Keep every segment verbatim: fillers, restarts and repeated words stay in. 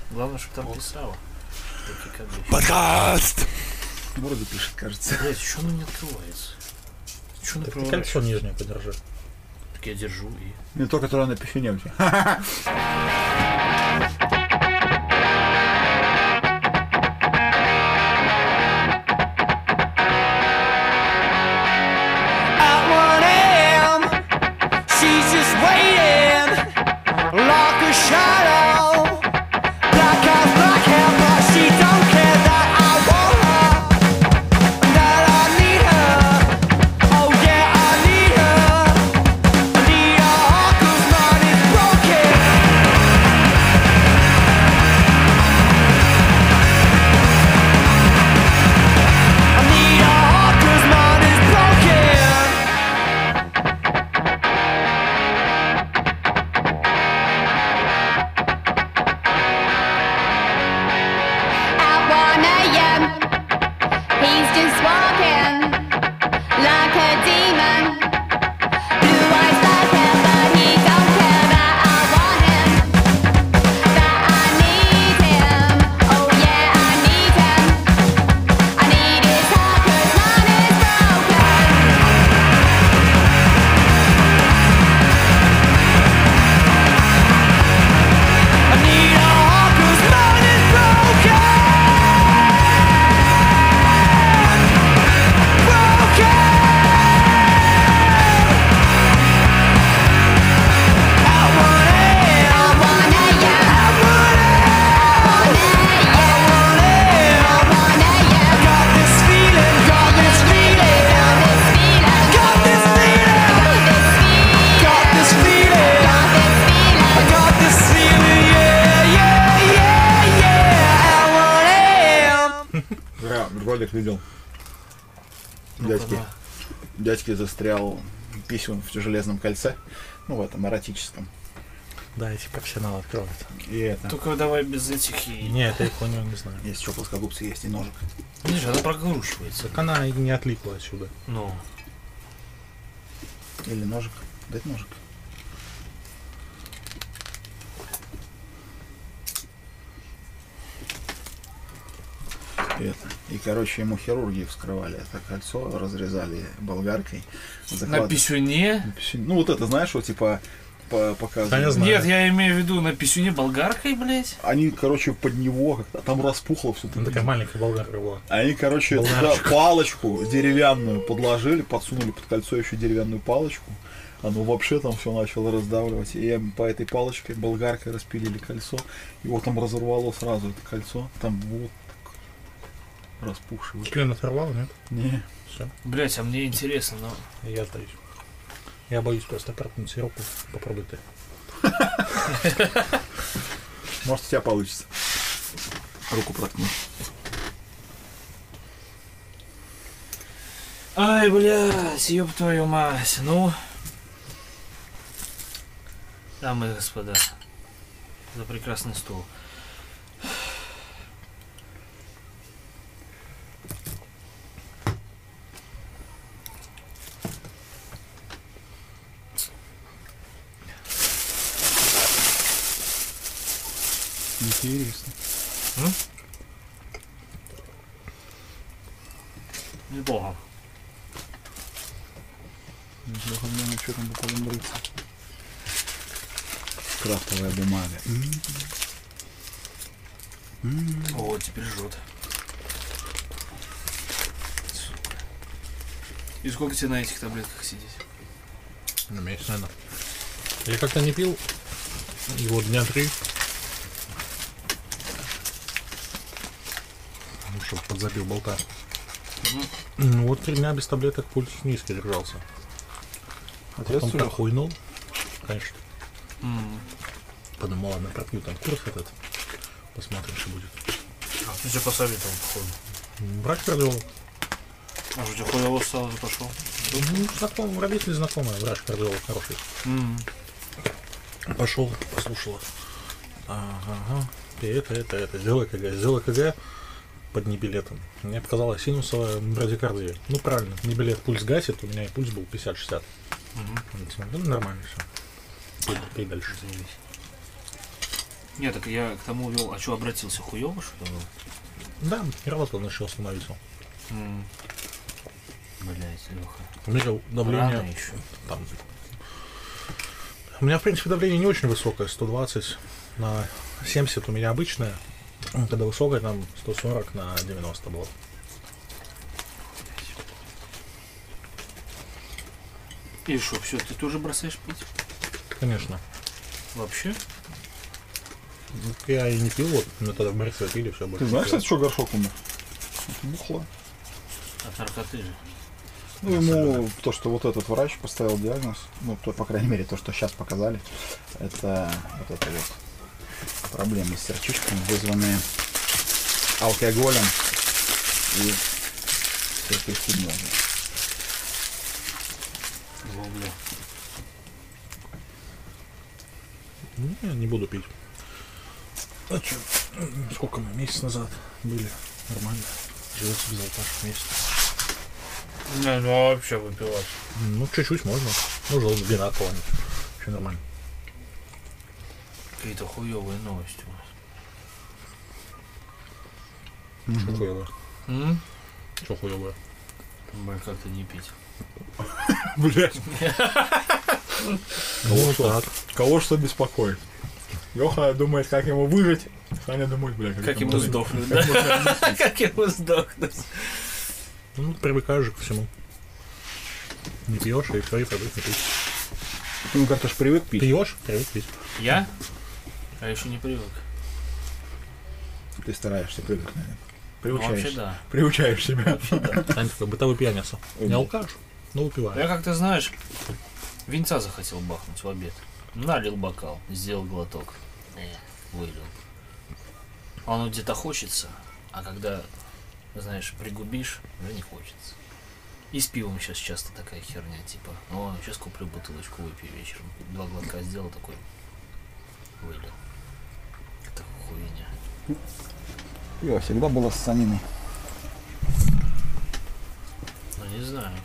Главное, чтобы там писало. Подкаст! Вроде пишет, кажется. Блять, что оно не открывается? Что ты кольцо нижнее подержи. Так я держу и... Не то, которое на писюне у тебя. Видел. Дядьки, дядьки застрял писюн в железном кольце, ну в этом эротическом. Да, эти профессионалы откроют. И это. Только давай без этих и... Нет, я их понял, не знаю. Есть еще плоскогубцы, есть и ножик. Видишь, она прокручивается. Так она и не отлипла отсюда. Ну. Или ножик. Дать ножик. И, это. И, короче, ему хирурги вскрывали это кольцо, разрезали болгаркой. Захват... На писюне? На писюне? Ну, вот это, знаешь, вот типа по показывают. Да, Нет, я имею в виду на писюне болгаркой, блядь. Они, короче, под него как-то там распухло все. Ну, такая маленькая болгарка была. Они, короче, туда палочку деревянную подложили, подсунули под кольцо еще деревянную палочку. Оно вообще там все начало раздавливать. И по этой палочке болгаркой распилили кольцо. Его там разорвало сразу это кольцо. Там вот распухший. Член оторвал, нет? Не. Все. Блять, а мне интересно, но... Я сдаюсь. Я боюсь просто проткнуть себе руку. Попробуй ты. Может, у тебя получится. Руку проткнуть. Ай, блядь, ёб твою мать. Ну... Дамы и господа, за прекрасный стол. Интересно. М? Неплохо. Неплохо, главное, что там потом брыться. Крафтовая бумага. Mm-hmm. Mm-hmm. О, теперь жжет. И сколько тебе на этих таблетках сидеть? На месяц, наверное. Я как-то не пил его дня три. Ну, чтобы подзабил болта. Mm-hmm. Ну, вот три дня без таблеток пульс низкий держался. А потом прохуйнул, конечно. Mm. Подумал, ладно, пропью там курс этот. Посмотрим, что будет. А ты тебе посоветовал, походу. Врач провел. А что, у тебя хуево стало, ты пошел? Ну, знакомый, родители знакомые, врач провел хороший. Mm. Пошел, послушал. Ага, и это, это, это. Сделай КГ, сделай КГ под небилетом. Мне показалось синусовая брадикардия. Ну, правильно, небилет пульс гасит, у меня и пульс был пятьдесят-шестьдесят. Mm-hmm. Ну, нормально все. Пей дальше. Нет, так я к тому вел, а что, обратился хуёво, что ли? Да, работал, начал становиться. Блять, Леха. У меня давление... Рано еще. Там... У меня, в принципе, давление не очень высокое, сто двадцать на семьдесят у меня обычное. Когда высокое, там сто сорок на девяносто было. И что, все, ты тоже бросаешь пить? Конечно. Вообще? Ну, я и не пил, вот, мы тогда в Борисове пили, все больше. Ты знаешь, не пил. кстати, что горшок умер? Это бухло. От наркоты же. Ну, ему то, что вот этот врач поставил диагноз, ну, то, по крайней мере, то, что сейчас показали, это вот это вот проблемы с сердечком, вызванные алкоголем и всякой фигней. Бля. Ну, я не буду пить. А что, сколько мы месяц назад были? Нормально. Живется без алкаш месяц. Не, ну а вообще выпивать. Ну, чуть-чуть можно. Ну, желтый вина какого-нибудь. Все нормально. Какие-то хуёвые новости у нас. Что хуёвое? М? Что хуёвое? Блин, как-то не пить. Блять, Ну, так. кого что беспокоит? Леха думает, как ему выжить, Саня думает, блядь, Как ему ему сдохнуть, да? Как ему сдохнуть? Ну, привыкаешь же ко всему. Не пьешь, и все, и привык не пить. Ты, ну, как-то ж привык пить. Пьешь, привык пить. Я? А еще не привык. Ты стараешься привыкнуть, наверное. Ну, Приучаешь. вообще да. Приучаешь себя. Вообще да. Сань такой бытовой пьяница. Не алкаш, но Я выпиваю. как-то, знаешь, винца захотел бахнуть в обед. Налил бокал, сделал глоток. Э, вылил. Оно где-то хочется, а когда, знаешь, пригубишь, уже не хочется. И с пивом сейчас часто такая херня, типа, о, сейчас куплю бутылочку, выпью вечером. Два глотка сделал, такой, вылил. Это хуйня. Пиво всегда было с саниной. Ну, не знаю.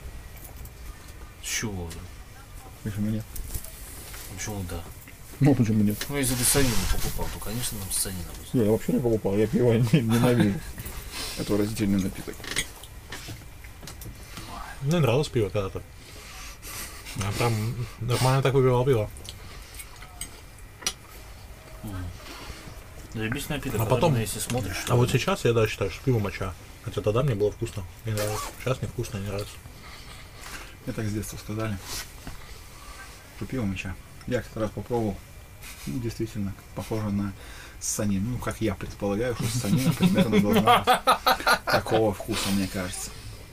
С чего? блин? Почему нет? Почему да? Ну, почему нет? Ну, если ты санину покупал, то, конечно, нам санина будет. Не, я вообще не покупал, я пиво не- ненавижу. Это растительный напиток. Мне нравилось пиво когда-то. Я прям нормально так выпивал пиво. Заебись напиток, А особенно потом- если смотришь. А вот сейчас я, да, считаю, что пиво моча. Хотя тогда мне было вкусно. Не нравилось. Сейчас невкусно, не нравится. Мне так с детства сказали, что пиво моча. Я как-то раз попробовал. Ну, действительно, похоже на санину. Ну, как я предполагаю, что санина примерно должна быть такого вкуса, мне кажется.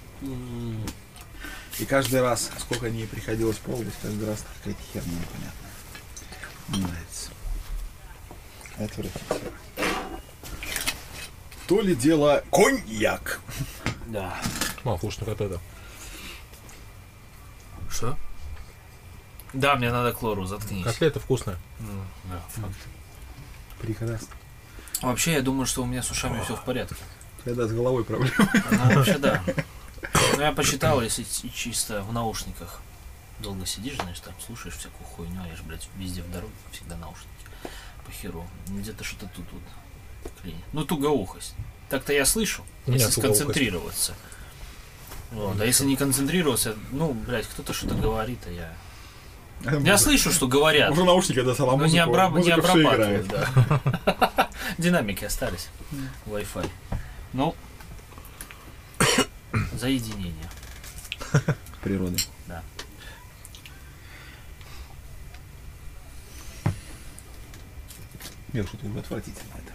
И каждый раз, сколько не приходилось пробовать, каждый раз какая-то херня непонятная. Не нравится. Отвратительно. То ли дело коньяк. Да. О, вкусно как это. Что? Да, мне надо хлору, заткнись. Котлета вкусная. Ну, да, факт. Прекрасно. Вообще, я думаю, что у меня с ушами все в порядке. Когда с головой проблемы. Ну, вообще, да. Ну, я посчитал, если ч- чисто в наушниках долго сидишь, знаешь, там слушаешь всякую хуйню, а я же, блядь, везде в дороге, всегда наушники. По херу. Где-то что-то тут вот клинит. Ну, тугоухость. Так-то я слышу, У меня если тугоухость. сконцентрироваться. Вот. А если не концентрироваться, ну, блядь, кто-то что-то говорит, а я... Я слышу, что говорят. Уже наушники, да, сама Но не, музыка, обраб... не музыка всё обрабатывают, играет. да. Динамики остались. Wi-Fi. Ну, заединение. Природы. Да. Нет, что-то уже отвратительно это.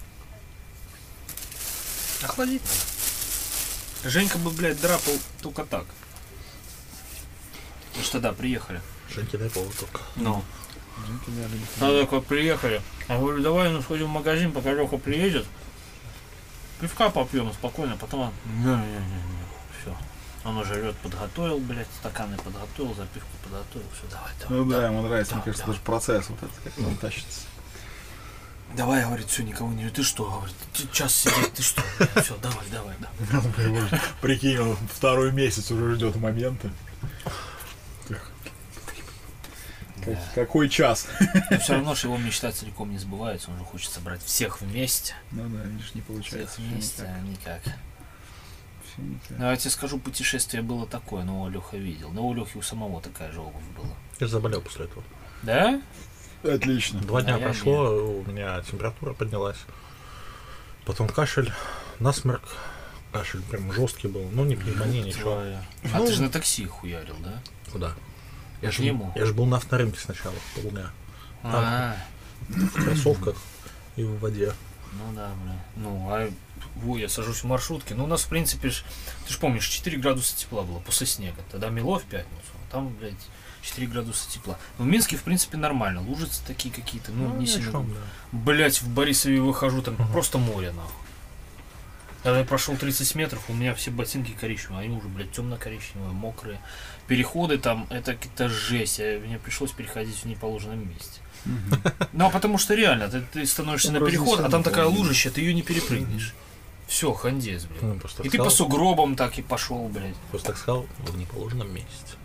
Охладить надо. Женька бы, блядь, драпал только так. Мы ж тогда приехали. Женьки, дай повод только. Ну. Женьки, да, любит. Тогда такой приехали. Я говорю, давай ну сходим в магазин, пока Леха приедет. Пивка попьем спокойно, потом он... Не-не-не-не. Все. Он уже лед подготовил, блядь, стаканы подготовил, запивку подготовил. Все, давай, давай. Ну да, давай. ему нравится, Да, мне кажется, да. даже процесс вот этот, как он тащится. Давай, говорит, все, никого не... Ты что, говорит, ты час сидеть, ты что? Все, давай, давай, да. Прикинь, он второй месяц уже ждет момента. Как- какой час? Но все равно же его мечта целиком не сбывается, он же хочет собрать всех вместе. Ну да, видишь, не Всех получается. всё вместе, никак, а никак. всё никак. Ну, я тебе скажу, путешествие было такое, но Леха видел. Но у Лехи у самого такая же обувь была. Я заболел после этого. Да? Отлично. Два дня А я прошло, у меня температура поднялась. Потом кашель, насморк. Кашель прям жесткий был. Ну, не пневмония, ничего. Твоя. А Ну, ты же на такси хуярил, да? Куда? Я К же, нему? я же был на авторынке сначала, полдня. А, В кроссовках и в воде. ну да, бля. Ну, а во, я сажусь в маршрутке. Ну, у нас, в принципе, ж, ты же помнишь, четыре градуса тепла было после снега. Тогда мело в пятницу, а там, блядь, четыре градуса тепла. Но в Минске, в принципе, нормально. Лужицы такие какие-то, ну, Ну, не ни о сильно. чем, да. Блять, в Борисове выхожу, там Ага. просто море, нахуй. Когда я прошел тридцать метров, у меня все ботинки коричневые, они уже, блядь, темно-коричневые, мокрые. Переходы там, это какая-то жесть, а мне пришлось переходить в неположенном месте. Мгм. Ну, а потому что реально, ты, ты становишься Ну, на переход, а там разъяснение такая полное. лужище, ты ее не перепрыгнешь. Все, хандец, блядь. Ну, просто И ты сказал- по сугробам так и пошел, блядь. Просто так сказал в неположенном месте.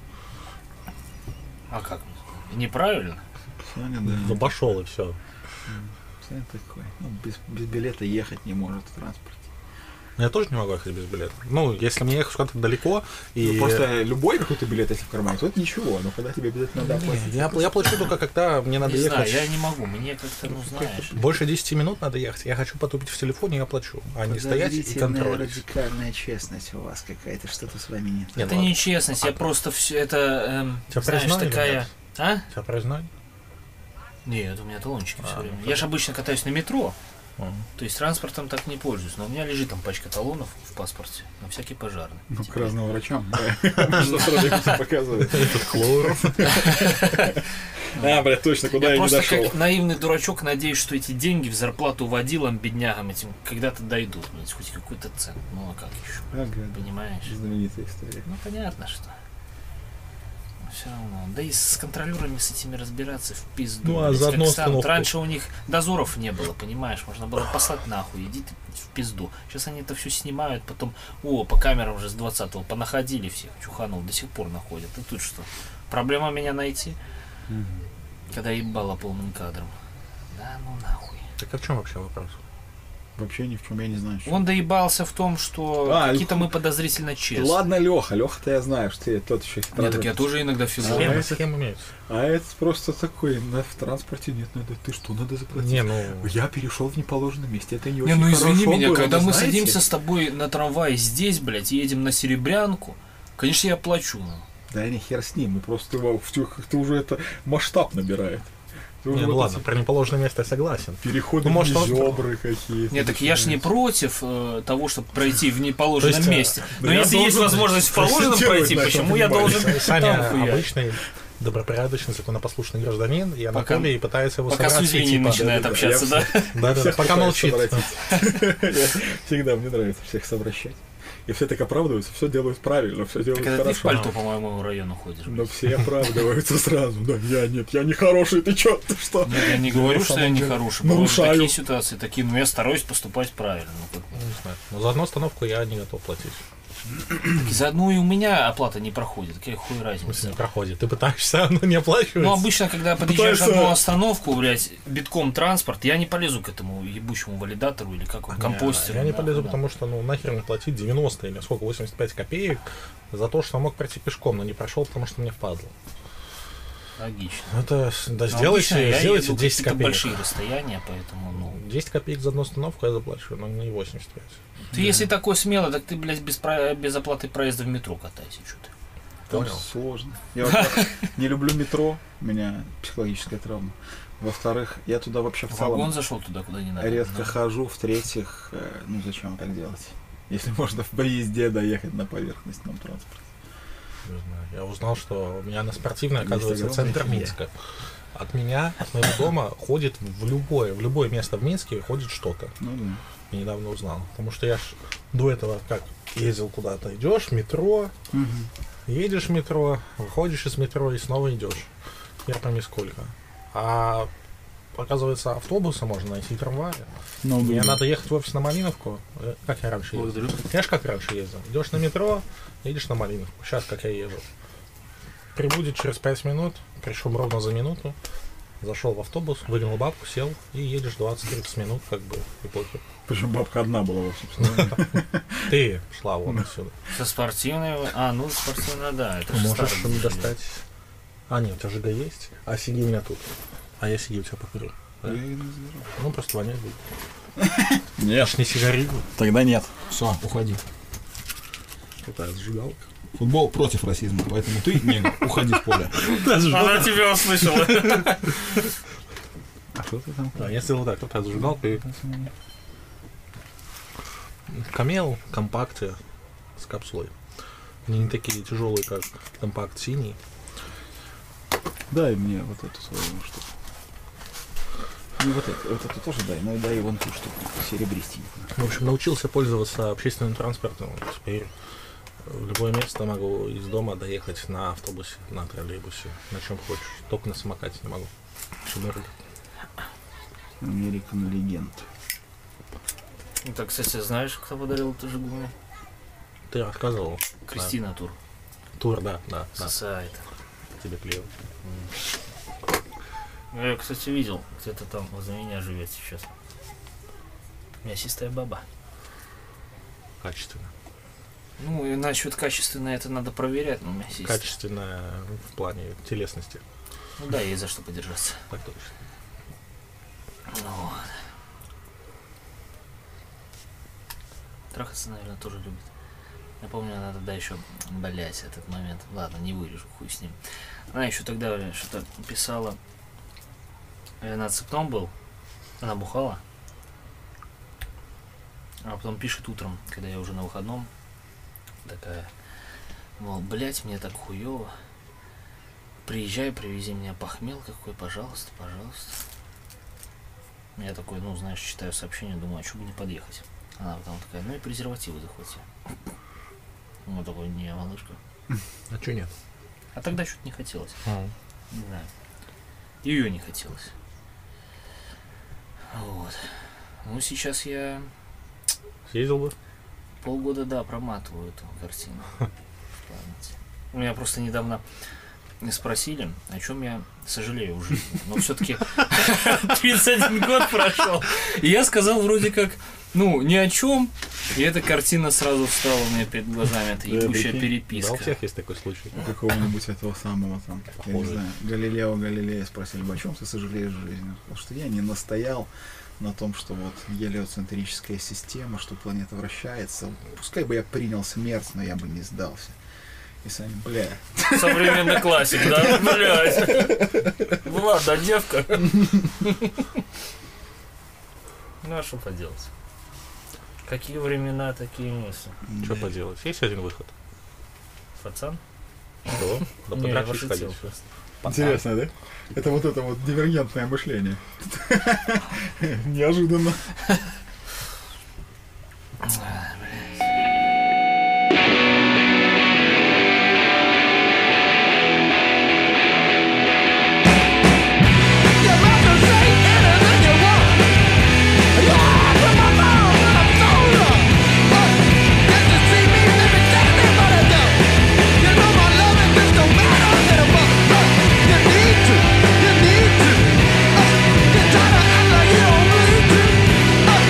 А как? Неправильно? Саня, да. Ну, пошел и все. Саня такой. Ну, без, без билета ехать не может в транспорте. Но я тоже не могу ехать без билета. Ну, если мне ехать куда-то далеко, и... Ну, просто любой какой-то билет, если в кармане, то это ничего. Но когда тебе обязательно надо Не, оплатить. я, я плачу только когда мне надо не ехать. знаю, я не могу, мне как-то, ну, знаешь. Больше десяти минут надо ехать. Я хочу потупить в телефоне, я плачу. А не стоять и Подозрительная контролить. радикальная честность у вас какая-то, что-то с вами не так. Нет, Это ладно. не честность, я просто все это, эм, Тебя знаешь, признали или такая... нет? А? Тебя признали? Нет, у меня талончики все А, время. ну, Я же обычно катаюсь на метро, Мгм. то есть транспортом так не пользуюсь, но у меня лежит там пачка талонов в паспорте на всякий пожарный. Ну, к разным врачам. Что сразу показывает. Этот Клоуров. А, блядь, точно, куда Я я не просто дошел. как наивный дурачок надеюсь, что эти деньги в зарплату водилам, беднягам этим когда-то дойдут, блядь, хоть какой-то цент. Ну а как еще? Ага, Понимаешь? знаменитая история. Ну понятно, что. Все равно. Да и с контролерами с этими разбираться в пизду. Ну, а блядь, заодно как станут. остановку. Раньше у них дозоров не было, понимаешь? Можно было послать нахуй, иди ты в пизду. Сейчас они это все снимают, потом, о, по камерам уже с двадцатого понаходили всех, чуханул, до сих пор находят. И тут что? Проблема меня найти, когда ебало полным кадром. Да ну нахуй. Так а в чем вообще вопрос? Вообще ни в чем, я не знаю. что. Он доебался в том, что А, какие-то Леха. мы подозрительно честные. Ладно, Леха, Леха-то я знаю, что ты тот еще Нет, так я тоже иногда филон. А Схема, это- схема имеется. А это просто такой, на, в транспорте нет, надо, ты что, надо заплатить? Не, ну... Я перешел в неположенное место, это не Не, очень ну извини хорошо меня, было, когда вы мы знаете? садимся с тобой на трамвае здесь, блядь, и едем на Серебрянку, конечно, я плачу. Ну. Да не хер с ним, мы просто его в тюх- ты уже это масштаб набирает. Ты уже Не, ну вот ладно, эти про неположенное место я согласен. переходы Ну, может, в он- зебры какие-то. Нет, так я ж не начинаются. против э, того, чтобы пройти в неположенном То есть, месте. да Но я если есть должен возможность в положенном акцентировать пройти, на этом почему я внимание. должен Саня там хуярить? обычный, добропорядочный, законопослушный гражданин, и Пока- Анатолий пытается его Пока собрать судья и не типа... начинает да-да-да, общаться, я да? Да-да-да, Всех пока пытаюсь молчит. совратить. Я Всегда мне нравится всех совращать. И все так оправдываются, все делают правильно, все делают Когда ты в хорошо. пальто по моему району ходишь. Но все оправдываются сразу. Да, я нет, я не хороший, ты чё, ты что? Нет, я не говорю, что я самом не деле хороший. Бывают нарушаю. такие ситуации, такие, но я стараюсь поступать правильно. Ну, как бы. Ну, не знаю. Но за одну остановку я не готов платить. Так и заодно и у меня оплата не проходит. Какая хуй В смысле, разница? не проходит. Ты пытаешься, но не оплачивается. Ну, обычно, когда подъезжаешь Пытается- одну остановку, блядь, битком транспорт, я не полезу к этому ебучему валидатору или как он, Не, компостеру. Я не нахуй, полезу, да. потому что, ну, нахер мне платить девяносто или сколько, восемьдесят пять копеек за то, что мог пройти пешком, но не прошел, потому что мне впадло. Логично. Это, с- да, Но сделайте, обычно я сделайте еду десять какие-то копеек. большие расстояния, поэтому, ну... десять копеек за одну остановку я заплачу, но не восемьдесят пять. Ты если такой смелый, так ты, блядь, без, про- без оплаты проезда в метро катайся, что ты. Там Понял. сложно. Я, во-первых, не люблю метро, у меня психологическая травма. Во-вторых, я туда вообще в В вагон целом зашел туда, куда не надо. редко Ну, хожу. В-третьих, э, ну зачем так делать? Если можно в поезде доехать на поверхностном транспорте. Не знаю. Я узнал, что у меня на спортивной, Есть оказывается, огромная центр семья. Минска. От меня, от моего дома ходит в любое, в любое место в Минске ходит что-то. Ну да. Я недавно узнал. Потому что я ж до этого как ездил куда-то, идешь в метро, едешь в метро, выходишь из метро и снова идешь. Я помню сколько. А оказывается, автобусы можно найти, и трамваи. Ну, Мне да. надо ехать в офис на Малиновку. Э, Как я раньше ездил? Благодарю. Я ж как раньше ездил. Идешь на метро, едешь на Малиновку. Сейчас как я езжу. прибудет через пять минут, пришел ровно за минуту, зашел в автобус, выгнал бабку, сел и едешь двадцать-тридцать минут, как бы, и похер. Причем бабка одна была, собственно. Ты шла вон отсюда. Со спортивной... А, ну, спортивная, да. Это же Можешь старый им был. достать. А, нет, у тебя ЖГ есть. А сиги у меня тут. А я сиги у тебя покурю. Да? Ну, просто вонять будет. Нет. Не сигарету. Тогда нет. Все, уходи. Крутая зажигалка. Футбол против расизма, поэтому ты, негр, уходи с поля. Она тебя услышала. А что ты там? А я сделал так, крутая зажигалка и... Камел, компакты с капсулой. Они не такие тяжелые, как компакт синий. Дай мне вот эту свою штуку. Ну вот эту, вот эту тоже дай, ну и дай вон ту штуку, серебристенькую. В общем, научился пользоваться общественным транспортом. Теперь в любое место могу из дома доехать на автобусе, на троллейбусе, на чем хочешь. Только на самокате не могу. Шумерли. American Legend. Ну, так, кстати, знаешь, кто подарил эту жигули? Ты рассказывал. Кристина Тур. Да. Тур, да, да, да. Сосает. Тебе клево. Я ее, кстати, видел. Где-то там возле меня живет сейчас. Мясистая баба. Качественно. Ну, и насчет качественно это надо проверять, но мясистая. Качественное в плане телесности. Ну да, есть за что подержаться. Так точно. Ну вот. Трахаться, наверное, тоже любит. Я помню, она тогда еще, блять, этот момент. Ладно, не вырежу, хуй с ним. Она еще тогда блин, что-то писала. Я на цепном был. Она бухала. А потом пишет утром, когда я уже на выходном. Такая, мол, блять, мне так хуево. Приезжай, привези мне похмел какой, пожалуйста, пожалуйста. Я такой, ну, знаешь, читаю сообщение, думаю, а что бы не подъехать. Она потом такая, ну и презервативы захвати. Ну, такой, не, малышка. А чё нет? А тогда что-то не хотелось. А. Не знаю. Ее не хотелось. Вот. Ну, сейчас я Съездил бы? полгода, да, проматываю эту картину в памяти. У меня просто недавно спросили, о чем я сожалею в жизни. Но все-таки тридцать один год прошел. И я сказал вроде как, ну, ни о чем. И эта картина сразу встала у меня перед глазами. Это ебучая Да, у переписка. всех есть такой случай. У какого-нибудь этого самого там, я не Похоже. знаю, Галилео Галилея спросили, о чем ты сожалеешь в жизни? Потому что я не настоял на том, что вот гелиоцентрическая система, что планета вращается. Пускай бы я принял смерть, но я бы не сдался. И сами, бля. Современный классик, да? Блядь. Ну ладно, девка. Ну а что поделать? Какие времена, такие мысли. Что поделать? Есть один выход. Пацан? Что? Да Не, я подрачивать пошутил ходить. просто. Интересно, да? Это вот это вот дивергентное мышление. Неожиданно. You need to. Uh, you're trying to act like you don't need to. Uh,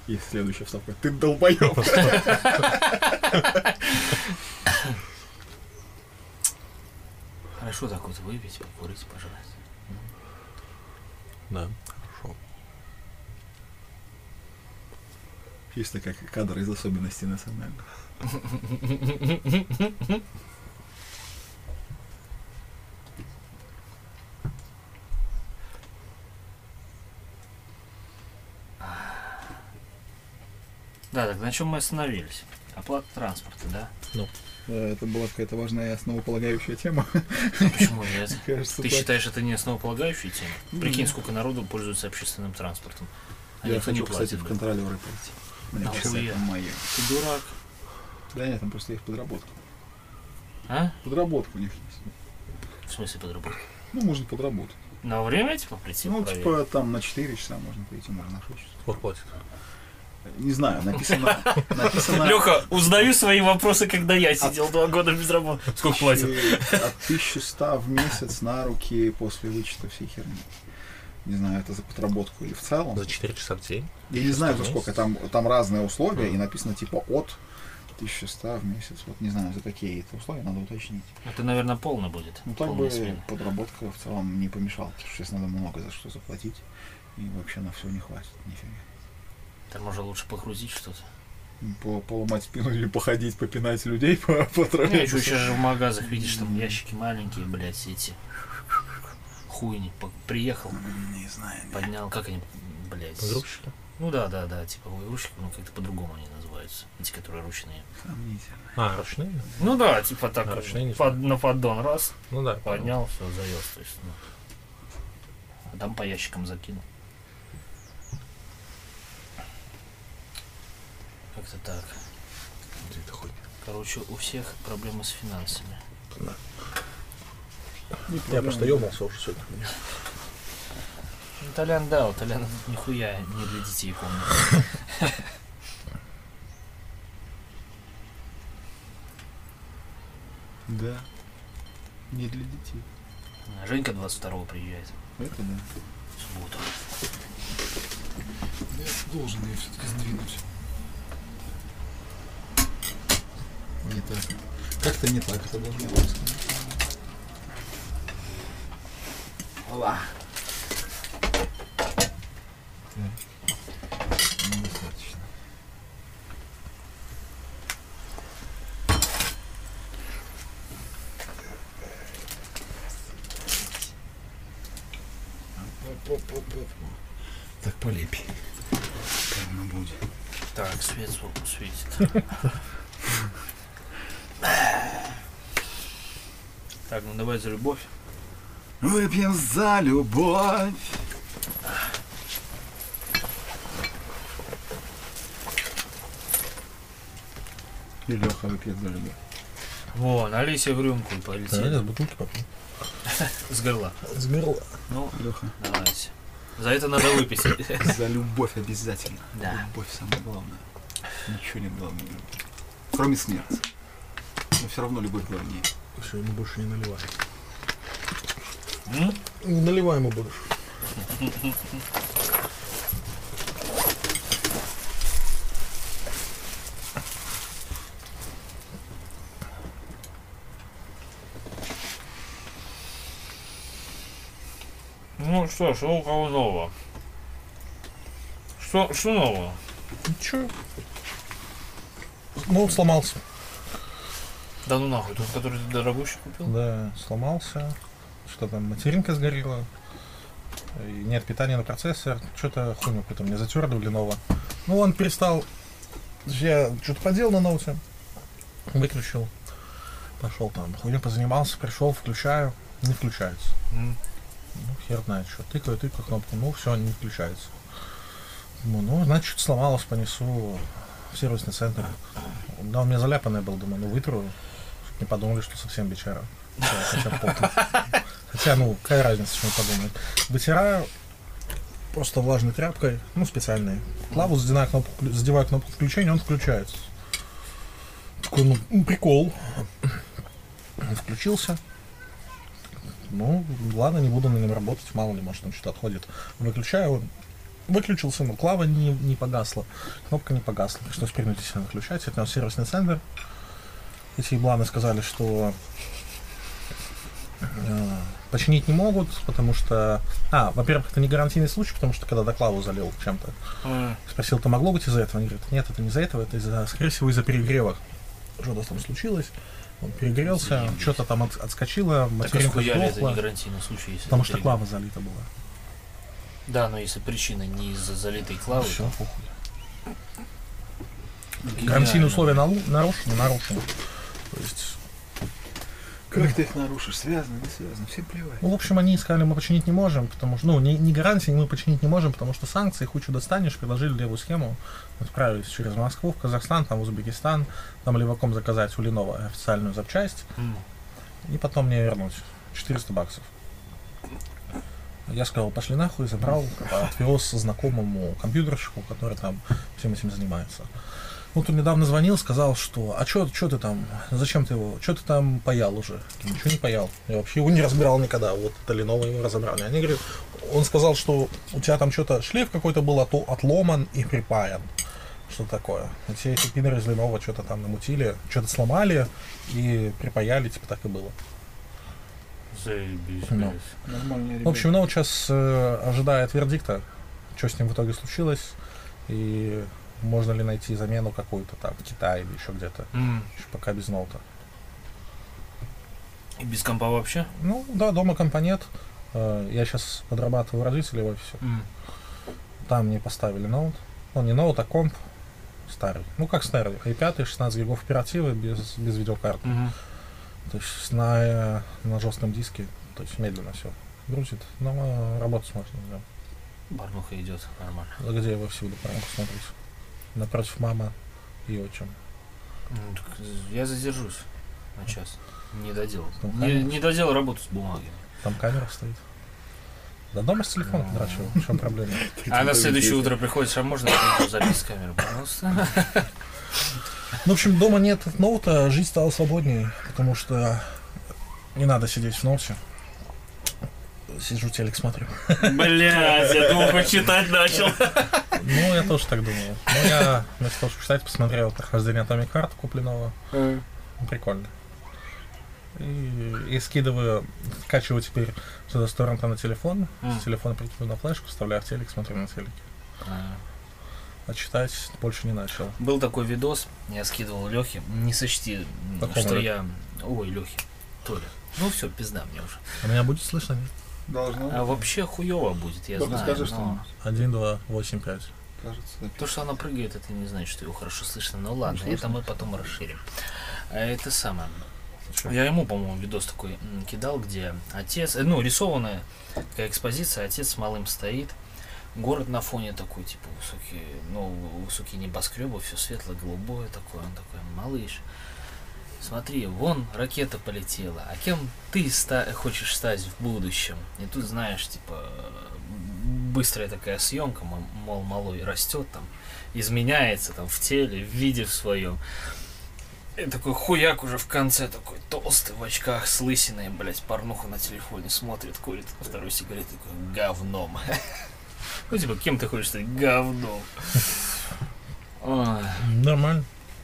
И следующая вставка. Ты долбоёб. Хорошо так вот выпить, покурить, пожалуйста. Да, хорошо. Есть такая кадр из особенностей национальных. Да, так на чем мы остановились? Оплата транспорта, да? Ну, Да, это была какая-то важная и основополагающая тема. Почему нет? Кажется, Ты так. считаешь, это не основополагающая тема? Прикинь, Мгм. сколько народу пользуется общественным транспортом. А Я никто не хочу, кстати, платит, в блин. контролеры пойти. Мне Да кажется, хуя. это мое. Ты дурак. Да нет, там просто их подработка. А? Подработка у них есть. В смысле подработка? Ну, можно подработать. На время, типа, прийти Ну, проверить? типа, там на четыре часа можно прийти, можно на шесть часов. сколько платит? Не знаю, написано... написано Леха, узнаю свои вопросы, когда я сидел два года без работы. Сколько платят? От тысячи ста в месяц на руки после вычета всей херни. Не знаю, это за подработку или в целом. За четыре часа в день? Я не знаю, за в сколько. месяц? Там, там разные условия, Мгм. и написано типа от тысячи ста в месяц. Вот не знаю, за какие это условия, надо уточнить. Это, наверное, полно будет. Ну так Полная бы смена. подработка в целом не помешала, потому что сейчас надо много за что заплатить. И вообще на все не хватит, нифига. Там можно лучше погрузить что-то. По- Поломать спину или походить, попинать людей по, по Не, троллейбусу. еще сейчас же в магазах, видишь, там ящики маленькие, блядь, эти хуйни. По- Приехал, Не знаю. не- поднял, как они, блядь. Погрузчики? Ну да, да, да, типа грузчики, ну как-то по-другому они называются, эти, которые ручные. Сомнительно. А, ручные? Ну да, типа так, Ручные не под- на поддон раз, Ну да. поднял, все, завез, то есть, ну. А там по ящикам закинул. Как-то так. Где это хуйня? Короче, у всех проблемы с финансами. Да. Не Я проблема. просто ебнулся уже сегодня. Ну, Толян, да, у Толяна тут нихуя не для детей комната. Да. Не для детей. А Женька двадцать второго приезжает. Это да. В субботу. Я должен ее все-таки сдвинуть. Не так. Как-то не так это должно быть. Ла. Так. Недостаточно. Оп-оп-оп-оп. Так полепей. Правильно будет. Так, свет сверху светит. Так, ну давай за любовь. Выпьем за любовь. И Леха выпьет за любовь. Во, налей себе в рюмку и Да, полетели. я с бутылки попил. С горла. С горла. Ну, Леха. давайте. За это надо выпить. За любовь обязательно. Да. Любовь самое главное. Ничего нет главное. Кроме смерти. Но все равно любовь главнее. Все, ему больше не наливай. М? Не наливай ему больше. Ну что, что у кого нового? Что, что нового? Ничего. Ну, сломался. Да ну нахуй, тот, который ты дорогущий купил? Да, сломался. Что там, материнка сгорела. И нет питания на процессор. Что-то хуйню какую-то мне затерли Леново. Ну, он перестал... Я что-то поделал на ноуте. Выключил. Пошел там, хуйню позанимался, пришел, включаю. Не включается. М. Ну, хер знает что. Тыкаю, тыкаю кнопку. Ну, все, не включается. Думаю, ну, значит, что-то сломалось, понесу в сервисный центр. Да, он у меня заляпанный был, думаю, ну, вытру. Чтоб не подумали, что совсем бичара. Хотя, хотя похуй. Хотя, ну, какая разница, что он подумает. Вытираю просто влажной тряпкой, ну, специальной. Клаву, задеваю кнопку, вклю- задеваю кнопку включения, он включается. Такой, ну, м, прикол. Он включился. Ну, ладно, не буду на нем работать, мало ли, может, там что-то отходит. Выключаю, выключился, ну, клава не, не погасла, кнопка не погасла, пришлось принудительно выключать. Это у нас сервисный центр. Эти ебланы сказали, что э, починить не могут, потому что... А, во-первых, это не гарантийный случай, потому что когда до клаву залил чем-то, mm. спросил, то могло быть из-за этого? Они говорят, нет, это не из-за этого, это из-за, скорее всего, из-за перегрева. Что-то там случилось, он перегрелся, что-то там от, отскочило, материнка сдохла. Это не гарантийный случай, если потому что клава залита была. Да, но если причина не из-за залитой клавы, все, то... похуй. Гарантийные условия нарушены, нарушены. То есть... Как ты их нарушишь? Связано, не связано, всем плевать. Ну, в общем, они сказали, мы починить не можем, потому что, ну, не, не гарантии мы починить не можем, потому что санкции, хучу достанешь, предложили левую схему, отправились через Москву, в Казахстан, там в Узбекистан, там леваком заказать у Ленова официальную запчасть, mm. и потом мне вернуть четыреста баксов. Я сказал, пошли нахуй, забрал, отвез знакомому компьютерщику, который там всем этим занимается. Вот он недавно звонил, сказал, что, а чё, чё ты там, зачем ты его, чё ты там паял уже? Я ничего не паял, я вообще его не разбирал никогда, вот это Lenovo ему разобрали. Они говорят, он сказал, что у тебя там что-то, шлейф какой-то был отломан и припаян. Что такое? И все эти пидоры из Lenovo что-то там намутили, что-то сломали и припаяли, типа так и было. Заебись, ну. Нормальные ребята. В общем, ну, сейчас э, ожидает вердикта, что с ним в итоге случилось, и можно ли найти замену какую-то там в Китае или еще где-то. Mm. Еще пока без ноута. И без компа вообще? Ну, да, дома компа нет. Э, я сейчас подрабатываю родителей в офисе. Mm. Там мне поставили ноут. Ну, не ноут, а комп старый. Ну, как старый. ай пять, шестнадцать гигов оперативы без, без видеокарты. Mm-hmm. То есть на, на жестком диске, то есть медленно все грузит, но работать можно. Да. Барнуха идет нормально. А где я во всюду порнуху смотреть? Напротив мама и отчим. Ну, я задержусь на час. Не доделал. Не, не доделал работу с бумагами. Там камера стоит. Да дома с телефоном драчиваю, в чем проблема? А на следующее утро приходишь, а можно запись с камеры, пожалуйста? Ну, в общем, дома нет ноута, жизнь стала свободнее, потому что не надо сидеть в ноуте. Сижу, телек смотрю. Блять, я думал, хоть читать начал. Ну, я тоже так думал. Ну, я вместо того, чтобы читать, посмотрел прохождение Atomic Heart купленного. Mm. Прикольно. И, и скидываю, скачиваю теперь сюда с торрента на телефон, mm. с телефона прикидываю на флешку, вставляю в телек, смотрю на телеке. Mm. А читать больше не начал. Был такой видос, я скидывал Лехе, не сочти, Какому что Лёхе? я... Ой, Лехе, Толя. Ну все, пизда мне уже. А меня будет слышно, нет? Должно. А вообще хуёво будет, я Только знаю. Скажи, но... что один, два, восемь, пять. Кажется, да. То, что она прыгает, это не значит, что его хорошо слышно. Ну ладно, ну, это мы потом расширим. А это самое. Что? Я ему, по-моему, видос такой кидал, где отец, ну, рисованная такая экспозиция, отец с малым стоит. Город на фоне такой, типа, высокий, ну, высокие небоскребы, все светло-голубое такое. Он такой, малыш, смотри, вон ракета полетела, а кем ты ста- хочешь стать в будущем? И тут, знаешь, типа, быстрая такая съемка, мол, малой растет там, изменяется там в теле, в виде в своем. И такой хуяк уже в конце, такой толстый, в очках, с лысиной, блять, порнуху на телефоне смотрит, курит вторую сигарету, такой, говном. Ну, типа, кем ты хочешь стать? Говном. Нормально.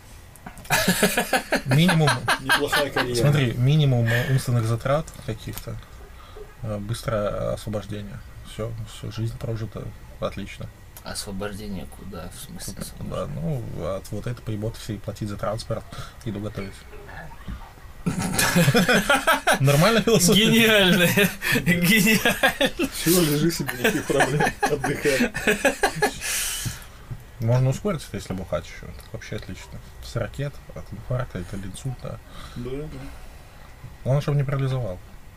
Минимум. Неплохая карьера. Смотри, минимум умственных затрат каких-то. Быстрое освобождение. Все, все, жизнь прожита отлично. Освобождение куда? В смысле? Да, ну, от вот этой поеботы всей платить за транспорт, еду готовить. Нормально философия? Гениально! Гениально! Чего, лежи себе, никаких проблем, отдыхай. Можно ускориться, если бухать еще. Так вообще отлично. С ракет, от инфаркта, это инсульта. Да, да. Главное, чтобы не парализовал.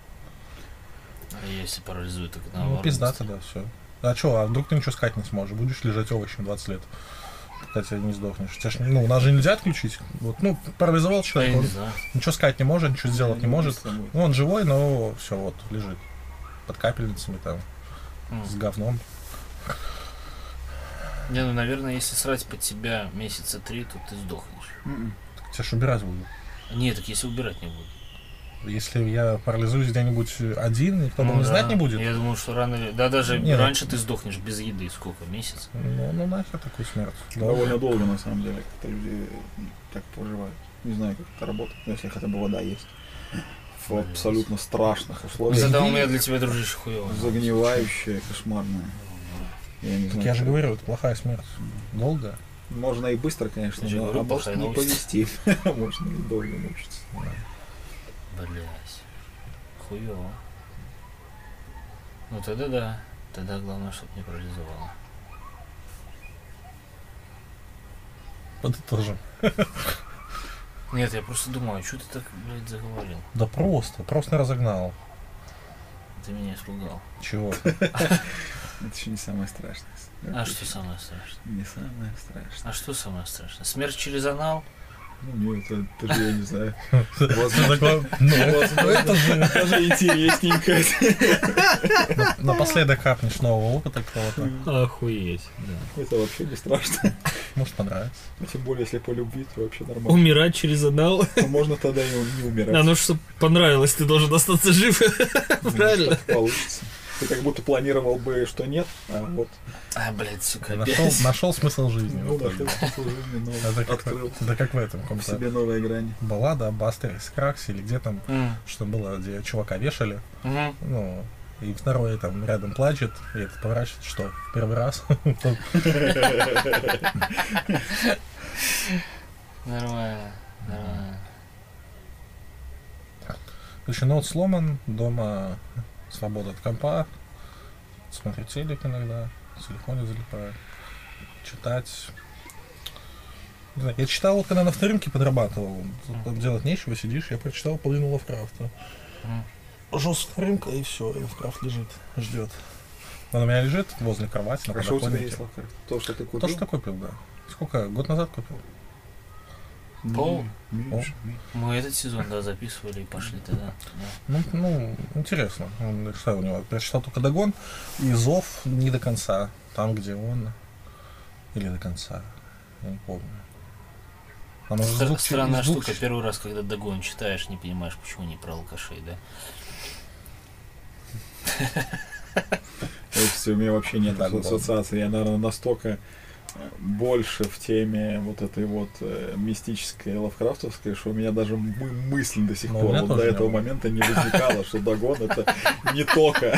А если парализует, так наоборот. Ну, пиздато, да, все. А что, а вдруг ты ничего сказать не сможешь? Будешь лежать овощем двадцать лет, пока ты не сдохнешь. Тебя ж, ну, у нас же нельзя отключить. Вот, ну, парализовал человека, он ничего сказать не может, ничего сделать не может. Ну, он живой, но все, вот, лежит. Под капельницами там, mm. с говном. Не, ну, наверное, если срать под тебя месяца три, то ты сдохнешь. Mm-mm. Так тебя ж убирать будут. Нет, так если убирать не будут. Если я парализуюсь где-нибудь один, никто Ну бы не да. знать не будет. Я думаю, что рано или... Да даже Не, ну- раньше ты сдохнешь без еды. Сколько? Месяц? Ну, ну нахер такую смерть. Довольно долго, на самом деле, как-то люди так проживают. Не знаю, как это работает, но если хотя бы вода есть. В Блин. абсолютно страшных условиях. Зато у меня для тебя, дружище, хуёво. Загнивающая, кошмарная. Я не Так знаю. я же как- говорю, это плохая смерть. Долго? Можно и быстро, конечно, Я же но говорю, а может плохая не новость. повезти. Можно и долго мучиться. Блять. Хуёво. Ну тогда да. Тогда главное, чтобы не парализовало. Подытожим. Нет, я просто думаю, что ты так, блядь, заговорил? Да просто, просто разогнал. Ты меня испугал. Чего? Это еще не самое страшное. А что самое страшное? Не самое страшное. А что самое страшное? Смерть через анал? Ну, нет, это, это же я не знаю. Ну, это же Даже интересненько. напоследок капнешь нового опыта какого-то. Охуеть. Да. Это вообще не страшно. Может понравится. А тем более, если по любви, то вообще нормально. Умирать через анал? А можно тогда и не умирать. А ну что понравилось, ты должен остаться жив. Ну, Правильно? так получится. Ты как будто планировал бы, что нет, а вот. А, блядь, сука, Нашел, опять. нашел смысл жизни. Ну, в итоге. нашел смысл жизни, но Это как, открыл да как в этом в каком-то себе новые грани. баллада об Астерикс Краксе или где там, М, что было, где чувака вешали, мгм. ну, и второй там рядом плачет, и этот поворачивает, что, в первый раз? Нормально, нормально. Короче, ноут сломан, дома свобода от компа, смотрю телек иногда, в телефоне залипаю, читать. Не знаю, я читал, вот когда на авторынке подрабатывал, там делать нечего, сидишь, я прочитал половину Лавкрафта. Мгм. Жесткая рынка, и все, и Лавкрафт лежит, ждет. Он у меня лежит возле кровати, на А что у тебя подоконнике. есть, Лавкрафт? То, что ты купил? То, что купил, да. Сколько? Год назад купил. Пол? Меньше. Мы этот сезон, да, записывали и пошли тогда. Да. Ну, ну, интересно. Он, что у него? Прочитал только Дагон и Зов не до конца. Там, где он. Или до конца. Я не помню. Оно из Стра- двух- Странная из двух штука, ч- первый раз, когда Дагон читаешь, не понимаешь, почему не про алкашей, да? То есть у меня вообще нет Так, ассоциации. Я, наверное, настолько э, больше в теме вот этой вот э, мистической, лавкрафтовской, что у меня даже мы- мысль до сих Ну, у пор меня вот тоже до не этого было. момента не возникало, что Дагон это не только.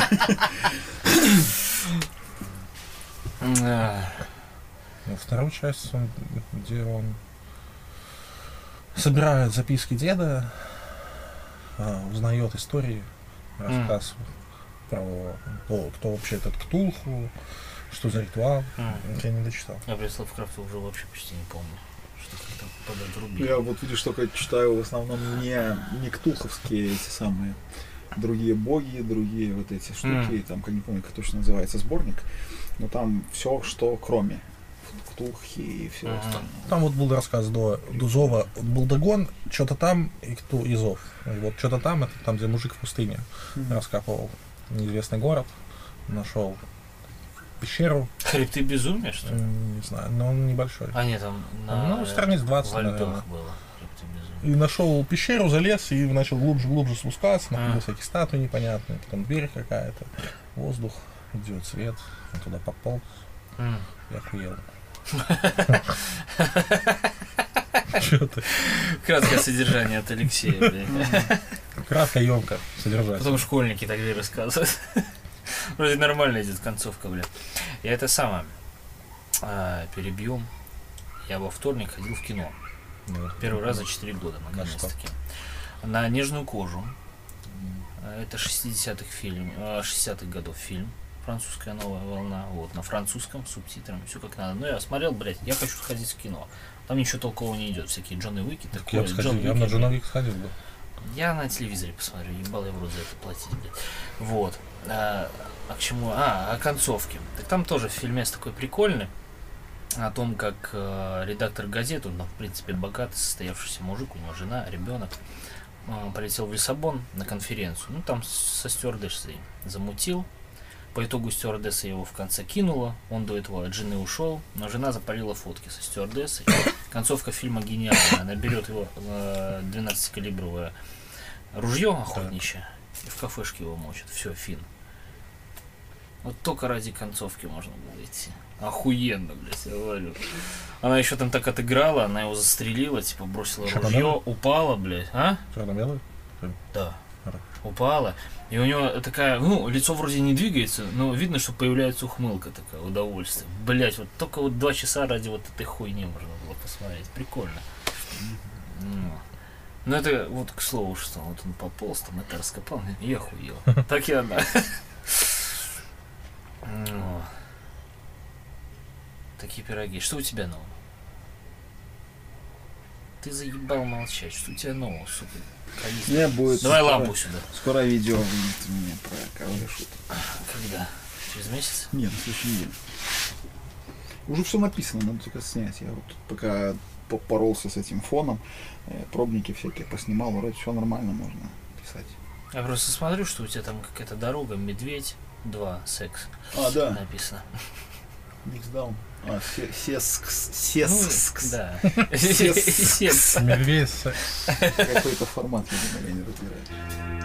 А, Ну, вторую часть, он- где он собирает записки деда, а, узнает истории, рассказ про то, кто вообще этот Ктулху, что за ритуал. м. Я не дочитал. Я про Лавкрафта уже вообще почти не помню. Что как-то подотрубил. Я вот видишь, только читаю в основном не, не ктулховские эти самые другие боги, другие вот эти штуки, Мгм. там, как не помню, как точно называется сборник, но там все, что кроме Ктулхи и всего Ага. остального. Там вот был рассказ до, до Зова, был Дагон, что-то там, и кто и Зов. И вот что-то там, это там, где мужик в пустыне Мгм. раскапывал неизвестный город, нашел пещеру, Хребты безумия, что ли? м, не знаю, но он небольшой. А нет, там на Ну, страниц двадцать, в Альпах наверное. было. Хребты безумия. И нашел пещеру, залез и начал глубже-глубже спускаться, находил А. всякие статуи непонятные, потом дверь какая-то, воздух, идет свет, он туда пополз, М. я охуел. Чё ты? Краткое содержание от Алексея, блядь. Кратко, емко содержать. Потом школьники тогда рассказывают. Вроде нормально идет концовка, блядь. Я это самое а, перебью. Я во вторник ходил в кино. Первый раз за четыре года, наконец-таки. На «Нежную кожу». А, Это шестидесятых фильм, а, шестидесятых годов фильм. Французская новая волна. Вот, на французском, с субтитрами, все как надо. Но я смотрел, блядь, я хочу сходить в кино. Там ничего толкового не идет. Всякие Джоны Уики, Я такое. бы сходил, Джон я бы Уики, на блядь. Джона Уик сходил бы. Я на телевизоре посмотрю, ебал я в рот за это платить, блядь. Вот. А, а к чему? А, о концовке. Так там тоже фильмец такой прикольный. О том, как э, редактор газеты, ну, в принципе, богатый, состоявшийся мужик, у него жена, ребенок, э, полетел в Лиссабон на конференцию. Ну, там со стюардессой замутил. По итогу стюардесса его в конце кинула, он до этого от жены ушел, но жена запалила фотки со стюардессой. Концовка фильма гениальная, она берет его э, двенадцатикалибровое ружье охотничье, и в кафешке его мочат. Все, фин. Вот только ради концовки можно было идти. Охуенно, блядь, я говорю. Она еще там так отыграла, она его застрелила, типа бросила ружье, упала, блядь. А? Черно-белый? Да. Упала. И у него такая, ну, лицо вроде не двигается, но видно, что появляется ухмылка такая, удовольствие. Блять, вот только вот два часа ради вот этой хуйни можно было посмотреть. Прикольно. Ну, ну это вот к слову, что вот он пополз, там это раскопал, и я охуел. Так и она. Такие пироги. Что у тебя нового? Ты заебал молчать. Что у тебя нового, сука? Не будет. Давай скоро, лампу сюда. Скоро видео выйдет у меня про король и шут. Когда? Через месяц? Нет, на следующей неделе. Уже все написано, надо только снять. Я вот пока попоролся с этим фоном, пробники всякие поснимал, вроде все нормально, можно писать. Я просто смотрю, что у тебя там какая-то дорога, медведь, два, секс. А, да. Написано. Миксдаун. А, сескс. Сескс. Да. Сескс. Медведь. Какой-то формат, видимо, я не разбираю.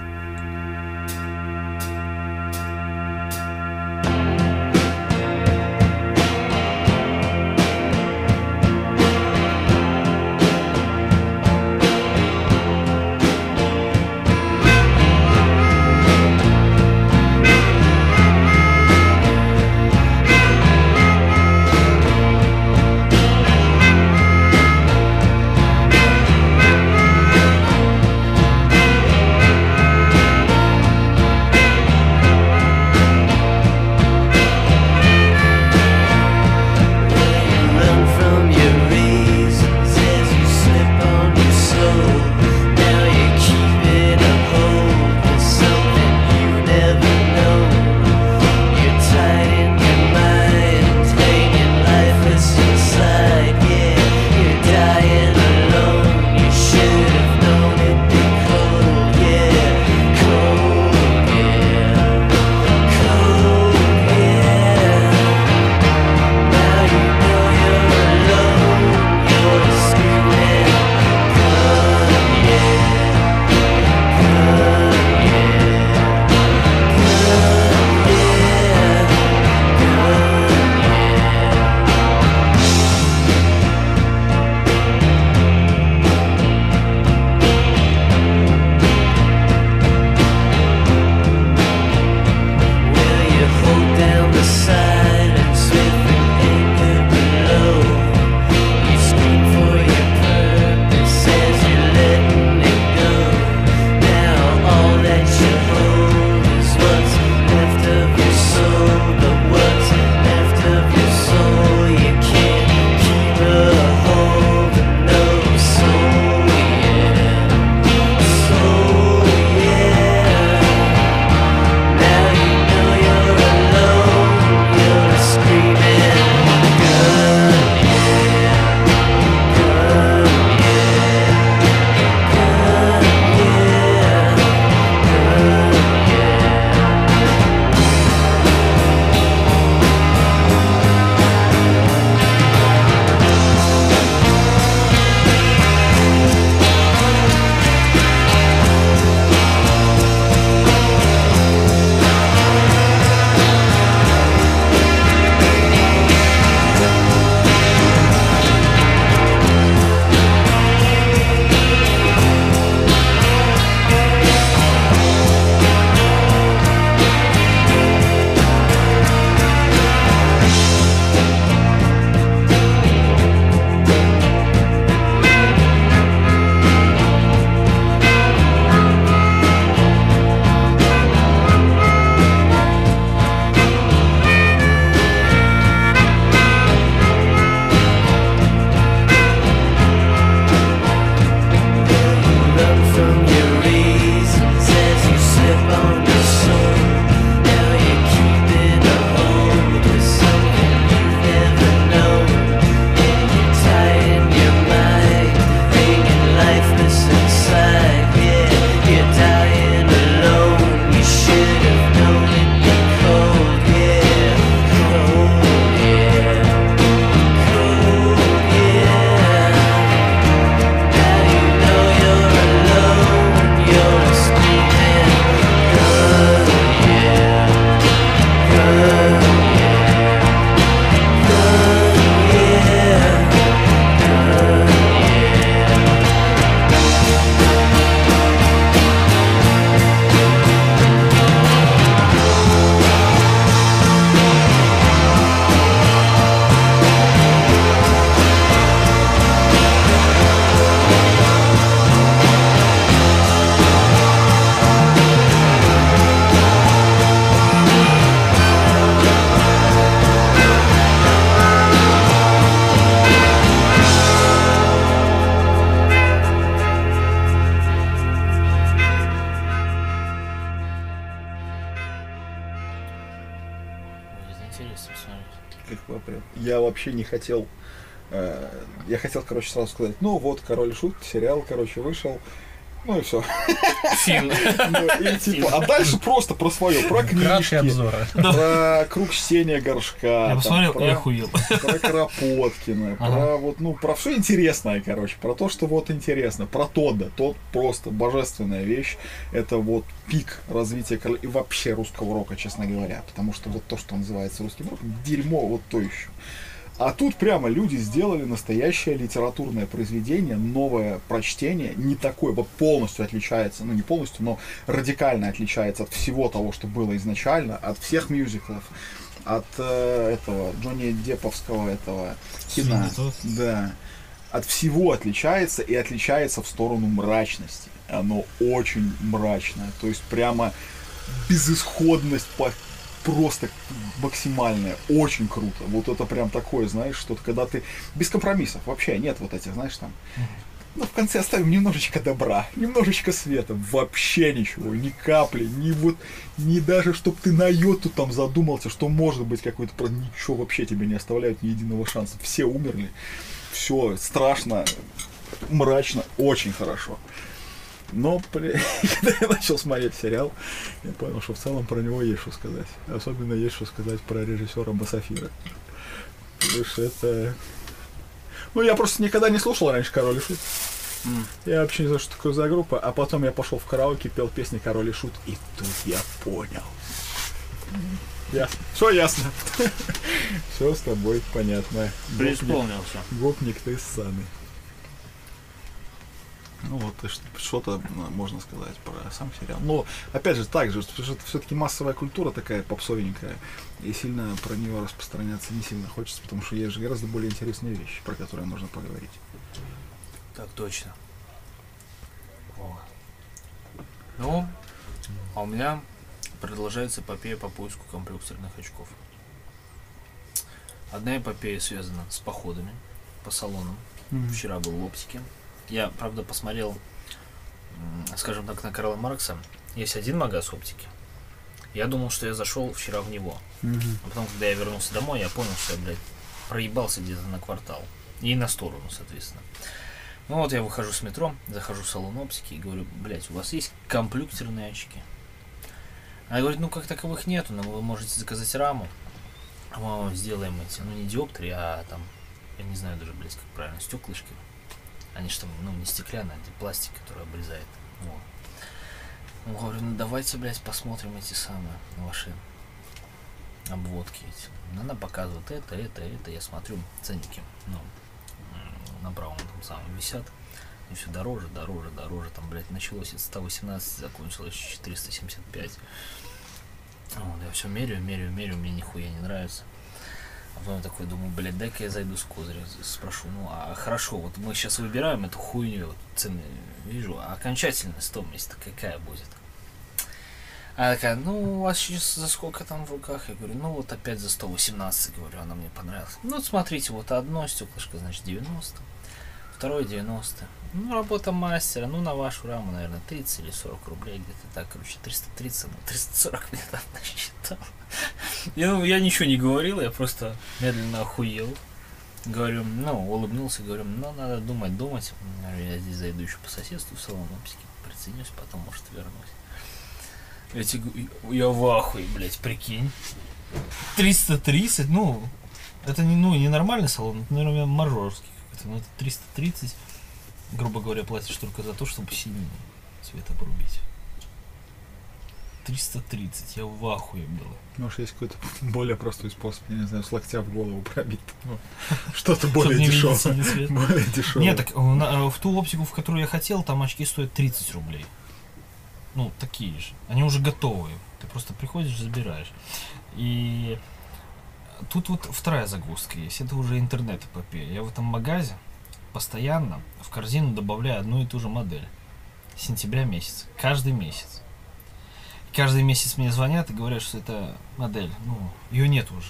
интересно посмотреть. Как попрет. Я вообще не хотел. э, Я хотел, короче, сразу сказать, ну вот, Король и Шут, сериал, короче, вышел. Ну и все. Фильм. И типа, а дальше просто про свое, про Краткие книжки, обзоры. про круг чтения горшка. Я там, посмотрел про- и охуел. Про Кропоткина, Ага. про вот, ну, про все интересное, короче, про то, что вот интересно, про Тодда, тот просто божественная вещь, это вот пик развития король- и вообще русского рока, честно говоря, потому что вот то, что называется русским роком, дерьмо вот то еще. А тут прямо люди сделали настоящее литературное произведение, новое прочтение, не такое, вот полностью отличается, ну не полностью, но радикально отличается от всего того, что было изначально, от всех мюзиклов, от э, этого Джонни Депповского этого кино. Свиньи Тодд. Да. От всего отличается и отличается в сторону мрачности. Оно очень мрачное. То есть прямо безысходность по просто максимальная, очень круто. Вот это прям такое, знаешь, что когда ты без компромиссов, вообще нет вот этих, знаешь, там, ну, в конце оставим немножечко добра, немножечко света, вообще ничего, ни капли, ни вот, ни даже, чтоб ты на йоту там задумался, что может быть какой-то, про ничего вообще тебе не оставляют, ни единого шанса. Все умерли, все страшно, мрачно, очень хорошо. Но, при- когда я начал смотреть сериал, я понял, что в целом про него есть что сказать. Особенно есть что сказать про режиссера Басафира. Потому что это... Ну, я просто никогда не слушал раньше Король и Шут. М. Я вообще не знаю, что такое за группа. А потом я пошел в караоке, пел песни Король и Шут. И тут я понял. Ясно. Все ясно. Все с тобой понятно. Гопник, Преисполнился. гопник ты ссаный. Ну вот, и ш- что-то ну, можно сказать про сам сериал. Но, опять же, так же, что это все-таки массовая культура такая попсовенькая, и сильно про нее распространяться не сильно хочется, потому что есть же гораздо более интересные вещи, про которые можно поговорить. Так точно. О. Ну, а у меня продолжается эпопея по поиску компьютерных очков. Одна эпопея связана с походами по салонам. Вчера был в оптике. Я, правда, посмотрел, м, скажем так, на Карла Маркса. Есть один магаз оптики. Я думал, что я зашел вчера в него. А потом, когда я вернулся домой, я понял, что я, блядь, проебался где-то на квартал. И на сторону, соответственно. Ну вот я выхожу с метро, захожу в салон оптики и говорю, блядь, у вас есть компьютерные очки? Она говорит, ну как таковых нету, но вы можете заказать раму. Мы вам сделаем эти, ну не диоптрии, а там, я не знаю даже, блядь, как правильно, стеклышки. Они же там, ну, не стеклянные, а пластик, который обрезает. Вот. Ну, говорю, ну давайте, блядь, посмотрим эти самые ваши обводки эти. Она показывает это, это, это. Я смотрю, ценники, ну, м, направо там самом висят. И все дороже, дороже, дороже. Там, блядь, началось от ста восемнадцати, закончилось четыреста семьдесят пять. Вот, я все меряю, меряю, меряю, мне нихуя не нравится. А потом я такой думаю, блядь, дай-ка я зайду с козыря, спрошу, ну а хорошо, вот мы сейчас выбираем эту хуйню, вот цены вижу, а окончательная стоимость-то какая будет? Она такая, ну у вас сейчас за сколько там в руках? Я говорю, ну вот опять за сто восемнадцать, говорю, она мне понравилась. Ну вот смотрите, вот одно стеклышко, значит, девяносто, второе девяносто. Ну, работа мастера, ну на вашу раму, наверное, тридцать или сорок рублей, где-то так, короче, триста тридцать, ну триста сорок мне там насчитал. Я, ну, я ничего не говорил, я просто медленно охуел. Говорю, ну, улыбнулся, говорю, ну, надо думать, думать. Говорю, я здесь зайду еще по соседству в салон оптики, приценюсь, потом, может, вернусь. Эти, я в ахуе, блядь, прикинь. триста тридцать, ну, это не, ну, не нормальный салон, это, наверное, мажорский какой-то, но это триста тридцать, грубо говоря, платишь только за то, чтобы синий цвет обрубить. триста тридцать, я в ахуе был. Может, есть какой-то более простой способ, я не знаю, с локтя в голову пробить. Ну, что-то более не дешевое. видеть синий цвет. Более дешевое. Нет, так на- в ту оптику, в которую я хотел, там очки стоят тридцать рублей. Ну, такие же. Они уже готовые. Ты просто приходишь, забираешь. И тут вот вторая загвоздка есть. Это уже интернет-эпопея. Я в этом магазе постоянно в корзину добавляю одну и ту же модель. С сентября месяца. Каждый месяц. Каждый месяц мне звонят и говорят, что это модель. Ну, ее нет уже.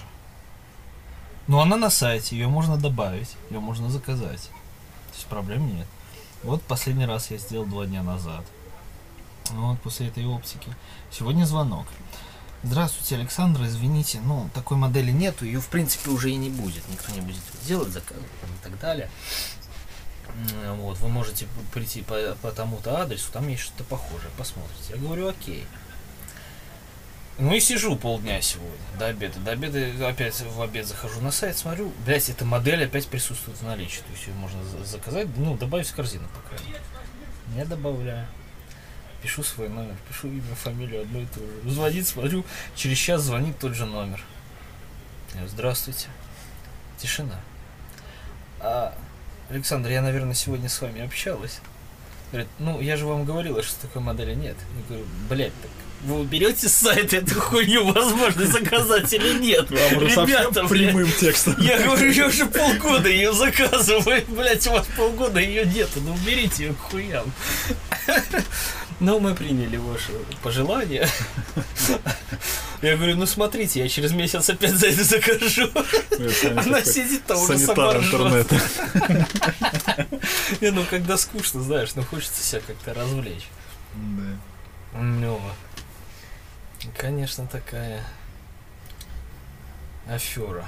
Но она на сайте, ее можно добавить, ее можно заказать. То есть проблем нет. Вот последний раз я сделал два дня назад. Вот после этой оптики. Сегодня звонок. Здравствуйте, Александр, извините, ну, такой модели нету, ее в принципе уже и не будет, никто не будет делать, заказывать и так далее. Вот, вы можете прийти по, по тому-то адресу, там есть что-то похожее, посмотрите. Я говорю, окей. Ну и сижу полдня сегодня, до обеда. До обеда опять в обед захожу на сайт, смотрю, блять, эта модель опять присутствует в наличии. То есть ее можно заказать, ну, добавить в корзину, по крайней мере. Не добавляю. Пишу свой номер, пишу имя, фамилию, одно и то же. Звонит, смотрю, через час звонит тот же номер. Я говорю, здравствуйте. Тишина. А, Александр, я, наверное, сегодня с вами общалась. Говорит, ну, я же вам говорила, что такой модели нет. Я говорю, блядь, так вы уберете с сайта эту хуйню, возможно, заказать или нет? Ребята, прямым текстом. Я говорю, я уже полгода ее заказываю, блядь, у вас полгода ее нету, ну уберите ее к хуям. Но мы приняли ваше пожелание. Я говорю, ну смотрите, я через месяц опять за это закажу. Она сидит там уже сама ржет. Не, ну когда скучно, знаешь, ну хочется себя как-то развлечь. Да. Ну, конечно, такая афера.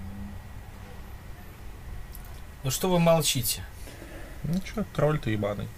Ну что вы молчите? Ну что, тролль ты ебаный.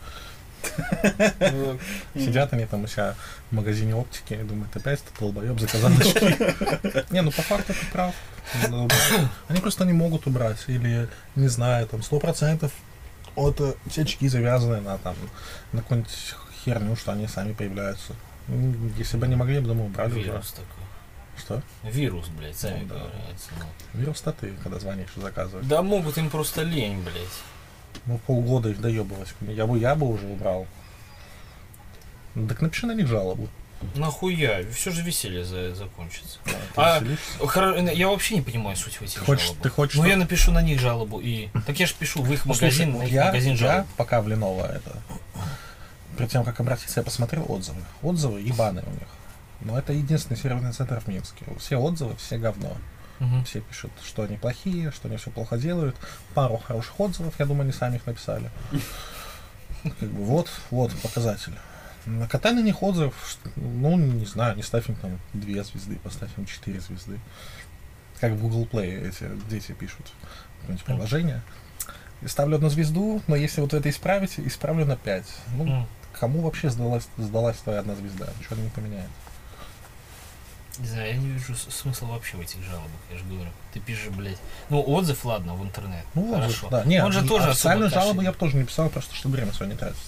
Сидят они там у себя в магазине оптики и думают, опять ты долбоеб заказал очки. Не, ну по факту ты прав. Они просто не могут убрать. Или, не знаю, там сто процентов вот эти очки завязаны на там на какую-нибудь херню, что они сами появляются. Если бы они могли, я бы, думаю, убрали уже. Вирус такой. Что? Вирус, блядь, сами Ну, да. появляются. Ну. Вирус-то ты, когда звонишь и заказываешь. Да могут им просто лень, блядь. Ну, полгода их доебывать. Я бы, я бы уже убрал. Ну, так напиши на них жалобу. Нахуя? Все же веселье за, закончится. Да, ты А, веселишься. хоро- я вообще не понимаю суть в этих Хочешь- жалобах. ты хочешь, Ну что- я напишу на них жалобу и... Так я же пишу в их Ну, магазин, слушай, на вот их я, магазин я жалоб. пока в Lenovo это... Перед тем, как обратиться, я посмотрел отзывы. Отзывы ебаные у них. Но это единственный серверный центр в Минске. Все отзывы, все говно. Мгм. Все пишут, что они плохие, что они все плохо делают. Пару хороших отзывов, я думаю, они сами их написали. Как бы вот, вот показатель. Накатай на них отзыв, что- ну, не знаю, не ставь им там две звезды, поставь им четыре звезды. Как в Google Play эти дети пишут какое-нибудь приложение. И ставлю одну звезду, но если вот это исправить, исправлю на пять. Ну, М. кому вообще сдалась, сдалась твоя одна звезда? Ничего не поменяет. Не знаю, я не вижу с- смысла вообще в этих жалобах, я же говорю. Ты пишешь, блядь. Ну, отзыв, ладно, в интернет. Ну, Хорошо. вот, да. Не, Он же тоже официальную особо жалобу кашель. я бы тоже не писал, просто чтобы время свое не тратить.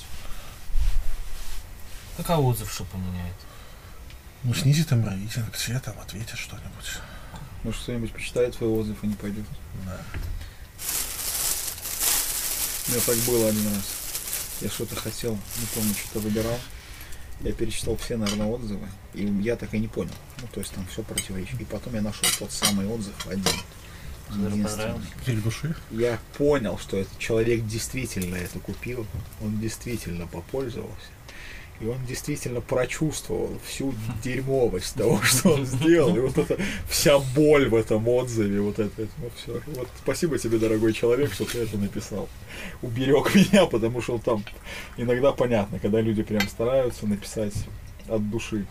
Так а отзыв что поменяет? Ну, снизит им рейтинг, все там ответят что-нибудь. Может, кто-нибудь почитает твой отзыв и не пойдет. Да. У меня так было один раз. Я что-то хотел, не помню, что-то выбирал. Я перечитал все, наверное, отзывы, и я так и не понял. Ну, то есть там все противоречит. И потом я нашел тот самый отзыв, один. Который единственный. понравился? Крик души. Я понял, что этот человек действительно это купил, он действительно попользовался, и он действительно прочувствовал всю дерьмовость того, что он сделал, и вот эта вся боль в этом отзыве, вот это, ну все. Вот спасибо тебе, дорогой человек, что ты это написал. Уберег меня, потому что там иногда понятно, когда люди прям стараются написать от души.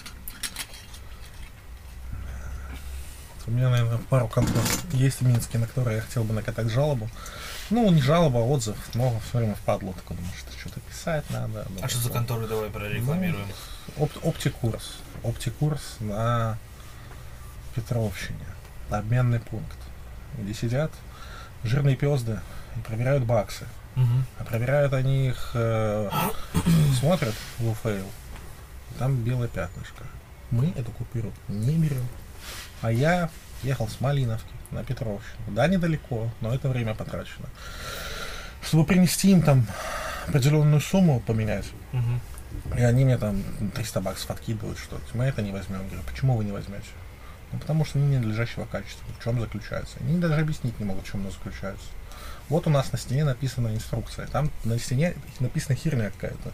У меня, наверное, пару контор есть в Минске, на которые я хотел бы накатать жалобу. Ну, не жалоба, а отзыв, но все время впадло. Такой, думаю, что что-то писать надо. А что за контору давай прорекламируем? Оп- оптикурс. Оптикурс на Петровщине. Обменный пункт. Где сидят жирные пёзды и проверяют баксы. Мгм. А проверяют они их, э, смотрят в уфейл, там белое пятнышко. Мы эту купюру не берем. А я ехал с Малиновки на Петровщину. Да, недалеко, но это время потрачено. Чтобы принести им там определенную сумму поменять, Мгм. и они мне там триста баксов откидывают, что мы это не возьмем. Я говорю, почему вы не возьмете? Ну, потому что они ненадлежащего качества. В чем заключается? Они даже объяснить не могут, в чем оно заключается. Вот у нас на стене написана инструкция. Там на стене написана херня какая-то.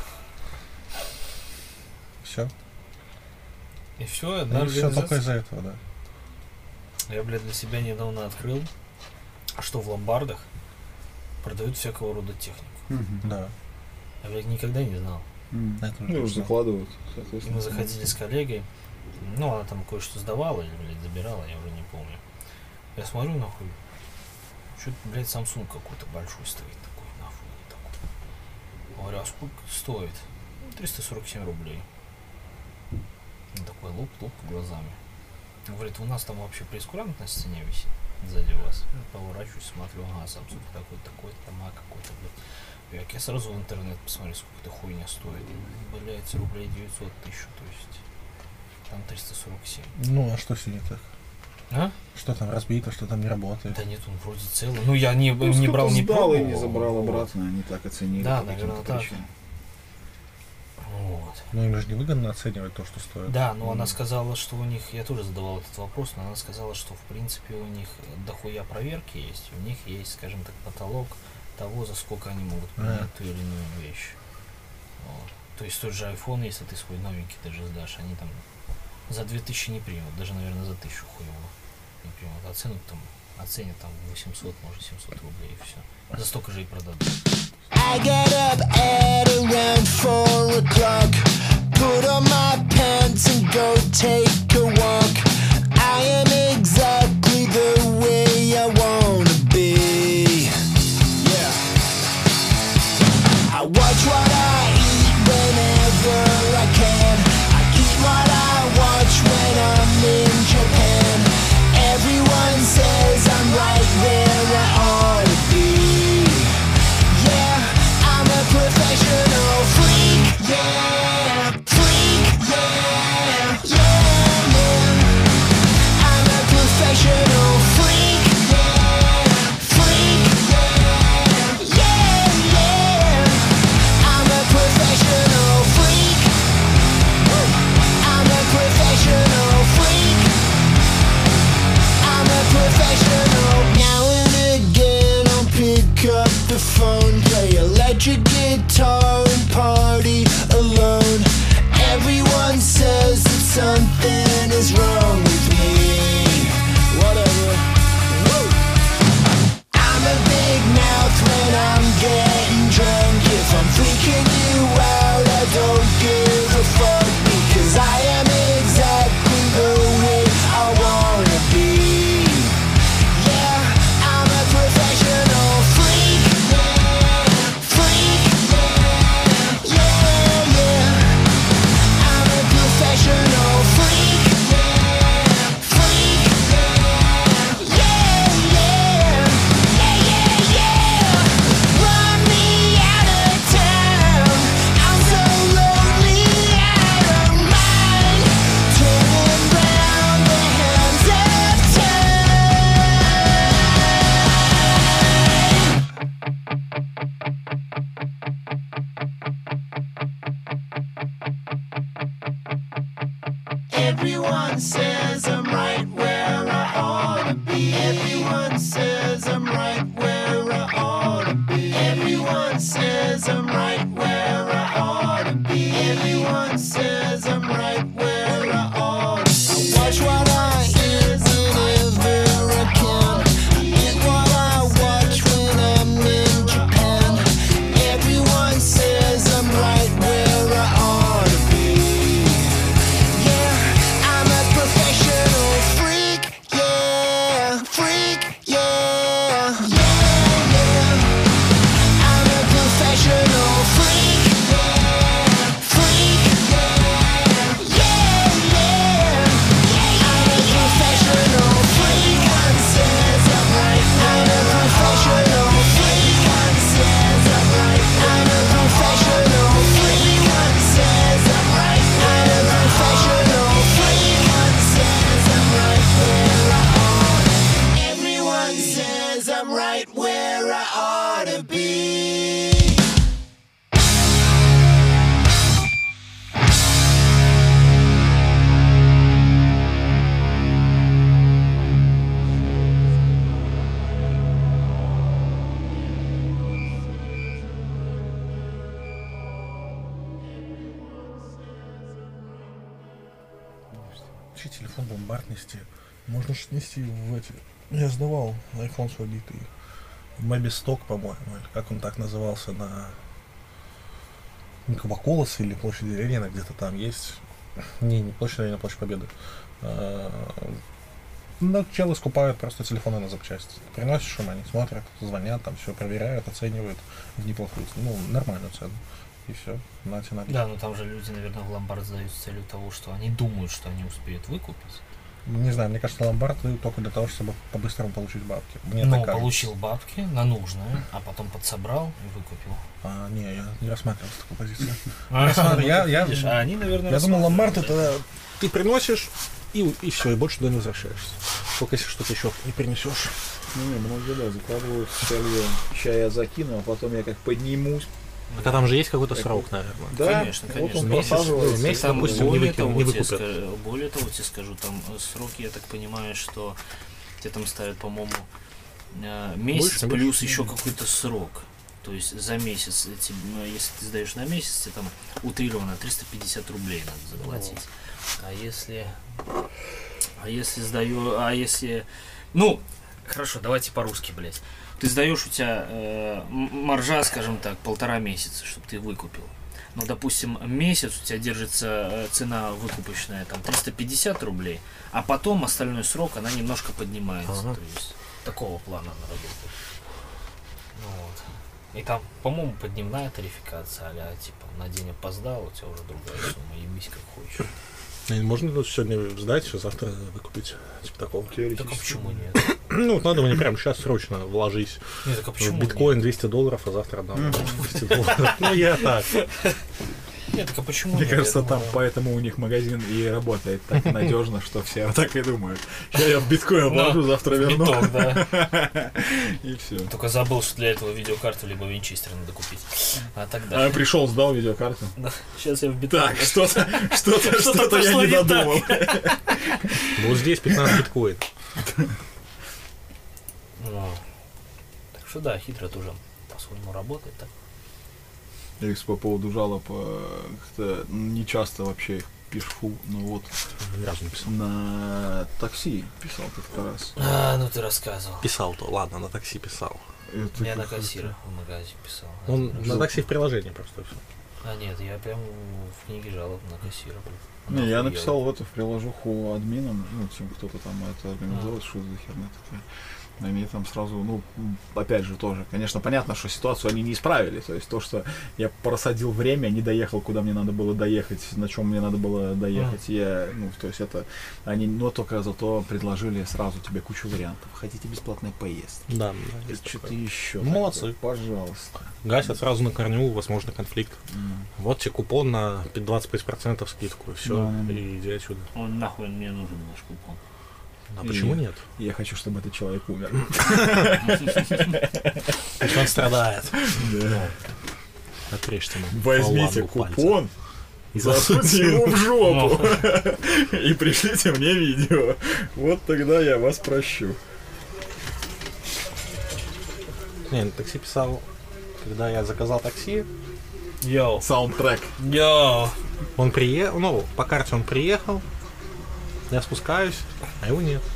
Все. И все, одна И все только организация. из-за этого, да. Я, блядь, для себя недавно открыл, что в ломбардах продают всякого рода технику. Да. Я, блядь, никогда не знал. М. Это уже Ну, уже точно. закладывают, И соответственно. мы заходили с коллегой, Ну, она там кое-что сдавала или, блядь, забирала, я уже не помню. Я смотрю, нахуй, что-то, блядь, Samsung какой-то большой стоит такой, на фоне такой. Говорю, а сколько стоит? триста сорок семь рублей. Он такой луп-луп глазами. Говорит, у нас там вообще прейскурант на стене висит сзади вас. Я поворачиваюсь, смотрю, ага, Samsung такой-то, такой-то, там, а какой-то, блядь. Я сразу в интернет посмотрю, сколько эта хуйня стоит. Блядь, рублей девятьсот, тысячу, то есть. Там триста сорок семь. Ну, а что с ней так? А? Что там разбито, что там не работает? Да нет, он вроде целый. Ну, я не, Ну, не брал, не сдал и пробовал. не забрал Вот. обратно, они так оценили. Да, по наверное, каким-то так. причинам. Вот. Ну, им же невыгодно оценивать то, что стоит. Да, но она Мгм. сказала, что у них, я тоже задавал этот вопрос, но она сказала, что в принципе у них дохуя проверки есть, у них есть, скажем так, потолок того, за сколько они могут принять А. ту или иную вещь. Вот. То есть тот же iPhone, если ты свой новенький даже сдашь, они там за две тысячи не примут, даже, наверное, за тысячу хуево не примут. Оценят там, оценят там восемьсот, может семьсот рублей и все. За столько же и продадут. I get up at around four o'clock, put on my pants and go take a walk. I am exactly the way I wanna be. Yeah. I watch what I eat whenever I can. I eat what I watch when I'm in Japan. Everyone says I'm right where I ought to be. Yeah, I'm a professional freak. Yeah, freak. Yeah, yeah, yeah. I'm a professional freak. Yeah, freak. Yeah, yeah, yeah. I'm a professional freak. I'm a professional freak. I'm a professional. Now and again I'll pick up the phone, play electric guitar and party alone. Everyone says that something is wrong with me. Whatever. Woo. I'm a big mouth when I'm getting drunk. If I'm freaking you out, I don't give a fuck, because I am exactly the way I wanna be. Yeah, I'm a professional freak. Yeah, freak. Yeah, yeah, yeah. I'm a professional freak. Yeah, freak. Yeah, yeah, yeah. Yeah, yeah, yeah. Run me out of town. I'm so lonely, out of mind. Turning round the hands of time. Everyone says I'm right where I ought to be. Everyone says I'm right where I ought to be. Everyone says I'm right where I ought to be. Everyone says I'm right where I ought to be. I watch what I eat whenever I can. Eat what I watch when I'm in Japan. Everyone says I'm right where I ought to be. Yeah, I'm a professional freak. Yeah, freak. Yeah, yeah, yeah. I'm a professional freak. Yeah, freak. Yeah, yeah, yeah. I'm a professional freak. God says I'm right. I'm a professional freak. God says I'm right. I'm a professional freak. God says I'm right. I'm a professional freak. God says I'm right where I ought. Everyone says I'm right where I ought to be. Вообще телефон бомбард нести. Можно же снести в эти... Я сдавал iPhone свой битый. В Мобисток, по-моему, или как он так назывался, на Кабаколос или площади Ленина, где-то там есть. Не, не площадь Ленина, площадь Победы. Ну, челы скупают просто телефоны на запчасти. Приносишь им, они смотрят, звонят, там все проверяют, оценивают в неплохую, ну, нормальную цену. И все, на тебе наличие. Да, но там же люди, наверное, в ломбард сдают с целью того, что они думают, что они успеют выкупить. Не знаю, мне кажется, ломбард дают только для того, чтобы по-быстрому получить бабки. Мне Ну, так кажется. получил бабки на нужное, а потом подсобрал и выкупил. А, не, я не рассматривал с такой позиции. А, смотри, я- вот я- видишь, а они, наверное, Я думал, ломбард рассматривают, это ты приносишь и, и все, и больше туда не возвращаешься. Только если что-то еще не принесешь. Ну, не, многие, да, закладывают с целью, ща я закину, а потом я как поднимусь. А там же есть какой-то срок, наверное. Да, Конечно, вот конечно. он Месяц, просаживается. месяц, Там, допустим, не более, выкинут, того, не тебе выкупят. ска- более того, тебе скажу, там э, сроки, я так понимаю, что тебе там ставят, по-моему, э, месяц Больше, плюс больше. еще какой-то срок. То есть за месяц, э, тебе, ну, если ты сдаешь на месяц, тебе там утрированно триста пятьдесят рублей надо заплатить. А если... А если сдаю... А если... Ну, хорошо, давайте по-русски, блядь. Ты сдаешь, у тебя э, м- маржа, скажем так, полтора месяца, чтобы ты выкупил. Ну, допустим, месяц у тебя держится э, цена выкупочная, там, триста пятьдесят рублей, а потом остальной срок, она немножко поднимается. Ага. То есть, такого плана она работает. Ну, вот. И там, по-моему, подневная тарификация, а типа, на день опоздал, у тебя уже другая сумма, ебись как хочешь. И можно тут сегодня сдать, а завтра выкупить. Типа такого. Так а Теоретически. почему нет? Ну, вот надо мне прямо сейчас срочно вложись. Нет, так а В почему биткоин двести долларов, а завтра отдам двести долларов. Ну, я так. нет? Нет, так а почему Мне нет? Я кажется, там думаю, поэтому у них магазин и работает так надежно, что все так и думают. Сейчас я в биткоин Ну, вложу, завтра верну. биток, да. И все. Только забыл, что для этого видеокарту либо винчестер надо купить. А тогда... А я пришел, сдал видеокарту. Да, сейчас я в биток. Так, что-то, что-то, Что-то что-то я пошло не не так. додумал. Вот здесь пятнадцать биткоин. Ну, так что да, хитро тоже по-своему работает. Так. Я их по поводу жалоб э, как-то не часто вообще их пишу, но вот Ни разу не писал. на такси писал как-то раз. А, ну ты рассказывал. Писал-то, ладно, на такси писал. Это Я на как-то- кассира в магазине писал. Он Один на раз. такси в приложении просто всё. А нет, я прям в книге жалоб на кассира. Не, я Нахуй написал в эту в приложуху админам, ну, тем, кто-то там это организовал, что это за херня такая. Они там сразу, ну, м, опять же, тоже, конечно, понятно, что ситуацию они не исправили. То есть то, что я просадил время, не доехал, куда мне надо было доехать, на чем мне надо было доехать, я, ну, то есть это, они, но только зато предложили сразу тебе кучу вариантов. Хотите бесплатной поездки? Да, да, есть Что-то такое. еще. Молодцы. такое? Пожалуйста. Гасят сразу на корню, возможно, конфликт. М. Вот тебе купон на двадцать пять процентов скидку, и все, Да, да, да. и иди отсюда. Он нахуй мне нужен наш купон. А И- почему нет? Я хочу, чтобы этот человек умер. Пусть он страдает. Да. Отрежьте ему Возьмите фалангу пальца. купон, И засуньте ему в жопу и пришлите мне видео. Вот тогда я вас прощу. Не, на такси писал, когда я заказал такси, Йоу. Саундтрек. Йоу. он приехал, ну, по карте он приехал, я спускаюсь, а его нет.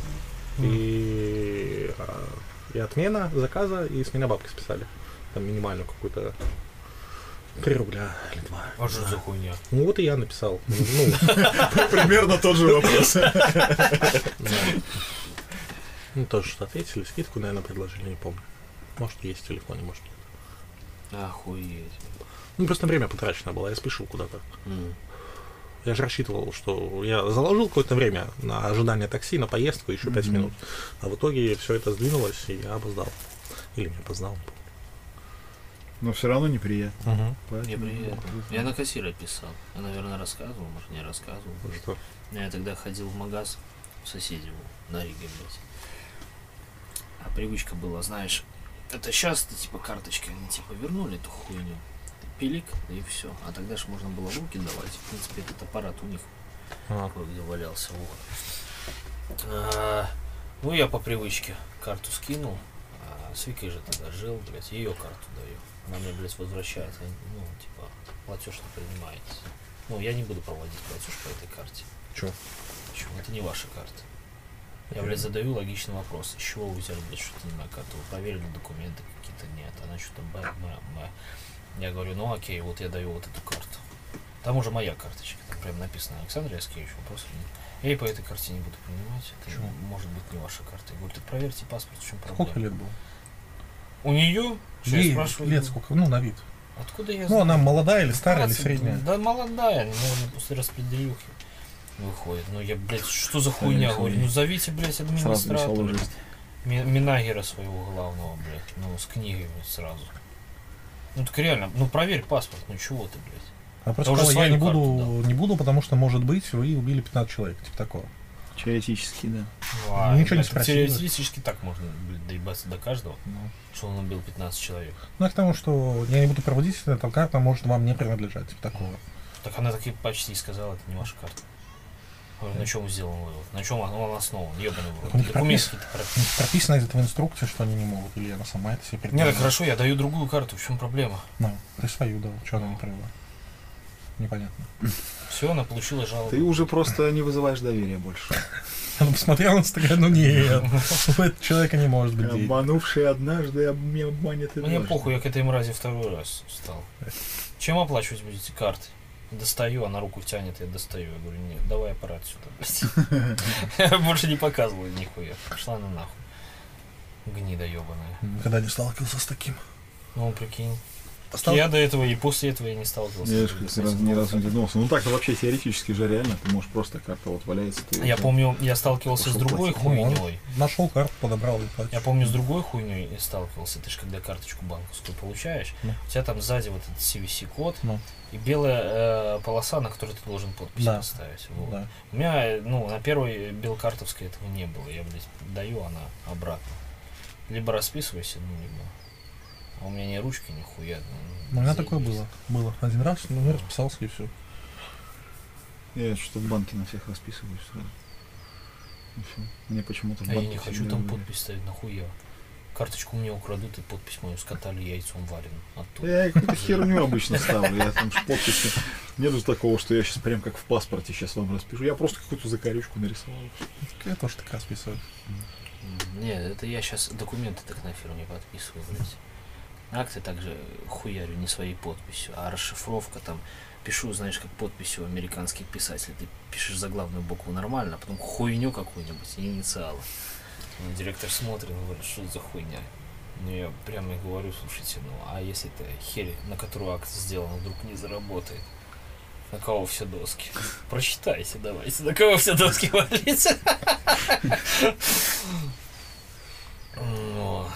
И, а, и отмена заказа, и с меня бабки списали. Там минимальную какую-то три рубля или два. А что за хуйня? Ну вот и я написал. Ну, Примерно тот же вопрос. да. Ну, тоже что ответили, скидку, наверное, предложили, не помню. Может, есть в телефоне, может, нет. Охуеть. Ну, просто время потрачено было, я спешил куда-то. М. Я же рассчитывал, что я заложил какое-то время на ожидание такси, на поездку, еще пять Мгм. минут. А в итоге все это сдвинулось, и я опоздал. Или не опоздал. Но все равно неприятно. Угу. Мне Поэтому- приятно. Я на кассира писал. Я, наверное, рассказывал, может, не рассказывал. Что? Я тогда ходил в магаз, в соседи был, на Риге, блядь. А привычка была, знаешь, это сейчас ты типа карточкой, они типа вернули эту хуйню. Пилик, да и все. А тогда же можно было руки давать. В принципе, этот аппарат у них А, кое-где валялся. Вот. А, ну, я по привычке карту скинул. А с Викой же тогда жил, блядь, ее карту даю. Она мне, блядь, возвращает. Я, ну, типа, платеж не принимается. Ну, я не буду проводить платеж по этой карте. чё? Почему? Это не ваша карта. Я, блядь, задаю логичный вопрос. Из чего вы взяли, блядь, что это не моя карта? Вы проверили документы какие-то? Нет. Она что-то б, м, м. Я говорю, ну окей, вот я даю вот эту карту. Там уже моя карточка, там прям написано Александр Яскевич, вопросов нет. Я и по этой карте не буду принимать, это Почему? может быть не ваша карта. Я говорю, так проверьте паспорт, в чем проблема. Сколько лет было? У нее? Что я Ей спрашиваю? лет сколько? Ну, на вид. Откуда я Ну, знаю? она молодая или старая, или двадцать, средняя? Да молодая, наверное, после распределюхи выходит. Ну я, блядь, что за хуйня? Говорю, ну зовите, блядь, Сразу администратора. веселую жизнь. Ми- Минагера своего главного, блядь, ну, с книгой вот сразу. Ну так реально, ну проверь паспорт, ну чего ты, блядь. А просто Я уже сказала, я не свою буду, карту не буду, потому что, может быть, вы убили пятнадцать человек, типа такого. Теоретически, да. Ну, а, Ничего не блядь, спросили. теоретически так можно, блядь, доебаться до каждого, Ну. что он убил пятнадцать человек. Ну, а к тому, что я не буду проводить, эта карта может вам не принадлежать, типа такого. Так она так и почти сказала, это не ваша карта. Говорю, на чем сделан вывод? На чем он, он основан? Ебаный Так у вывод. них Документы пропис- какие-то У них прописано из этого инструкции, что они не могут, или она сама это себе Не, придумала. так хорошо, я даю другую карту, в чем проблема? Ну, ты свою дал, что она не провела. Непонятно. Все, она получила жалобу. Ты уже просто не вызываешь доверия больше. Она посмотрела на Инстаграм, ну нет, у этого человека не может быть денег. Обманувший однажды, об- не обманет и Мне дважды. похуй, я к этой мрази второй раз стал. Чем оплачивать будете карты? Достаю, она руку тянет, я достаю. Я говорю, нет, давай аппарат сюда, блядь. Я больше не показываю нихуя. Пошла она нахуй. Гнида ебаная. Никогда не сталкивался с таким. Ну, прикинь. Стал- Я до этого и после этого я не сталкивался. Я с же этим. как раз ни разу не задумался. Ну так вообще теоретически же реально, ты можешь просто карта вот валяется. Ты Я вот- помню, я сталкивался с Пошел другой платить. Ну, хуйней. Нашел карту, подобрал и платишь. Я помню, с другой хуйней и сталкивался. Ты же когда карточку банковскую получаешь, Ну. у тебя там сзади вот этот си ви си-код Ну. и белая э, полоса, на которой ты должен подпись Да. поставить. Вот. Да. У меня, э, ну, на первой белкартовской этого не было. Я, блядь, даю, она обратно. Либо расписывайся, ну, либо... А у меня ни ручки, ни хуя. Ну, у меня такое было. Было. Один раз, ну, я расписался и все. Я что в банке на всех расписываюсь сразу. И всё. Мне почему-то в А я банке не хочу всегда там говорят. подпись ставить, нахуя. Карточку мне украдут и подпись мою скатали яйцом вареным оттуда. Я какую-то херню обычно ставлю. Я там ж подписи. Нету такого, что я сейчас прям как в паспорте сейчас вам распишу. Я просто какую-то закорючку нарисовал. Я тоже так расписываю. Нет, это я сейчас документы так на фирме подписываю, блядь. Акты также хуярю не своей подписью, а расшифровка там, пишу, знаешь, как подписью американских писателей. Ты пишешь заглавную букву нормально, а потом хуйню какую-нибудь, и инициалы. Ну, директор смотрит, говорит, что за хуйня. Ну, я прямо и говорю, слушайте, ну, а если эта херь, на которую акт сделан, вдруг не заработает? На кого все доски? Прочитайте давайте, на кого все доски валите? Ну,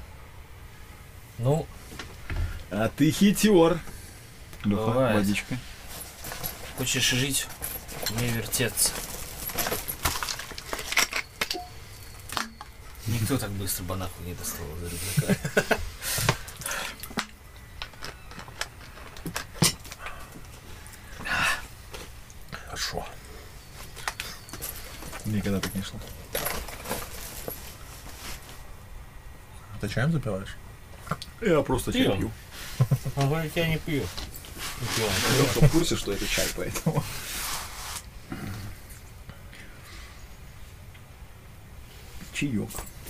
ну, А ты хитер. Леха, Бывает. водичка. хочешь жить, не вертеться. Никто так быстро банаху не достал из рюкзака. Хорошо. Никогда так не шло. Ты чаем запиваешь? Я просто чай Пьем. пью. Он говорит, я не пью. Не пью, он пьет. Леха в курсе, что это чай, поэтому. Чаек.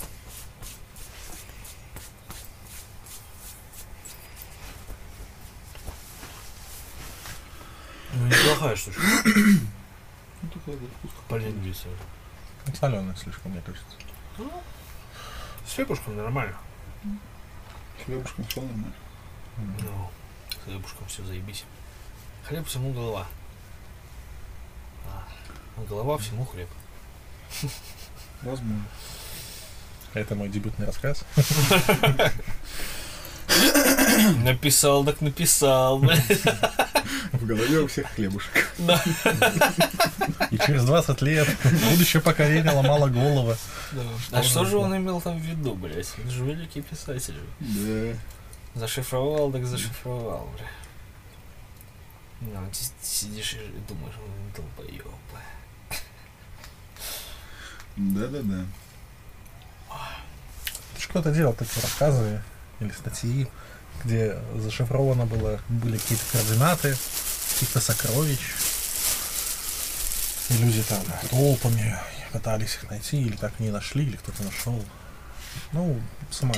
Ну, неплохая штучка. Ну, такая вот вкуска. Полиндвиса. Соленый слишком, мне кажется. С хлебушком нормально. Хлебушком все нормально. Ну, с хлебушком все заебись. Хлеб всему голова. А голова всему хлеб. Возможно. Это мой дебютный рассказ. Написал, так написал, блядь. В голове у всех хлебушек. Да. И через двадцать лет будущее поколение ломало головы. А что же он имел там в виду, блядь? Он же великий писатель. Да. Зашифровал, так зашифровал, бля. Ну, ты сидишь и думаешь, он долбоёб, бля. Да-да-да. Ты же кто-то делал такие рассказы или статьи, где зашифровано было, были какие-то координаты, каких-то сокровищ. И люди там толпами пытались их найти, или так не нашли, или кто-то нашел. Ну, сама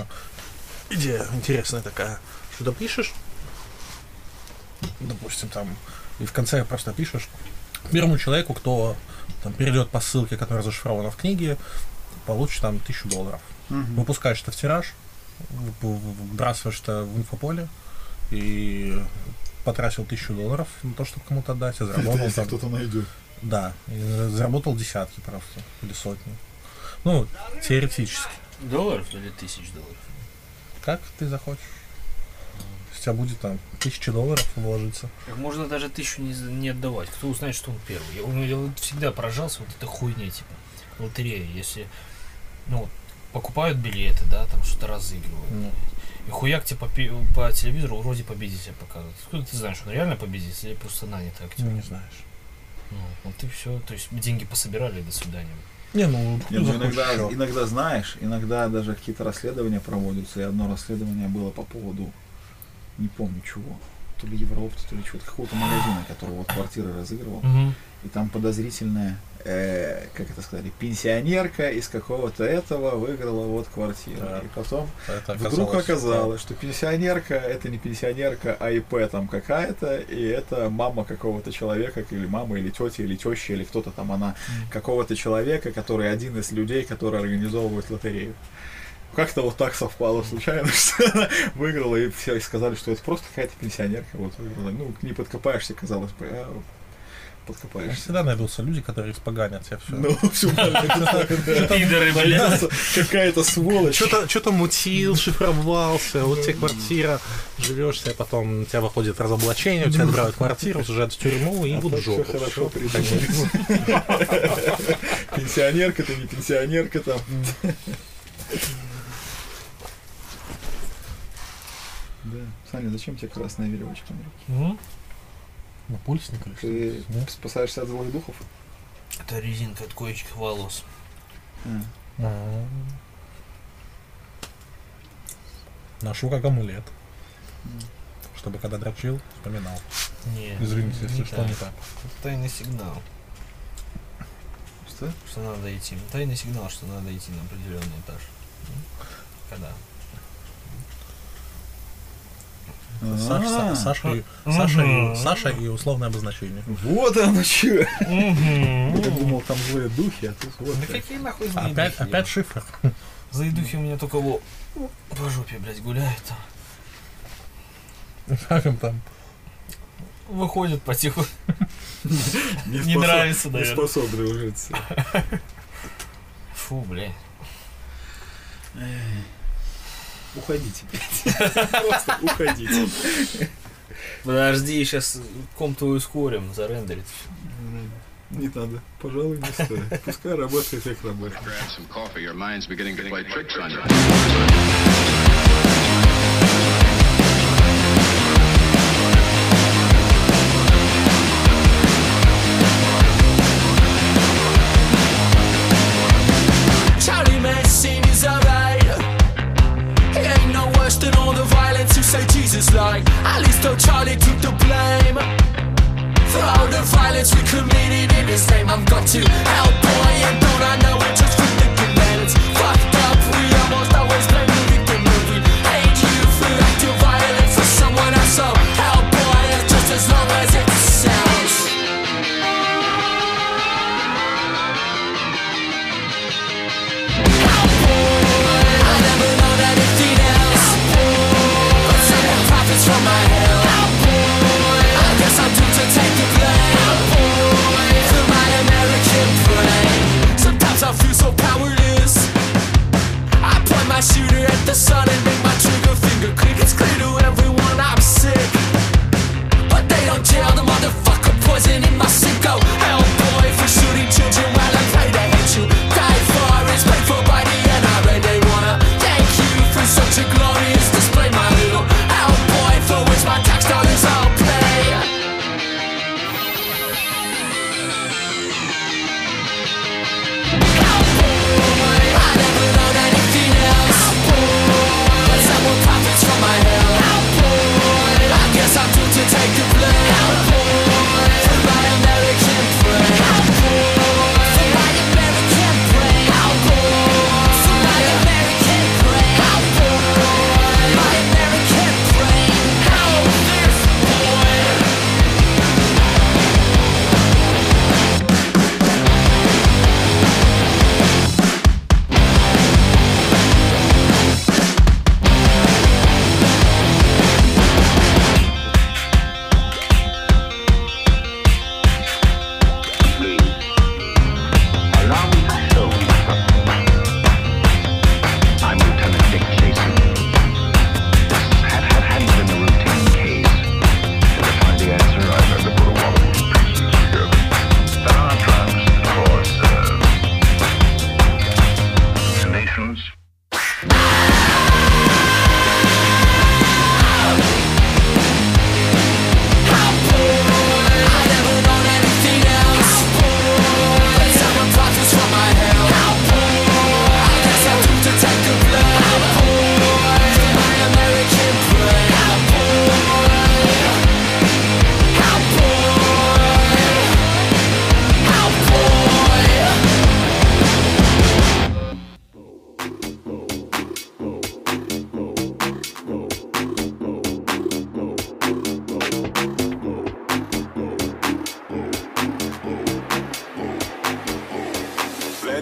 идея интересная такая. Что-то пишешь, допустим, там и в конце просто пишешь первому человеку, кто там, перейдет по ссылке, которая зашифрована в книге, получит там тысячу долларов. Мгм. Выпускаешь это в тираж, вып- выбрасываешь это в инфополе и потратил тысячу долларов на то, чтобы кому-то отдать, и заработал Если там- кто-то найдет. Да, и заработал десятки просто, или сотни. Ну, теоретически. Долларов или тысяч долларов? Как ты захочешь. У тебя будет там тысяча долларов вложиться. Так можно даже тысячу не, за- не отдавать. Кто узнает, что он первый? Я, у- я вот всегда поражался вот этой хуйней, типа, лотерея. Если, ну, вот, покупают билеты, да, там что-то разыгрывают. Ну. И хуяк тебе по, пи- по телевизору вроде победителя показывают. Откуда ты знаешь, он реально победитель или просто нанятый актер? Ну, не знаешь. Ну, вот и все. То есть деньги пособирали, и до свидания. Не, ну, Не, ну, захочешь иногда, ещё. иногда знаешь, иногда даже какие-то расследования проводятся, и одно расследование было по поводу, не помню чего, то ли Европты, то ли чего-то, какого-то магазина, который вот квартиры разыгрывал, Угу. и там подозрительная, э, как это сказали, пенсионерка из какого-то этого выиграла вот квартиру. Да. И потом Это вдруг оказалось, оказалось, что пенсионерка это не пенсионерка, а ИП там какая-то, и это мама какого-то человека, или мама, или тетя, или теща, или кто-то там, она какого-то человека, который один из людей, который организовывает лотерею. Как-то вот так совпало случайно, что она выиграла, и все сказали, что это просто какая-то пенсионерка вот выиграла. Ну, не подкопаешься, казалось бы, а да. подкопаешься. Всегда найдутся люди, которые испоганят тебя все. Ну, все Пидоры, блядь. какая-то сволочь. Что-то, что-то мутил, шифровался, вот тебе квартира, живешь себе, потом у тебя выходит разоблачение, у тебя отбирают квартиру, сажают в тюрьму и А вот в так всё жопу. хорошо Всё. придумали. Пенсионерка, ты не пенсионерка там. Да. Саня, зачем тебе красная веревочка на руке? Мгм. Ну, пульсник или Ты что? Нет? спасаешься от злых духов? Это резинка от коечек волос. А. А. Ношу как амулет. Чтобы когда дрочил, вспоминал. Не, Извините, если не что так. не так. Это тайный сигнал, Что? что надо идти. Тайный сигнал, что надо идти на определенный этаж. М? Когда? Саша, А, Са- Саша, и- Мгм. Саша, и, Саша и условное обозначение. Вот оно чё! Я Мгм. думал, там злые духи, а тут вот. Да какие нахуй злые Опять, духи? опять шифр. Злые духи у меня только во по жопе, блядь, гуляют там. Как им там? Выходят потихоньку. Не способ- нравится, Не наверное. способны ужиться. Фу, блядь. Уходите. Просто уходите. Подожди, сейчас комп твой ускорим, зарендерит. Не надо. Пожалуй, не стоит. Пускай работает, как работает. Grab some coffee. Your mind's beginning to play tricks on you. Charlie Manson is alright. He ain't no worse than all the violence you say Jesus like. At least though Charlie took the blame for all the violence we committed in his name. I've got to help, boy, and don't I know it just from the commandments. Fucked up, we almost always blame the victim. And we hate you for acting violent for someone else. So help, boy, it's just as long as it sounds. Help, boy, I never known anything else. But some profits from my hell. Help, boy, I guess I'm doomed to take the blame. For my American praise.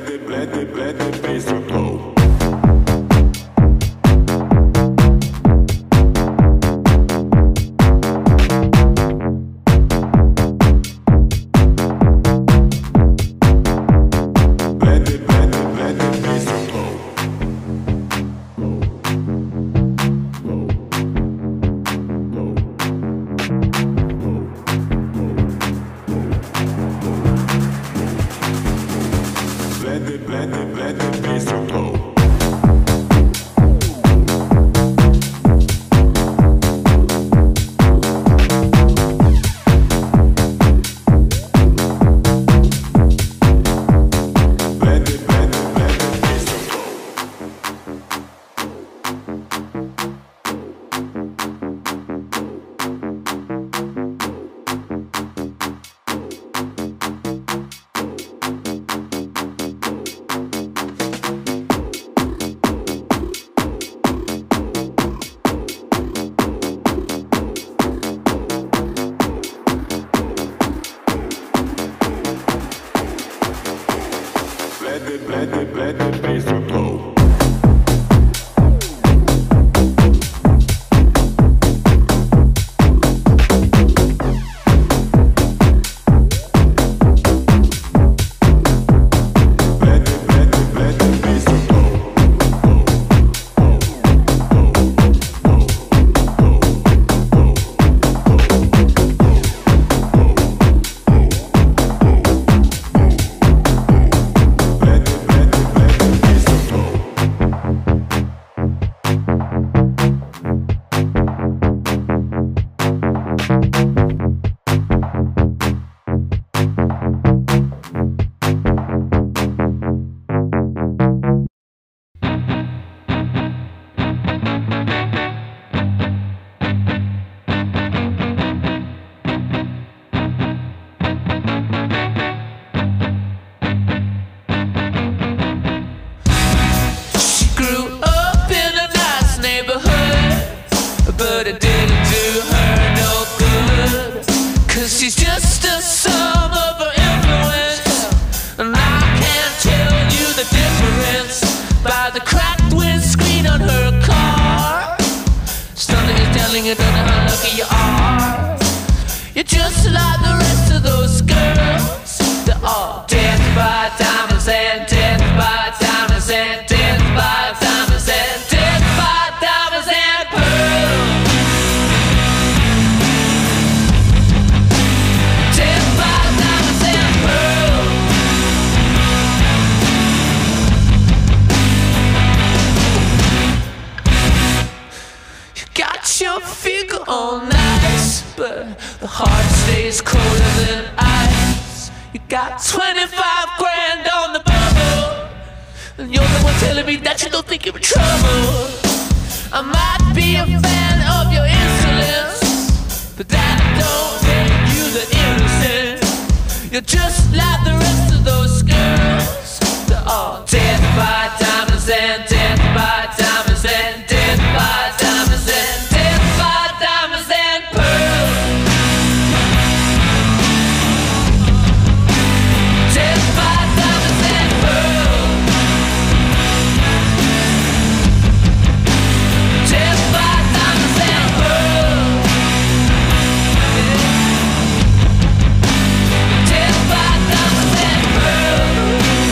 Death by diamonds and pearls.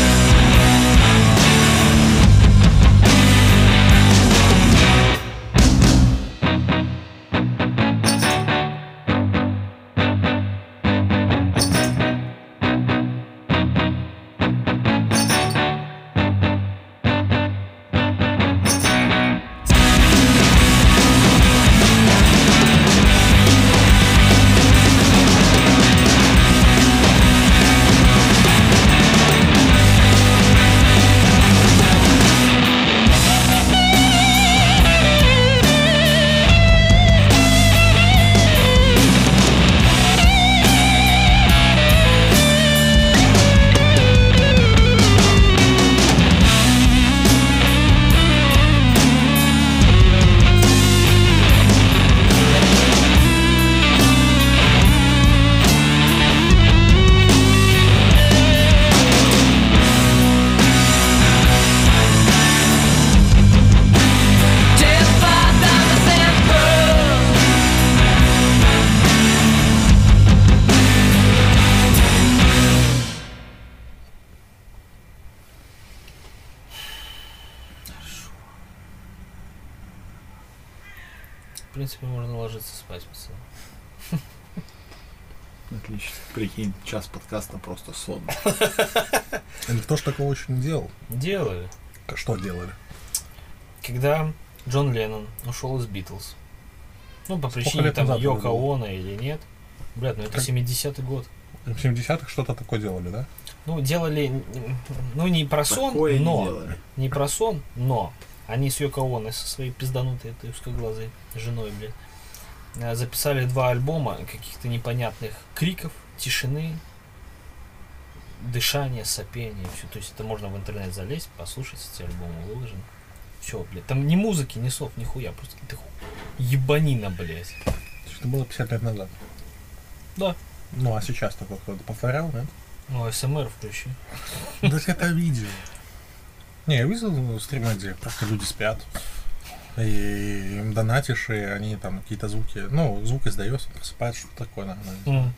В принципе, можно ложиться спать, пацаны. Отлично. Прикинь, час подкаста просто сон. Никто ж такого еще не делал. Делали. Что делали? Когда Джон Леннон ушел из Битлз. Ну, по Сколько причине лет там назад Йоко это было? Оно или нет. Блядь, ну это Как- семидесятый год. В семидесятых что-то такое делали, да? Ну, делали, ну, не про сон, Такое не но, делали. не про сон, но они с Йоко Оно, со своей пизданутой этой узкоглазой женой, блядь, э, записали два альбома каких-то непонятных криков, тишины, дышания, сопения, все. То есть это можно в интернет залезть, послушать, эти альбомы выложены. Все, блядь, там ни музыки, ни слов, ни хуя, просто какие-то ху... ебанина, блядь. Это было пятьдесят лет назад. Да. Ну, а сейчас такое кто-то повторял, да? Ну, СМР включи. Да это видео. Не, я видел стримы, где просто люди спят. И им донатишь, и они там какие-то звуки, ну, звук издается, просыпает, что-то такое, наверное. М.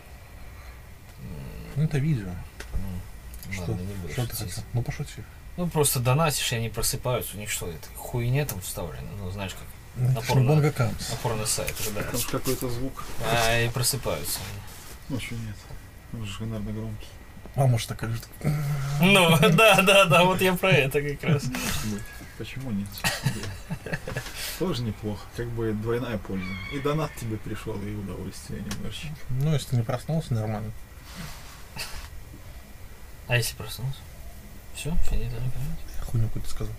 Ну, это видео. М. Что, Ладно, не буду что ты шутить. хотел? Ну, пошути. Ну, просто донатишь, и они просыпаются, у них что, это хуйня там вставлена, ну, знаешь, как Напор на- Шумбонга Камс. опорный сайт, уже, да. Там же какой-то звук. А, и просыпаются. Ну, что нет. Он же, наверное, громкий. А может такая же. Ну, да, да, да, вот я про это как раз. Может быть. Почему нет? Тоже неплохо. Как бы двойная польза. И донат тебе пришел, и удовольствие немножечко. Ну, если ты не проснулся, нормально. А если проснулся? Все, финита, не понимаете? Я хуйню какую-то сказал.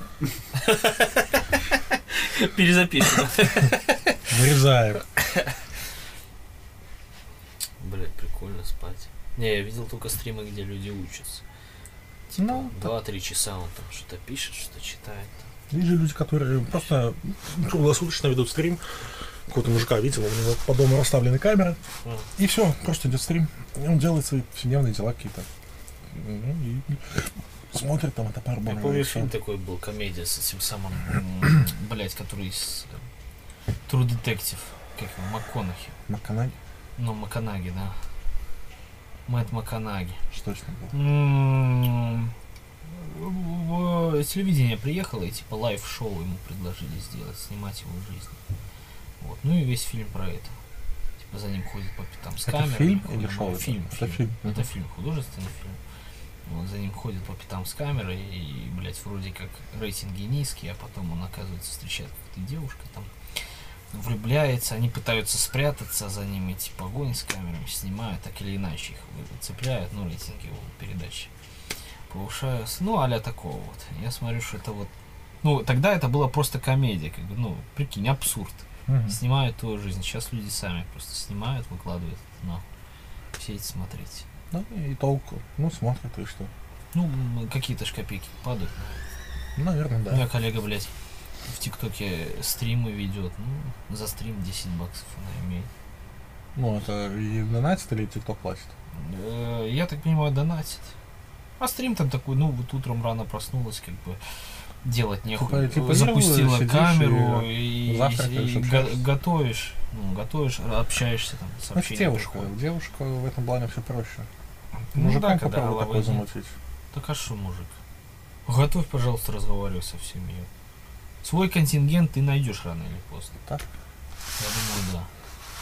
Перезаписываем. Вырезаем. Блять, прикольно спать. Не, я видел только стримы, где люди учатся. Типа, Ну, два-три часа он там что-то пишет, что читает. Есть же люди, которые просто круглосуточно ведут стрим. Какого-то мужика видел, у него по дому расставлены камеры. М. И все, просто идет стрим. И он делает свои повседневные дела какие-то. Ну, и смотрит там это пару Я помню, фильм такой был, комедия с этим самым, блять, который из э, True Detective, как его, МакКонахи. Маканаги. Ну, Маканаги, да. Мэтт Маканаги. Что точно было? М, в телевидение приехало и типа лайв-шоу ему предложили сделать, снимать его жизнь. Вот. Ну и весь фильм про это. Типа за ним ходит по пятам с Это камерой. фильм хуй или знает. шоу это? Фильм, Это фильм. фильм. Это Мгм. фильм, художественный фильм. Вот, за ним ходит по пятам с камерой и, блядь, вроде как рейтинги низкие, а потом он, оказывается, встречает какую-то девушку, там влюбляется, они пытаются спрятаться за ними, типа огонь с камерами снимают, так или иначе их цепляют, ну, рейтинги его передачи повышаются, ну, а-ля такого вот. Я смотрю, что это вот, ну, тогда это была просто комедия, как бы, ну, прикинь, абсурд. Мгм. Снимают твою жизнь, сейчас люди сами просто снимают, выкладывают это нахуй. Все эти смотреть. Ну, и толку. Ну, смотрят, и что. Ну, м, какие-то ж копейки падают. Наверное, У да. меня коллега, блядь, в ТикТоке стримы ведет. Ну, за стрим десять баксов она имеет. Ну, это и донатит или ТикТок платит? Э, Я так понимаю, донатит. А стрим там такой, ну, вот утром рано проснулась, как бы делать нехуй. Типа- типа Запустила сидишь камеру и и, завтракаешь, и го- общаешься. готовишь. Ну, готовишь, общаешься там, Ну, это сообщения девушка. приходят. Девушка в этом плане все проще. Ну Мужикам да, когда попробуй головы такой нет. замутить. Так а что, мужик? Готовь, пожалуйста, разговаривай со всеми. Свой контингент ты найдешь рано или поздно. Так? Я думаю, да.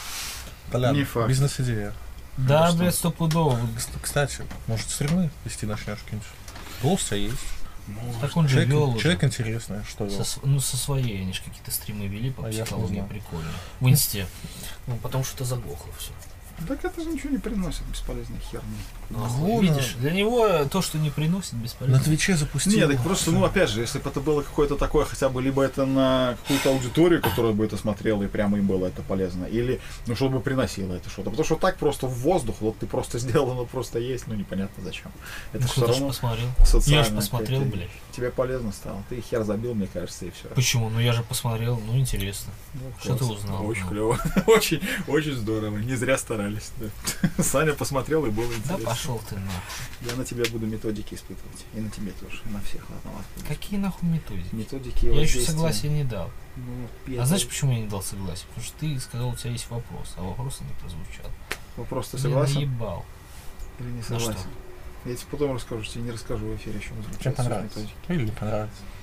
Толян, Не факт. бизнес-идея. Да, что? блядь, стопудово. Кс- Кстати, может, стримы вести начнешь какие-нибудь? Голос у тебя есть. Так он же Человек, вел уже. человек интересный, что вел. Со св- ну, со своей, они же какие-то стримы вели по А я психологии, не знаю. прикольно. В инсте. Ну, потому что заглохло все. Так это же ничего не приносит, бесполезной херни. Ну, видишь, для него то, что не приносит, На бесполезно. Твиче запустил. Нет, так просто, ну, опять же, если бы это было какое-то такое, хотя бы, либо это на какую-то аудиторию, которая бы это смотрела, и прямо им было это полезно, или, ну, чтобы приносило это что-то. Потому что так просто в воздух, вот ты просто сделал, оно просто есть, ну, непонятно зачем. Это Ну, всё кто-то ж равно посмотрел. Я социальная же посмотрел, какая-то- блядь. Тебе полезно стало. Ты хер забил, мне кажется, и все. Почему? Ну я же посмотрел, ну интересно. Что ты узнал? Очень Ну. клево. Очень, очень здорово. Не зря старались. Да. Саня посмотрел и было Да интересно. пошел ты нахуй. Я на тебя буду методики испытывать. И на тебе тоже. И на всех. Ладно, ладно. Какие нахуй методики? Методики Я еще воздействия. согласия не дал. Ну, А это- знаешь, почему я не дал согласия? Потому что ты сказал, у тебя есть вопрос, а вопрос не прозвучал. Вопрос, ты Я согласен? наебал. Или не На согласен? что? Я тебе потом расскажу, тебе не расскажу в эфире, чем Чем заключается понравится. методики. Или не понравится.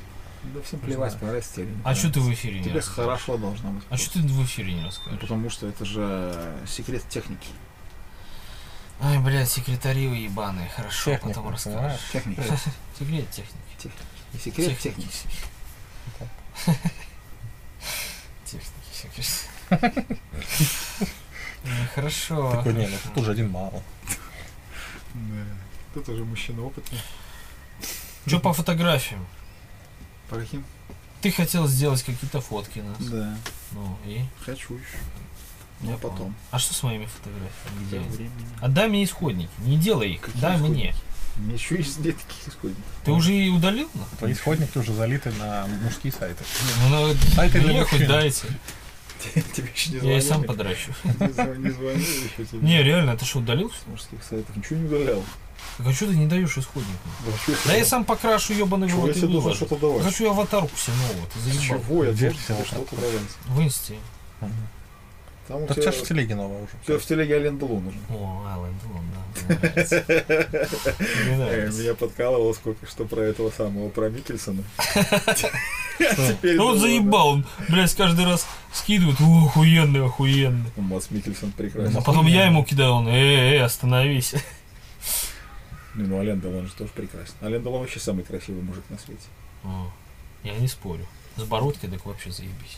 Да всем Не плевать, знаю. понравится тебе или не А что ты понравится. в эфире не Тебе расскажешь? хорошо должно быть. А что ты в эфире не Ну, расскажешь? потому что это же секрет техники. Ай, блядь, секретари вы ебаные. Хорошо, Техника, потом расскажешь. понимаешь? Техника. Секрет техники. И секрет Техники. техники. Техники, секрет. Ну, хорошо. Такой, не, ну тут уже один балл. Да. Тут уже мужчина опытный. Что по фотографиям? По каким? Ты хотел сделать какие-то фотки нас. Да. Ну и? Хочу еще. Я Ну, а понял. потом. А что с моими фотографиями? Где Да, они? времени. Отдай мне исходники. Не делай их. Какие Дай исходники? мне. У меня еще есть нет таких исходников. Ты уже и удалил? Ну, Твои исходники уже залиты на мужские сайты. ну, Сайты для мне хоть мужчин. дайте. Тебе еще не Я и сам звонили? подращу. Не звонили, не звонили еще тебе. Не, реально, ты что, удалил? С мужских сайтов ничего не удалял. Так а что ты не даешь исходник? Да я сам покрашу ебаный в Чего я рот и тебе должен выложу. что-то давать? Хочу аватарку себе новую, ты заебал. Чего я Где должен ты тебе взял что-то аватарку? давать? В инсте. Там у Так тебя, сейчас в телеге новая уже. у тебя в телеге Ален Делон нужен. О, Ален Делон, да. Мне нравится. Мне Э, нравится. Меня подкалывало сколько что про этого самого, про Микельсона. Теперь Ну вот думаю, заебал, он, блядь, каждый раз скидывает, о, охуенный, охуенный. да. Мац Микельсон А прекрасен. потом я ему кидаю, он, эй, эй, остановись. Не, ну Ален Делон же тоже прекрасен. Ален Делон вообще самый красивый мужик на свете. О, я не спорю. С бородкой так вообще заебись.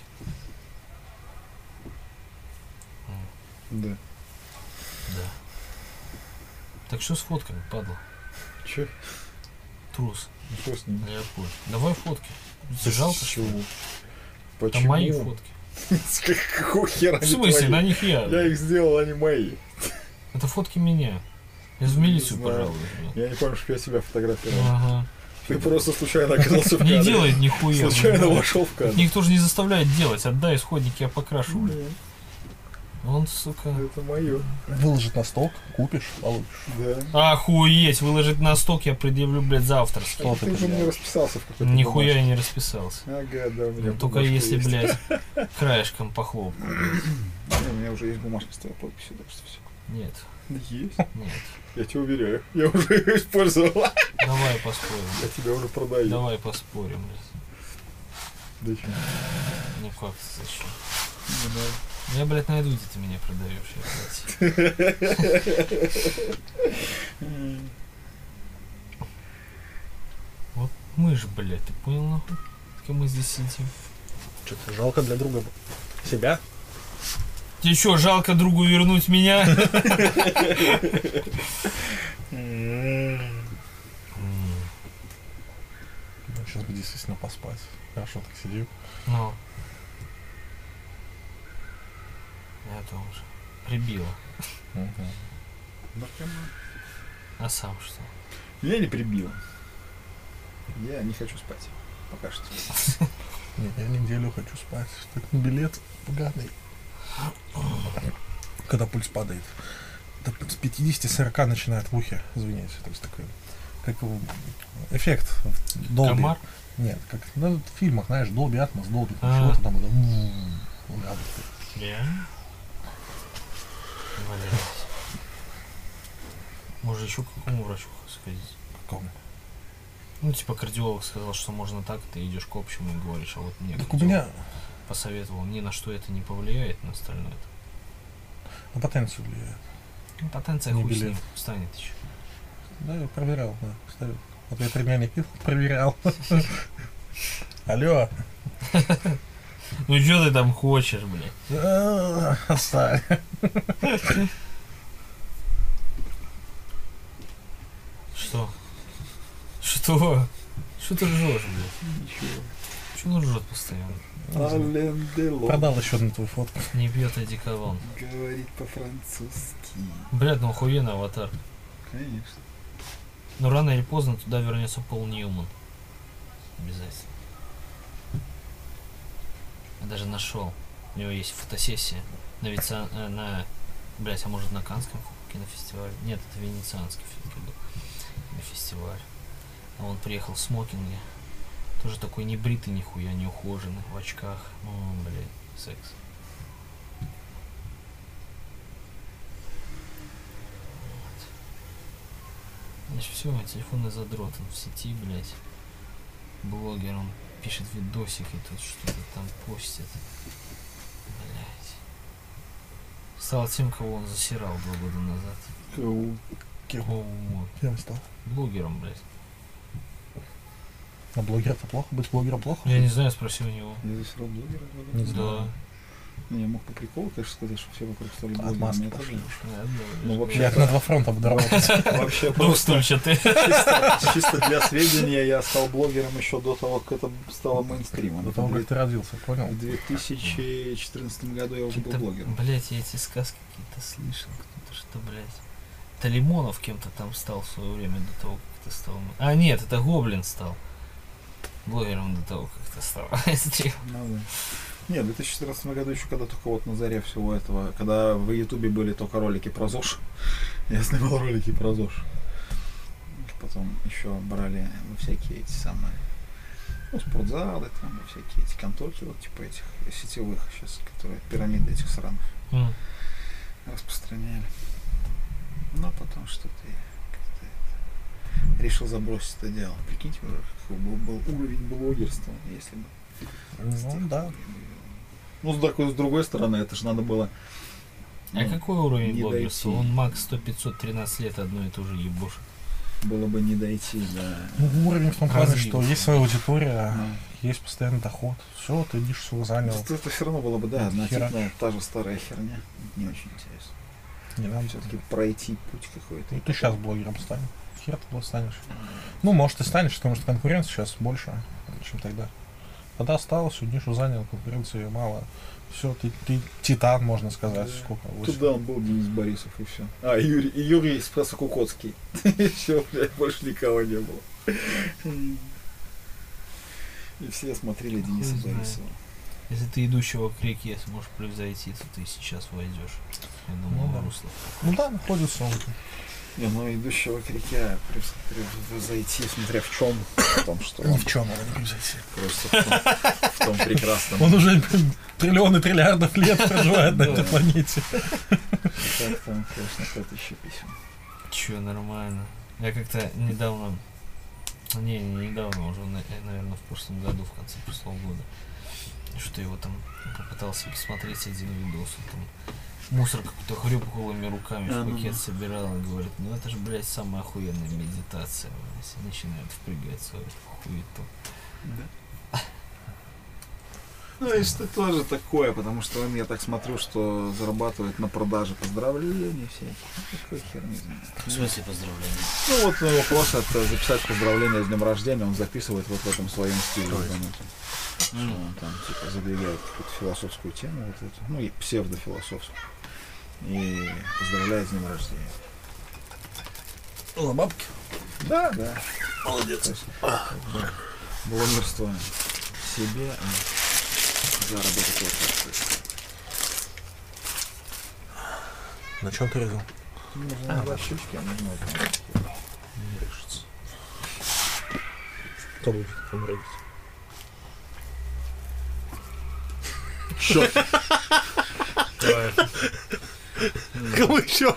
Да. Да. Так что с фотками, падла? Че? Трус. Ну что с ним? Я понял. Давай фотки. Жалко, что ли? Чего? Это Почему? мои фотки. Какого хера В они смысле, на твои? них я. Я их сделал, они мои. Это фотки меня. Я в милицию, Не знаю. пожалуй. блядь. Я не помню, что я себя фотографировал. Ага. Ты просто случайно оказался в кадре. Не делает нихуя. Случайно блядь. вошел в кадр. Никто же не заставляет делать. Отдай исходники, я покрашу. блядь. Нет, Он, сука. это мое. Выложить на стол, купишь, получишь. Да. Охуеть, выложить на сток я предъявлю, блядь, завтра. Что Ты ты уже мне поделаешь? расписался в какой-то Нихуя я бумажке. не расписался. Ага, да, у меня Ну, только бумажка если, есть. блядь, краешком похлопку. Не, у меня уже есть бумажка с твоей подписью, так что все. Нет, Есть. нет. Я тебя уверяю. Я уже ее использовал. Давай поспорим. Я тебя уже продаю. Давай поспорим, блядь. Да чё? Ну как ты, зачем? Не надо. Я, блядь, найду, где ты меня продаешь. я, блядь. Вот мы ж, блядь, ты понял, нахуй? Как мы здесь сидим. Что-то жалко для друга себя. Тебе что, жалко другу вернуть меня? Сейчас бы действительно поспать. Хорошо так сидим. Ну. Я тоже. Прибило. Мгм. Наркоман. А сам что? Меня не прибило. Я не хочу спать. Пока что. Не, я неделю хочу спать. Так билет поганый. Когда пульс падает. Да с пятидесяти сорока начинает в ухе звенеть. То есть такой, как его, эффект в Dolby. Комар? Нет, как ну, в фильмах, знаешь, Dolby Atmos, Dolby, А. чего-то там. это, м, гадость. Я? Блядь. Может еще к какому врачу сходить? Какому? Ну, типа кардиолог сказал, что можно так, ты идешь к общему и говоришь, а вот мне Так у кардиолог меня посоветовал, ни на что это не повлияет, на остальное. на потенцию влияет. Ну, потенция Не хуй с билет. ним станет еще. Да, я проверял, да, ставил. Вот я три дня не пил, проверял. Алло. Ну, что ты там хочешь, блядь? А, Оставь. Что? Что? Что ты ржешь, блядь? Ничего. Что он ржет постоянно? Ален Делон. Продал еще одну твою фотку. Не пьет одеколон. Говорит по-французски. Блядь, ну охуенный аватар. Конечно. Но рано или поздно туда вернется Пол Ньюман. Обязательно. Я даже нашел. У него есть фотосессия на Вица... э, на... Блять, а может на Каннском кинофестивале? Нет, это венецианский фестиваль. А он приехал в смокинге. Тоже такой небритый нихуя, неухоженный, в очках. Ну, блядь, секс. Значит, все, телефонный задрот, он в сети, блядь. Блогер он. пишет видосики, тут что-то там постит. Блять. Стал тем, кого он засирал два года назад. Кем? О, вот. Кем стал? Блогером, блядь. А блогер это плохо? Быть блогером плохо? Я не знаю, спроси у него. Не засирал блогера? Не Да. знаю. Не, я мог по приколу, конечно, сказать, что все вокруг стали блогерами. Отмазки Это пошли. да. Да, да, Ну, да. вообще- Я на два фронта буду работать. Вообще Ну, просто стульчатый. чисто, чисто для сведения, я стал блогером еще до того, как это стало мейнстримом. До того, как ты родился, понял? В две тысячи четырнадцатом году я уже был Какие-то, блогером. блять, я эти сказки какие-то слышал. Кто-то что, блять. Это Лимонов кем-то там стал в свое время до того, как ты стал. А, нет, это Гоблин стал. Блогером до того, как ты стал. Стрим. Ну, да. Нет, в две тысячи четырнадцатом году еще когда только вот на заре всего этого, когда в Ютубе были только ролики про ЗОЖ, я снимал ролики про ЗОЖ. Потом еще брали во всякие эти самые, ну, спортзалы, там, во всякие эти конторки, вот типа этих сетевых сейчас, которые пирамиды этих сраных М. распространяли. Но потом что-то я как-то это, решил забросить это дело. Прикиньте, какой был, был уровень блогерства, если бы. Ну да. Ну, с другой, с другой стороны, это же надо было. А ну, какой уровень не блогерства? дойти. Он Макс сто пятьсот тринадцать лет одно и то же ебошит. Было бы не дойти до. Ну, уровень в том плане, Развился. что есть своя аудитория, Ну, есть постоянный доход. Все, ты видишь, все занял. это, это все равно было бы, да, Ну, хера. однотипная, та же старая херня. Не очень интересно. Не надо. Все-таки пройти путь какой-то. Ну, ты сейчас блогером станешь. Хер ты станешь. Ну, может, и станешь, потому что конкуренция сейчас больше, чем тогда. Тогда осталось, всю нишу занял, конкуренции мало. Все, ты, ты титан, можно сказать. Да. Сколько? восемь. Туда он был Денис Борисов и все. А, Юрий, и Юрий Спасо-Кукоцкий. И все, блядь, больше никого не было. И все смотрели Дениса Хуй знает. Борисова. Если ты идущего к реке сможешь превзойти, то ты сейчас войдешь. Я думаю, Ну да. в русло. Ну да, находится он. Не, ну идущего к реке превзойти, смотря в чем, в том, что Ни он в чем надо не превзойти. просто в том, в том прекрасном. Он уже триллионы триллиардов лет проживает на этой планете. Так там, конечно, кто-то еще писем. Че, нормально. Я как-то недавно, не, не недавно, уже, наверное, в прошлом году, в конце прошлого года, что его там попытался посмотреть один видос, он там мусор какой-то хрюп голыми руками А, в ну пакет да. собирал и говорит, ну это же, блядь, самая охуенная медитация. блядь». И начинает впрягать свою хуету. Ну, и что тоже такое, потому что он, я так смотрю, что зарабатывает на продаже поздравлений всяких. Ну, такой херни. В смысле поздравления? Ну, вот на вопрос это записать поздравление с днем рождения, он записывает вот в этом своем стиле. ебанутом. Что он там, типа, задвигает какую-то философскую тему, вот эту, ну, и псевдофилософскую. И поздравляет с днем рождения. О, бабки. Да, да. Молодец. Блогерство себе, а заработок вот На чем ты резал? Можно набрать щучки, а можно там Не решится. Кто будет помрать? Щёк. Кому еще?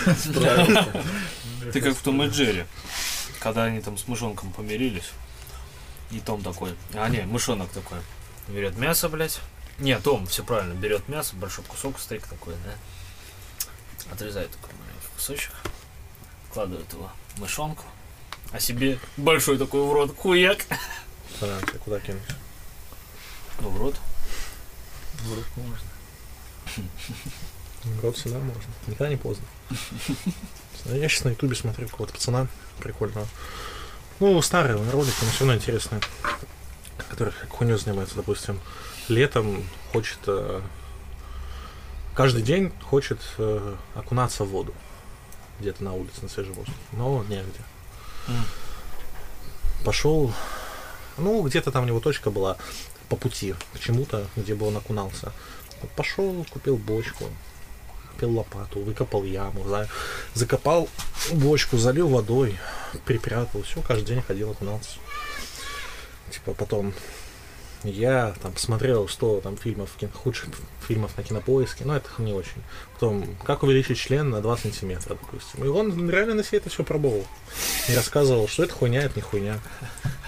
Ты как в Том и Джерри, когда они там с мышонком помирились, и Том такой, а не, мышонок такой, берет мясо, блядь. Не, Том, все правильно, берет мясо, большой кусок, стейк такой, да, отрезает такой маленький кусочек, вкладывает его в мышонку, а себе большой такой в рот хуяк. Да, ты куда кинуть? Ну, в рот. В руку можно. Рот всегда можно. Никогда не поздно. Я сейчас на ютубе смотрю какого-то пацана прикольного. Ну, старые он ролики, но все равно интересные. Который хуйней занимается, допустим. Летом хочет... э, каждый день хочет э, окунаться в воду. Где-то на улице, на свежем воздухе. Но негде. М. Пошел... Ну, где-то там у него точка была по пути к чему-то, где бы он окунался. Вот пошел, купил бочку, купил лопату, выкопал яму, за- закопал бочку, залил водой, припрятал, все, каждый день ходил, окунался. Типа потом я там посмотрел сто там фильмов, кин- худших фильмов на Кинопоиске, но это не очень. Потом, как увеличить член на два сантиметра, допустим. И он реально на себе это все пробовал. И рассказывал, что это хуйня, это не хуйня.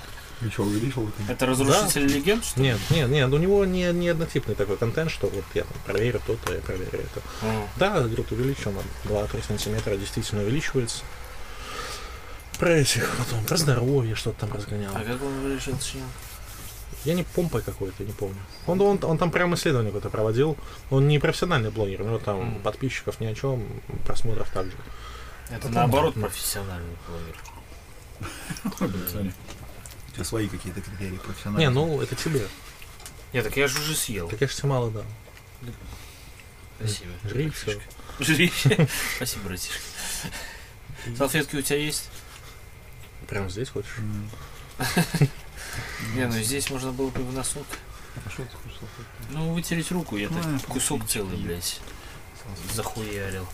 И что, увеличил? Это разрушитель легенд, что ли? Нет, нет, нет, у него не, не однотипный такой контент, что вот я там проверю то-то, я проверю это. А. Да, говорит, увеличил на два-три сантиметра, действительно увеличивается. Про этих потом, про здоровье что-то там разгонял. А как он увеличил член? Я не помпой какой-то, не помню. Он, он, он там прям исследование какое-то проводил. Он не профессиональный блогер, у него там Mm. подписчиков ни о чем, просмотров также. Это наоборот профессиональный блогер. У тебя свои какие-то критерии Не, профессиональные. ну это тебе. Нет, так я же уже съел. Так я же тебе мало дал. Спасибо. Жри все. Жри. Спасибо, братишка. Салфетки у тебя есть? Прямо здесь хочешь? Не, ну здесь можно было бы в носок. А что ты хочешь салфетки? Ну, вытереть руку, я Ну, так я кусок просто целый, не блядь, захуярил.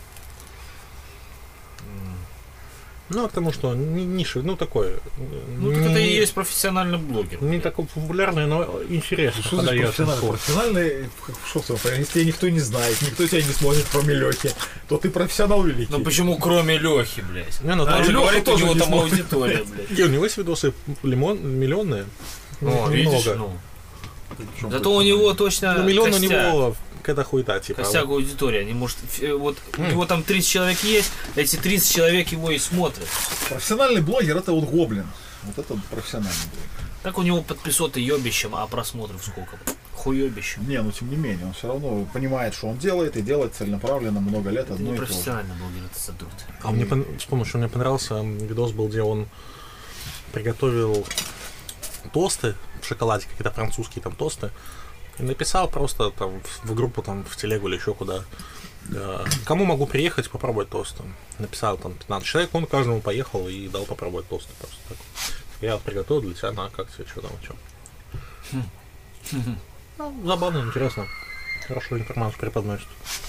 М. Ну, а к тому, что ни- ниша, ну такое. Ну, так это и есть профессиональный блогер. Не такой популярный, но интересно Что значит подается. профессиональный? Профессиональный, что ты, если тебя никто не знает, никто тебя не смотрит, кроме Лёхи, то ты профессионал великий. Ну почему кроме Лехи, блядь? Не, ну, Он там же же говорит, у тоже него не там смотрит. аудитория, блядь. И у него есть видосы лимон, миллионные. О, Ну, видишь, немного. ну. Причём Зато у него точно Ну, миллион у костяк, него какая-то хуета, типа. костяк аудитория. Они, может, ф- э, вот у М. него там тридцать человек есть, эти тридцать человек его и смотрят. Профессиональный блогер это вот Гоблин. Вот это вот профессиональный блогер. Так у него подписоты ёбищем, а просмотров сколько? Хуёбищем. Не, ну тем не менее, он все равно понимает, что он делает, и делает целенаправленно много лет Это одно не и то же. профессиональный блогер, это задрот. А мне пон- вспомнил, что мне понравился м, видос был, где он приготовил тосты в шоколаде, какие-то французские там тосты, и написал просто там в, в группу, там в телегу или еще куда. э, Кому могу приехать попробовать тост? Там. Написал там пятнадцать человек, он каждому поехал и дал попробовать тосты просто так. Я приготовил для тебя, на, как тебе, что там, что. Ну, забавно, интересно. Хорошую информацию преподносит.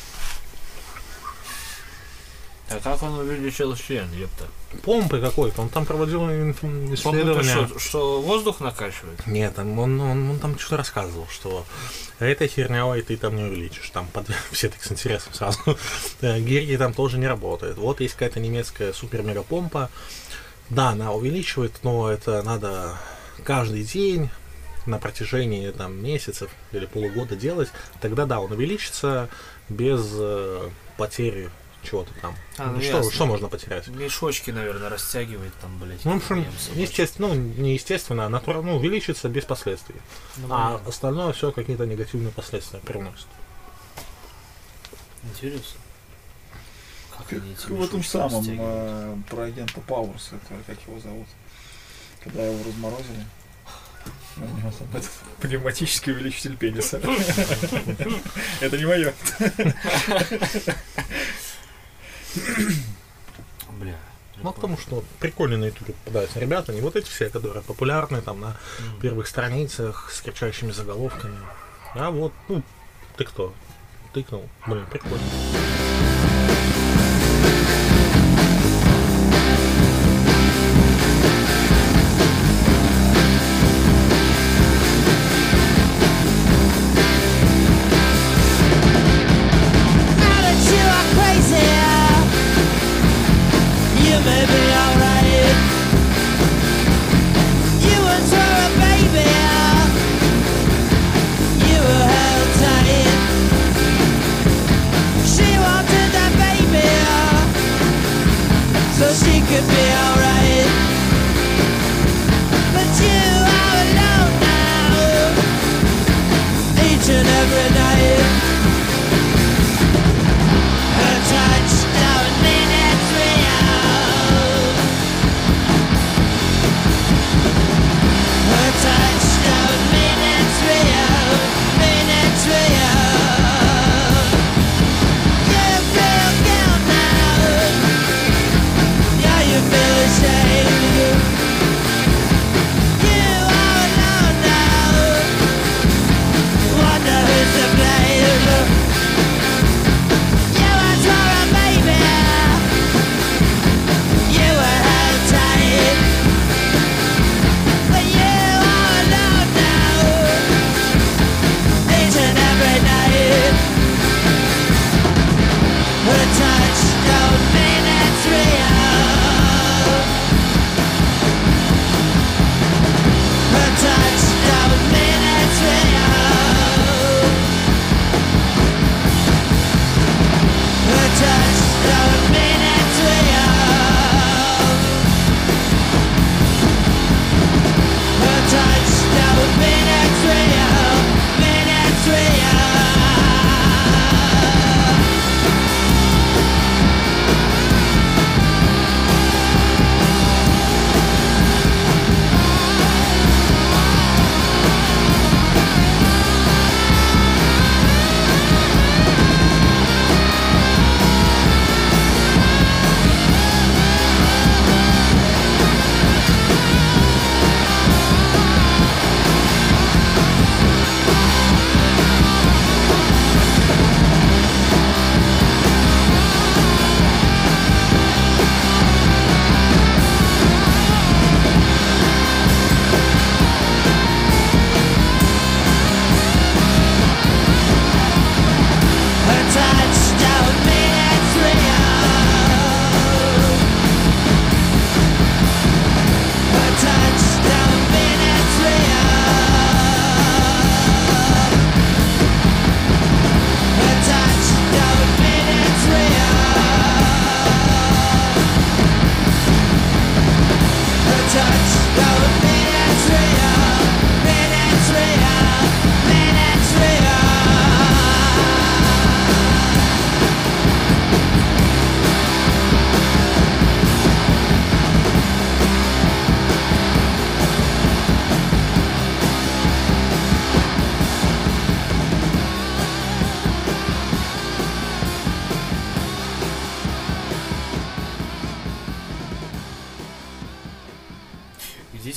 А как он увеличил член, ёпта? Помпы какой-то, он там проводил инф- Он исследования. что, что воздух накачивает? Нет, там он, он, он там что-то рассказывал, что эта херня, ой, ты там не увеличишь. Там под... все так с интересом сразу. Э, Гирги там тоже не работает. Вот есть какая-то немецкая супер-мега-помпа. Да, она увеличивает, но это надо каждый день на протяжении там месяцев или полугода делать. Тогда да, он увеличится без э, потери чего-то там. А, ну что, ясно. что можно потерять? Мешочки, наверное, растягивает там, блядь. Ну, в общем, хуям собачьим. естественно, ну, не естественно, а натура- ну, увеличится без последствий. Ну, А понятно. остальное все какие-то негативные последствия приносит. Интересно. Как они эти Как в этом мешочки самом растягивают? э, про агента Пауэрса, это, как его зовут, когда его разморозили. У него там этот пневматический увеличитель пениса. Это не мое. Бля. Ну, потому что прикольно на ютубе попадаются ребята, не вот эти все, которые популярны там на первых страницах с кричащими заголовками. А вот, ну, ты кто? Тыкнул. Блин, прикольно. Now that you are crazy, you may be alright. You once were a baby, you were held tight. She was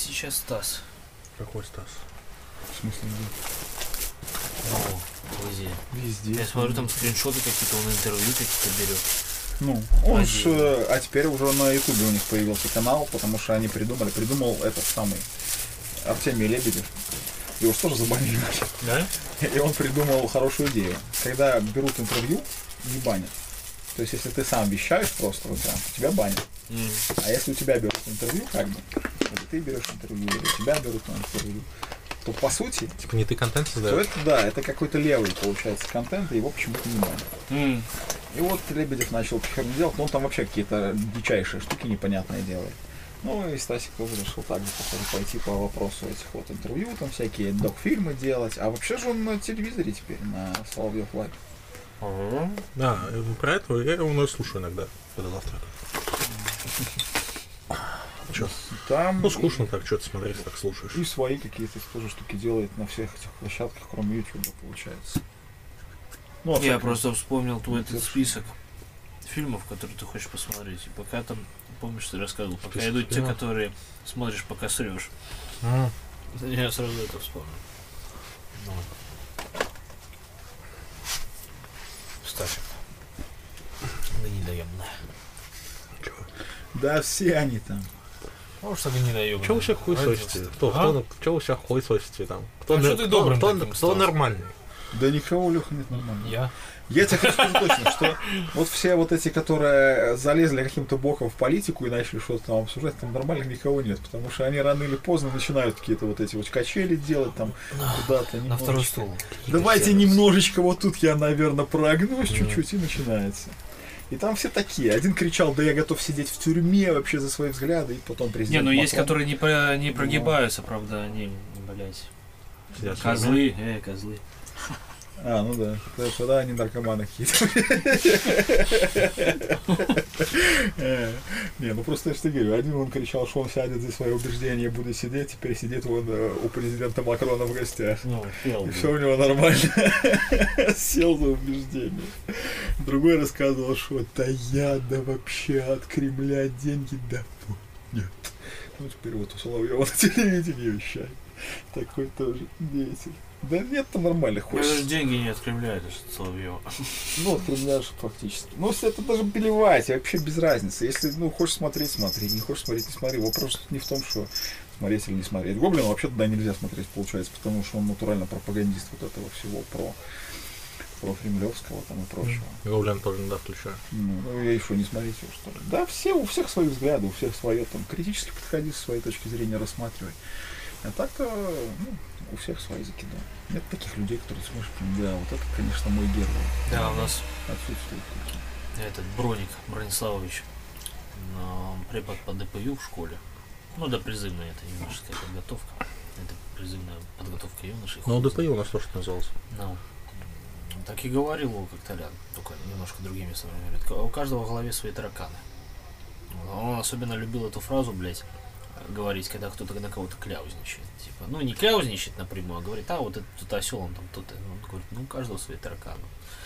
сейчас Стас? Какой Стас? В смысле, где? Ну, везде. Везде. Я смотрю, там скриншоты какие-то, он интервью какие-то берет. Ну, он Один. ж, э, а теперь уже на Ютубе у них появился канал, потому что они придумали, придумал этот самый Артемий Лебедев. Его же тоже забанили. Да? И он придумал хорошую идею. Когда берут интервью, не банят. То есть, если ты сам вещаешь просто вот прям, тебя банят. Mm. А если у тебя берут интервью, как бы, или ты берешь интервью, или у тебя берут интервью, то по сути, Типа не ты контент то создаешь? это, да, это какой-то левый, получается, контент, и его почему-то не банят. Mm. И вот Лебедев начал херню делать, но он там вообще какие-то дичайшие штуки непонятные делает. Ну и Стасик тоже решил так же, походу, пойти по вопросу этих вот интервью, там всякие док-фильмы делать. А вообще же он на телевизоре теперь, на Соловьев Лайв. Да, э, про это я его слушаю иногда, когда завтрак. Чё? Там Ну, скучно так, что-то смотреть, так слушаешь. и свои какие-то тоже штуки делает на всех этих площадках, кроме Ютуба, получается. Ну, а Я всякие- просто вспомнил твой этот Интересно. список фильмов, которые ты хочешь посмотреть. И пока там, помнишь, ты рассказывал, пока Список идут те, фильмов? которые смотришь, пока срешь. М. Я сразу это вспомнил. Ну. Стасик. Да не даем, да. Да все они там. Ну, что не даем. Чё вы всех хуесосите? Кто, А? кто, чё вы всех хуесосите там? Кто, А на- что ты кто- добрым кто, таким кто стал? нормальный? Да никого, Леха, нет нормально. Я? Я тебе хочу сказать точно, что вот все вот эти, которые залезли каким-то боком в политику и начали что-то там обсуждать, там нормальных никого нет, потому что они рано или поздно начинают какие-то вот эти вот качели делать там куда-то. На второй немножечко. стол. Давайте Какие-то немножечко вот тут я, наверное, прогнусь Мгм. чуть-чуть, и начинается. И там все такие. Один кричал, да я готов сидеть в тюрьме вообще за свои взгляды, и потом Не, президент ну есть, Макрон. которые не, про, не прогибаются, правда, они, блядь. Сидят в Козлы, э, козлы. А, ну да. Да, тогда они наркоманы какие-то. Э, Не, ну просто я же тебе говорю, один он кричал, что он сядет за свои убеждения, будет сидеть, теперь сидит он э, у президента Макрона в гостях. Ну, фел, И все у него нормально. Сел за убеждение. Другой рассказывал, что да я, да вообще от Кремля деньги, да фу, нет. Ну теперь вот у Соловьева на телевидении вещает. Такой тоже деятель. Да нет, там нормально Ну, это же хочешь. деньги не от Кремля, это же Соловьева. Ну, от Кремля же фактически. Ну, если это даже плевать, вообще без разницы. Если, ну, хочешь смотреть, смотри. Не хочешь смотреть, не смотри. Вопрос не в том, что смотреть или не смотреть. Гоблина вообще туда нельзя смотреть, получается, потому что он натурально пропагандист вот этого всего про, про кремлевского там и прочего. Гоблин тоже иногда включаю. Ну, ну, я еще не смотрите, что ли. Да, все, у всех свои взгляды, у всех свое, там, критически подходи со своей точки зрения, рассматривай. А так-то, ну, у всех свои закиданы. Нет таких людей, которые смотришь, да, вот это, конечно, мой герой. Да, у нас Отсутствует такие. этот Броник Брониславович, но препод по ДПЮ в школе. Ну, да, призывная это юношеская подготовка. Это призывная подготовка юношей. Ну, ДПИ у нас тоже назывался. Ну, так и говорил его как-то рядом, только немножко другими словами. Говорит, «Ка- у каждого в голове свои тараканы». Он особенно любил эту фразу, блядь, говорить, когда кто-то на кого-то кляузничает. Типа, ну, не кляузничает напрямую, а говорит, а вот этот тут осел, он там тут. Он говорит, ну, у каждого свои тараканы.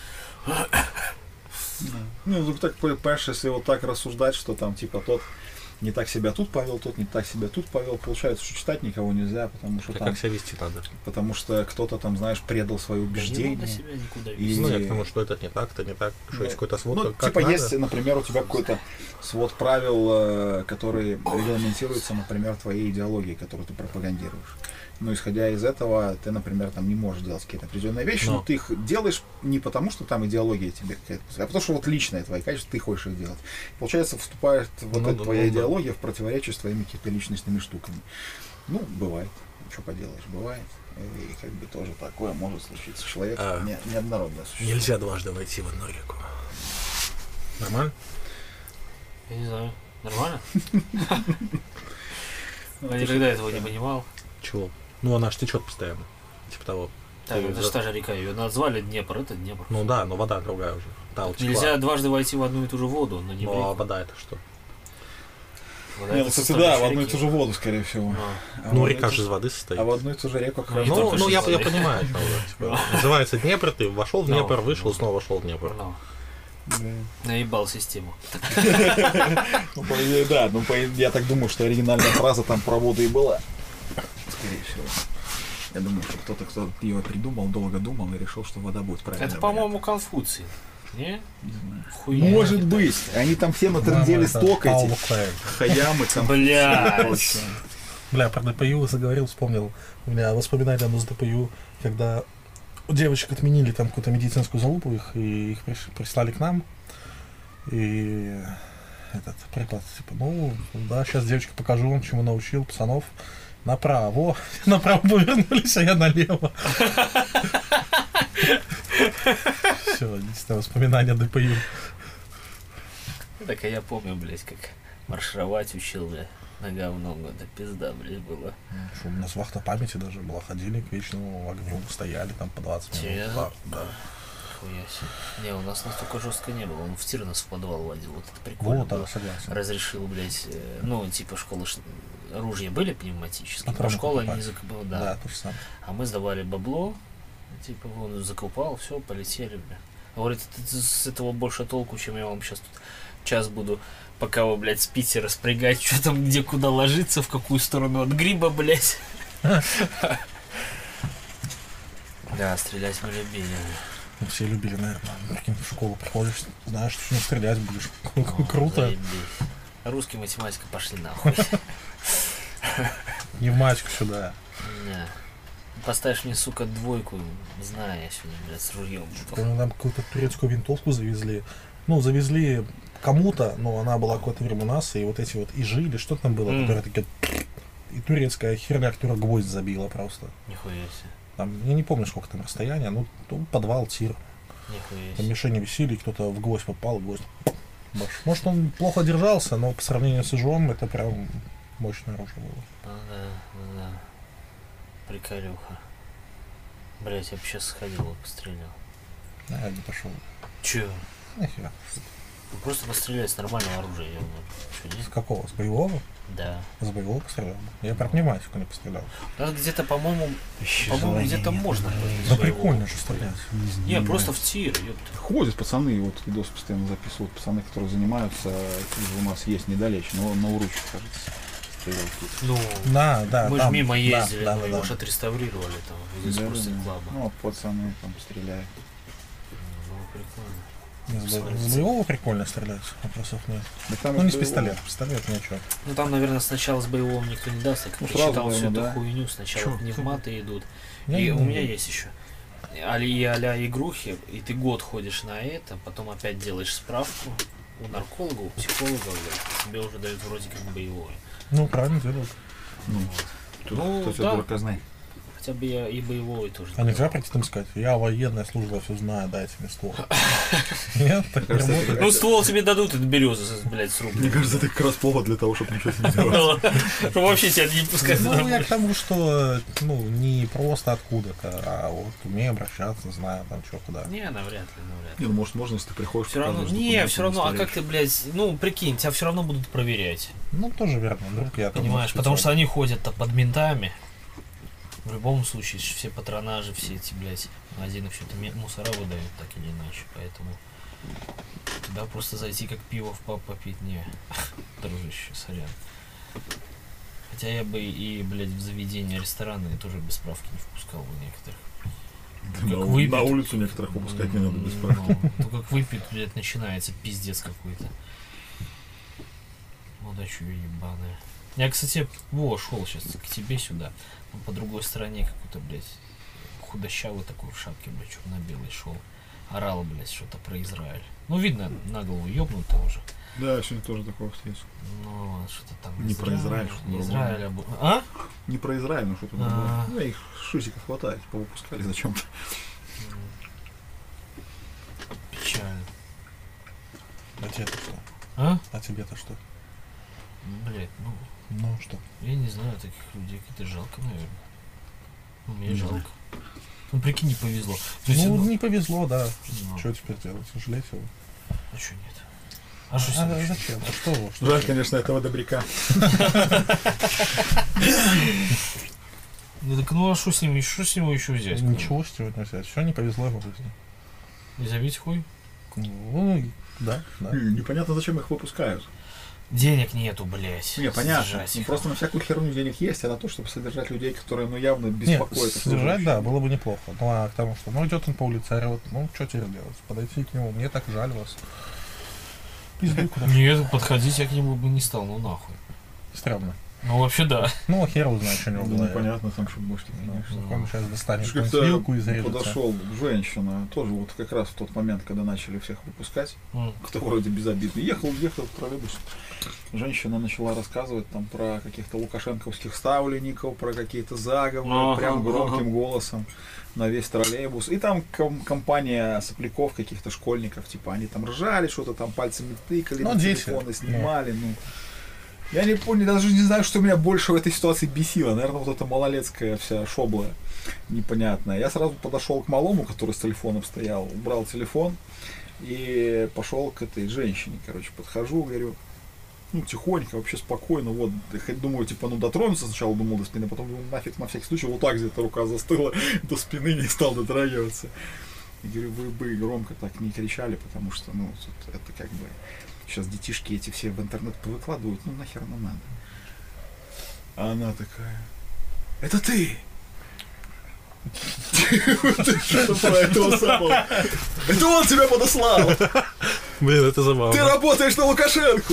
Ну, ну так, понимаешь, если вот так рассуждать, что там, типа, тот не так себя тут повел, тот не так себя тут повел, получается, что читать никого нельзя, потому что А там, как себя вести надо? потому что кто-то там, знаешь, предал свои Да не убеждения. надо себя никуда И- вести. Ну, я к тому, что это не так, это не так, что есть какой-то свод, Ну, как- как типа, надо. есть, например, у тебя какой-то свод правил, э, который регламентируется, например, твоей идеологией, которую ты пропагандируешь. Но исходя из этого, ты, например, там не можешь делать какие-то определенные вещи, но, Но. ты их делаешь не потому, что там идеология тебе какая-то, а потому что вот личные твои качества, ты хочешь их делать. Получается, вступает вот Ну эта да, твоя ну да. идеология в противоречие с твоими какими-то личностными штуками. Ну, бывает. Что поделаешь, бывает. И как бы тоже такое может случиться. Человек А. не, неоднородное существо. Нельзя дважды войти в одну реку. Нормально? Я не знаю, нормально? Я никогда этого не понимал. Чего? Ну, она ж течет постоянно. Типа того. Так, Ты это за- же та же река, ее назвали Днепр, это Днепр. Ну да, но вода другая уже. Та вот текла. Нельзя дважды войти в одну и ту же воду, но не в Ну, а реку. вода это что? Вода Не, это ну, кстати, составляющая да, в одну и реки. ту же воду, скорее всего. А. А Ну, в река одну и же ту- из воды состоит. А в одну и ту же реку как раз... не Ну, только ну что я, из я воды. понимаю, что, типа, называется Днепр, ты вошел в Ну. Днепр, вышел, снова вошел в Днепр. Ну, Наебал систему. Ну, по идее, да, ну, по идее, я так думаю, что оригинальная фраза там про воду и была. Скорее всего. Я думаю, что кто-то, кто ее придумал, долго думал и решил, что вода будет правильно. Это, по-моему, Конфуций. Не? Не знаю. Хуя. Может быть. Они там все натрындели столько Пауло этих Коэльо. хаямы. там. Блядь. Бля, про ДПЮ заговорил, вспомнил. У меня воспоминания одно с ДПЮ, когда у девочек отменили там какую-то медицинскую залупу, их, и их приш- прислали к нам. И этот препод, типа, ну, да, сейчас, девочка, покажу вам, чему научил пацанов. Направо. Направо повернулись, а я налево. Все, единственное воспоминание ДПЮ. Так, а я помню, блядь, как маршировать учил, бля. Нога в ногу, да пизда, блядь, было. Что, у нас вахта памяти даже была. Ходили к вечному огню, стояли там по двадцать минут. Серьезно? Да, да. Хуя себе. Не, у нас настолько жестко не было. Он в тир нас в подвал водил. Вот это прикольно Вот, было. да, согласен. Разрешил, блядь, э, ну, типа школы ш- ружья были пневматические, а Патроны школа покупать. не закупала, да. Да, то же самое. А мы сдавали бабло, типа, вон, закупал, все, полетели, бля. Говорит, «Это с этого больше толку, чем я вам сейчас тут час буду, пока вы, блядь, спите, распрягать, что там, где, куда ложиться, в какую сторону от гриба, блядь. Да, стрелять мы любили. Ну, все любили, наверное. Прикинь, в школу приходишь, знаешь, что не стрелять будешь. Круто. Заебись. Русский, математика, пошли нахуй. Не в мальчик сюда. Не. Поставишь мне, сука, двойку, знаю я сегодня, блядь, с ружьем. Помню, нам какую-то турецкую винтовку завезли. Ну, завезли кому-то, но она была какое-то время у нас, и вот эти вот ижи, или что там было, М. которые такие... И турецкая херня, которая гвоздь забила просто. Нихуя себе. Там, я не помню, сколько там расстояния, ну, ну, подвал, тир. Нихуя Там себе. мишени висели, кто-то в гвоздь попал, гвоздь. баш. Может, он плохо держался, но по сравнению с ижом это прям мощное оружие было. Ну да, ну да. Приколюха. Блять, я бы сейчас сходил и пострелял. А я не пошел. Че? Нахера. Ну, просто пострелять с нормального оружия. Я, ну, чё, С нет? какого? С боевого? Да. С боевого пострелял. Я про пневматику не пострелял. Надо где-то, по-моему, по-моему, где-то можно было. Да прикольно же стрелять. Не, просто в тир, ёпта. Ходят пацаны, вот видос постоянно записывают, пацаны, которые занимаются, у нас есть недалече, но на Уруче, кажется, стрелялки. Ну, Да, да. мы же там, мимо да, ездили, да, мы да, его да. ж отреставрировали там, из Да, Спортинг да. Клаба. Ну, а пацаны там стреляют. Ну, прикольно. С, бо- с боевого прикольно стрелять, вопросов нет. Да там Ну, и не с боевого. пистолета, пистолет ничего. Ну там, наверное, сначала с боевого никто не даст, я как Ну, сразу, читал всю наверное, эту да. хуйню, сначала Чё? пневматы идут. Я И не у знаю. меня есть еще. Али а-ля игрухи, и ты год ходишь на это, потом опять делаешь справку у нарколога, у психолога, блядь, тебе уже дают вроде как боевое. Ну, правильно делают. Ну, тут Ну, кто тебя да. дурака знает. Хотя бы я и боевой тоже. А нельзя прийти там сказать, я военная служба, все знаю, дайте мне ствол. Нет, так не кажется, работает. Ну, ствол тебе дадут, это береза, блядь, с Мне рублем. кажется, это как раз повод для того, чтобы ничего не делать. Чтобы вообще тебя не пускать. Ну, я к тому, что, ну, не просто откуда-то, а вот умею обращаться, знаю там что, куда. Не, навряд ли, навряд ли. Не, ну, может, можно, если ты приходишь, Все равно, показываешь не, документы, все равно, а как удостоверяешь. ты, блядь, ну, прикинь, тебя все равно будут проверять. Ну, тоже верно, вдруг я там... Понимаешь, может, потому что специально. они ходят-то под ментами. В любом случае, все патронажи, все эти, блядь, магазины, все это ме- мусора выдают так или иначе, поэтому туда просто зайти как пиво в паб попить, не, дружище, сорян. Хотя я бы и, блядь, в заведения, рестораны тоже без справки не впускал бы некоторых. На, Как у- выпьют. на улицу некоторых выпускать не надо без справки. Ну, то как выпьют, блядь, начинается пиздец какой-то. Мудачу ебаная. Я, кстати, во, шел сейчас к тебе сюда. Он по другой стороне какой-то, блядь, худощавый такой в шапке, блядь, черно-белый шел. Орал, блядь, что-то про Израиль. Ну, видно, на голову ёбнуто уже. Да, я сегодня тоже такого встретил. Ну, что-то там Не про Израиль, что-то не другое. Израиль, а... бу- А? Не про Израиль, но что-то А. другое. Ну, их шусиков хватает, повыпускали зачем-то. Печально. А тебе-то что? А? А тебе-то что? Блядь, ну, Ну, что? я не знаю, таких людей как-то жалко, наверное. Ну, мне Не жалко. Ну, прикинь, не повезло. То есть, Ну, ну, не повезло, да. ну, Что теперь делать? Сожалеть его? а что нет? А что с А, ним? зачем? А что? что Жаль, с ним? конечно, этого добряка. Ну, так, ну, а что с ним, что с него еще взять? Ничего с него не взять. Все не повезло ему в жизни. Не забить хуй? Ну, да, да. М, Непонятно, зачем их выпускают. Денег нету, блядь. Не, понятно. Содержать Ну, их. просто на всякую херню денег есть, а на то, чтобы содержать людей, которые, ну, явно Нет, беспокоят. содержать, окружающих. да, было бы неплохо. Ну, а к тому, что, ну, идет он по улице, орёт, ну, что теперь делать? Подойти к нему, мне так жаль вас. Пиздуй куда. Нет, подходить я к нему бы не стал, ну нахуй. Стрёмно. Ну вообще да. Ну, хер узнает, что у него в Ну, голове. непонятно, там, что может, Ну, конечно. он сейчас достанет Ж какую-нибудь Как-то вилку и зарежется. подошел женщина, тоже вот как раз в тот момент, когда начали всех выпускать, М. кто вроде безобидный. Ехал, ехал в троллейбус. Женщина начала рассказывать там про каких-то лукашенковских ставленников, про какие-то заговоры, Ага, прям громким ага. голосом на весь троллейбус. И там ком- компания сопляков, каких-то школьников, типа они там ржали, что-то там пальцами тыкали, Ну, на дети. телефоны снимали, ну. Я не понял, даже не знаю, что меня больше в этой ситуации бесило. Наверное, вот эта малолетская вся шобла непонятная. Я сразу подошел к малому, который с телефоном стоял, убрал телефон и пошел к этой женщине. Короче, подхожу, говорю, ну, тихонько, вообще спокойно, вот, хоть думаю, типа, ну, дотронуться сначала, думал до спины, потом думаю, нафиг, на всякий случай, вот так где-то рука застыла, до спины не стал дотрагиваться. И говорю, вы бы громко так не кричали, потому что, ну, тут это как бы, сейчас детишки эти все в интернет выкладывают, ну, нахер нам надо. А она такая, это ты! Что-то про этого самого. Это он тебя подослал! Блин, это забавно. Ты работаешь на Лукашенко!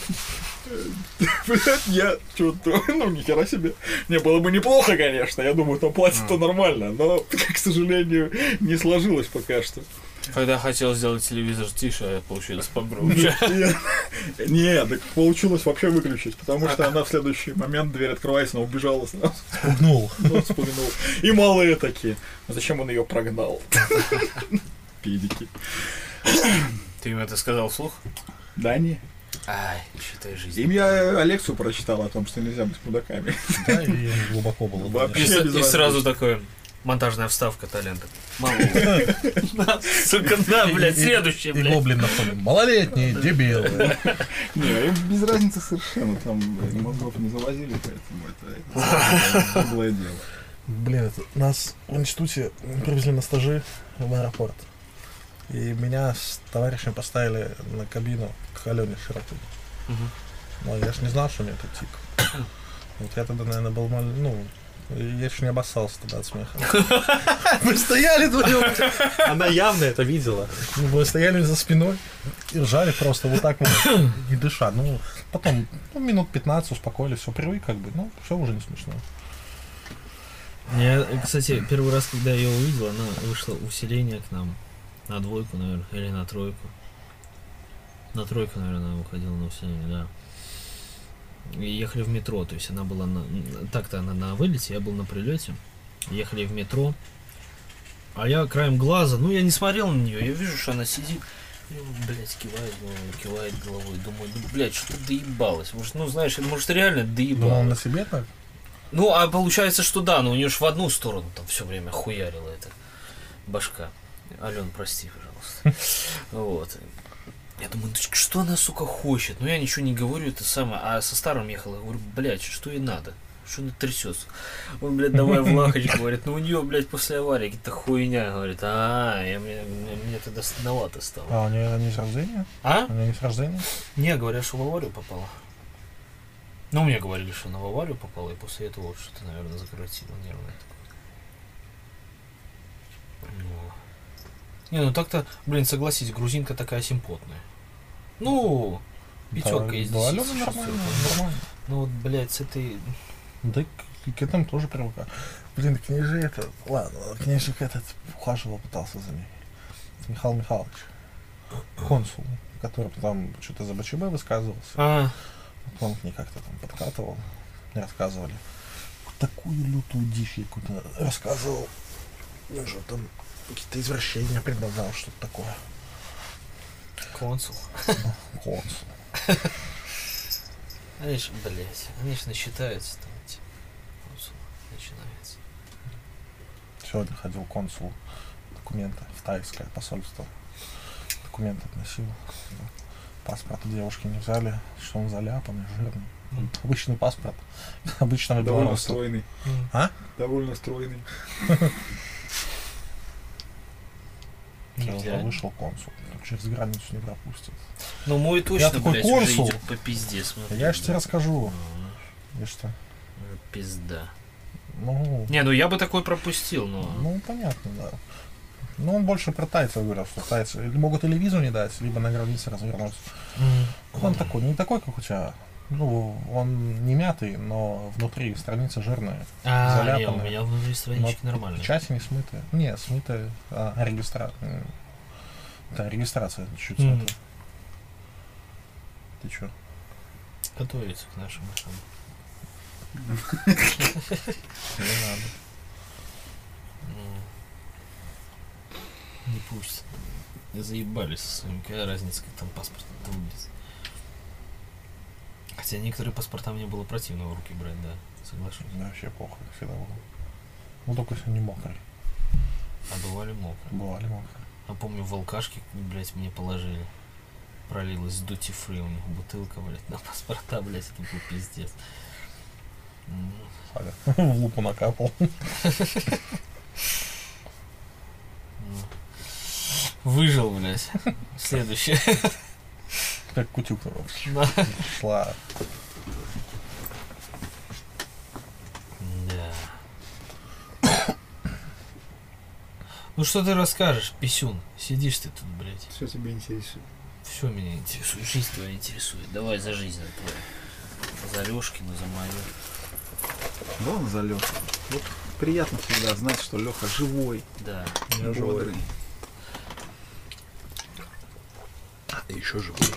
Блять, я что-то, ну, ни хера себе. Не, было бы неплохо, конечно, я думаю, там платят-то нормально, но, к сожалению, не сложилось пока что. Когда хотел сделать телевизор тише, а получилось погромче. Не, так получилось вообще выключить, потому что она в следующий момент, дверь открывается, она убежала сразу. Спугнул. Ну, вспомянул. И малые такие. Ну, зачем он ее прогнал? Педики. Ты им это сказал вслух? Да не. Ай, считай жизнь. Им я лекцию прочитал о том, что нельзя быть мудаками. Да, и глубоко было. Вообще. И, без с- и разницы. сразу такой монтажная вставка талента. Мало. Сука, на, блядь, следующий, И блядь. гоблин находим. Малолетние, дебилы. Не, им без разницы совершенно. Там мозгов не завозили, поэтому это было дело. Блин, это, нас в институте привезли на стажи в аэропорт. И меня с товарищем поставили на кабину к Алене Широковой. Мгм. Но я ж не знал, что у меня тут тик. Вот я тогда, наверное, был мал... ну, я еще не обоссался тогда от смеха. Мы стояли вдвоем. Она явно это видела. Мы стояли за спиной и ржали просто вот так вот, не дыша. Ну, потом ну, минут пятнадцать успокоились, все, привык как бы, ну, все уже не смешно. Я, кстати, первый раз, когда я ее увидел, она вышла усиление к нам. На двойку, наверное, или на тройку. На тройку, наверное, она выходила на усиление, да. И ехали в метро, то есть она была на... Так-то она на вылете, я был на прилете. Ехали в метро. А я краем глаза, ну я не смотрел на нее, я вижу, что она сидит. И, блядь, кивает головой, кивает головой. Думаю, ну, блядь, что доебалась. Может, ну, знаешь, может, реально Думал на доебалась. себе так? Ну, а получается, что да, но у нее ж в одну сторону там все время хуярила эта башка. Ален, прости, пожалуйста. Вот. Я думаю, ну что она, сука, хочет? Ну я ничего не говорю, это самое. А со старым ехал, я говорю, блядь, что ей надо? Что она трясется? Он, блядь, давай в лахач, говорит, ну у нее, блядь, после аварии какая-то хуйня, говорит, а, я, мне, мне, мне тогда стыдновато стало. А у нее не с рождения? А? У нее не с рождения? Не, говорят, что в аварию попала. Ну, мне говорили, что она в аварию попала, и после этого вот что-то, наверное, закоротило нервное такое. Ну. Не, ну так-то, блин, согласись, грузинка такая симпотная. Ну, пятерка Да, из да, десяти. Алена нормально, шестерка. нормально. Ну вот, блядь, с этой... Да к, к этому тоже привыкаю. Блин, к ней же это... Ладно, к ней же этот ухаживал, пытался за ней. Это Михаил Михайлович. Консул, который там что-то за БЧБ высказывался. А, Он к ней как-то там подкатывал. Мне рассказывали. Такую лютую дичь ей куда рассказывал. Ну что там какие-то извращения предлагал, что-то такое. консул. Консул. Они ж, блядь, они ж насчитаются там эти. Консул начинается. Сегодня ходил консул документы в тайское посольство. Документы относил. Паспорт у девушки не взяли, что он заляпанный, жирный. М. Обычный паспорт. Обычного Довольно белоруса. стройный. А? Довольно стройный. Нельзя. Вышел консул. Через границу не пропустят. Ну мой точно, Я такой блядь, консул. уже идет по пизде, смотри. Я же тебе да. расскажу. И что? Уже пизда. Ну, Не, ну я бы такой пропустил, но... ну, понятно, да. Ну, он больше про тайцев говорил, что тайцы или могут или визу не дать, либо на границе развернуться. Он такой, не такой, как у тебя. Ну, он не мятый, но внутри страницы жирные. А, не, у заляпанные. меня внутри странички Но нормальные. печати не смытые. Не, смытые, а регистрация. Да, регистрация чуть Мгм. смытая. Ты чё? Готовится к нашему там. Не надо. Не пусть. Заебались со своим. Какая разница, как там паспорт там выглядит. Хотя некоторые паспорта мне было противно в руки брать, да, соглашусь. Да, вообще похуй, всегда было. Ну, только если не мокрый. А бывали мокрые. Бывали мокрые. А помню, в алкашке, блядь, мне положили. Пролилась дути фри, у них бутылка, блядь, на паспорта, блядь, это был пиздец. М. Ага. В лупу накапал. Выжил, блядь. Следующее. Как кутюк Да. шла. Да. Ну что ты расскажешь, писюн? Сидишь ты тут, блядь. Все тебя интересует. Все меня интересует, жизнь твоя интересует. Давай за жизнь твою. За Лёшкину, за мою. Главное за Лёху. Вот приятно всегда знать, что Лёха живой, Да. бодрый. И еще живой.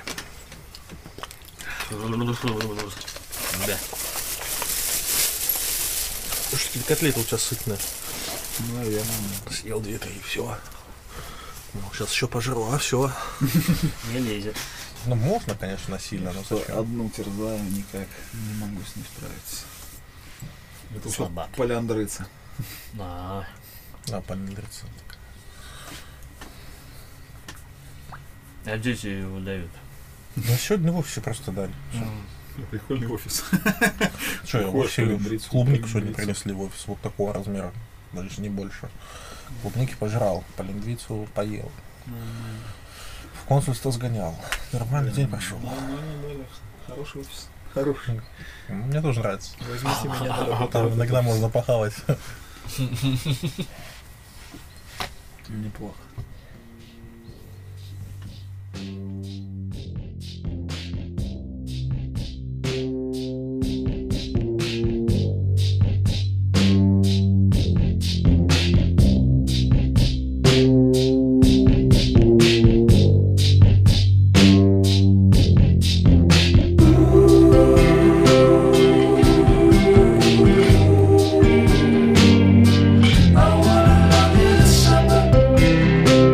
Да. Слушай, котлеты у тебя сытные. Наверное. Съел две-три и все. Ну, сейчас еще пожру, а все. Не лезет. Ну, можно, конечно, насильно, но зачем? Одну терзаю, никак не могу с ней справиться. Это Слабак. поляндрыца. А, А, полиндриться. а дети его дают. Да сегодня в офисе просто дали. Прикольный офис. Что, я в Приходишь, офисе полиндрицу, клубнику сегодня полиндрицу. принесли в офис, вот такого размера, даже не больше. Клубники пожрал, полиндвицу поел. В консульство сгонял. Нормальный день прошел. Хороший офис. Хороший. Мне тоже нравится. Возьмите меня на работу. Там иногда можно похавать. Неплохо. I wanna love you to supper.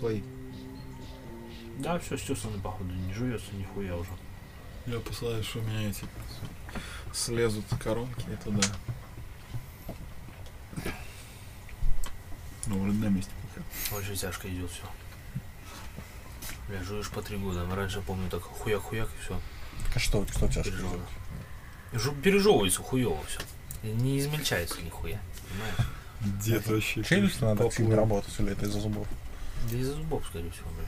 свои. Да, все, Стюсаны, походу, не жуется нихуя уже. Я посылаю, что у меня эти слезут коронки, это да. Ну, уже на месте пока. Очень тяжко идет все. Бля, жуешь по три года. Раньше, помню, так хуяк-хуяк и все. А что, что тяжко? Пережевано. Жу- Пережевывается хуево все. Не измельчается нихуя. Понимаешь? Дед вообще. Челюсть надо поплыл. сильно работать, или это из-за зубов? Да из-за зубов, скорее всего, бля.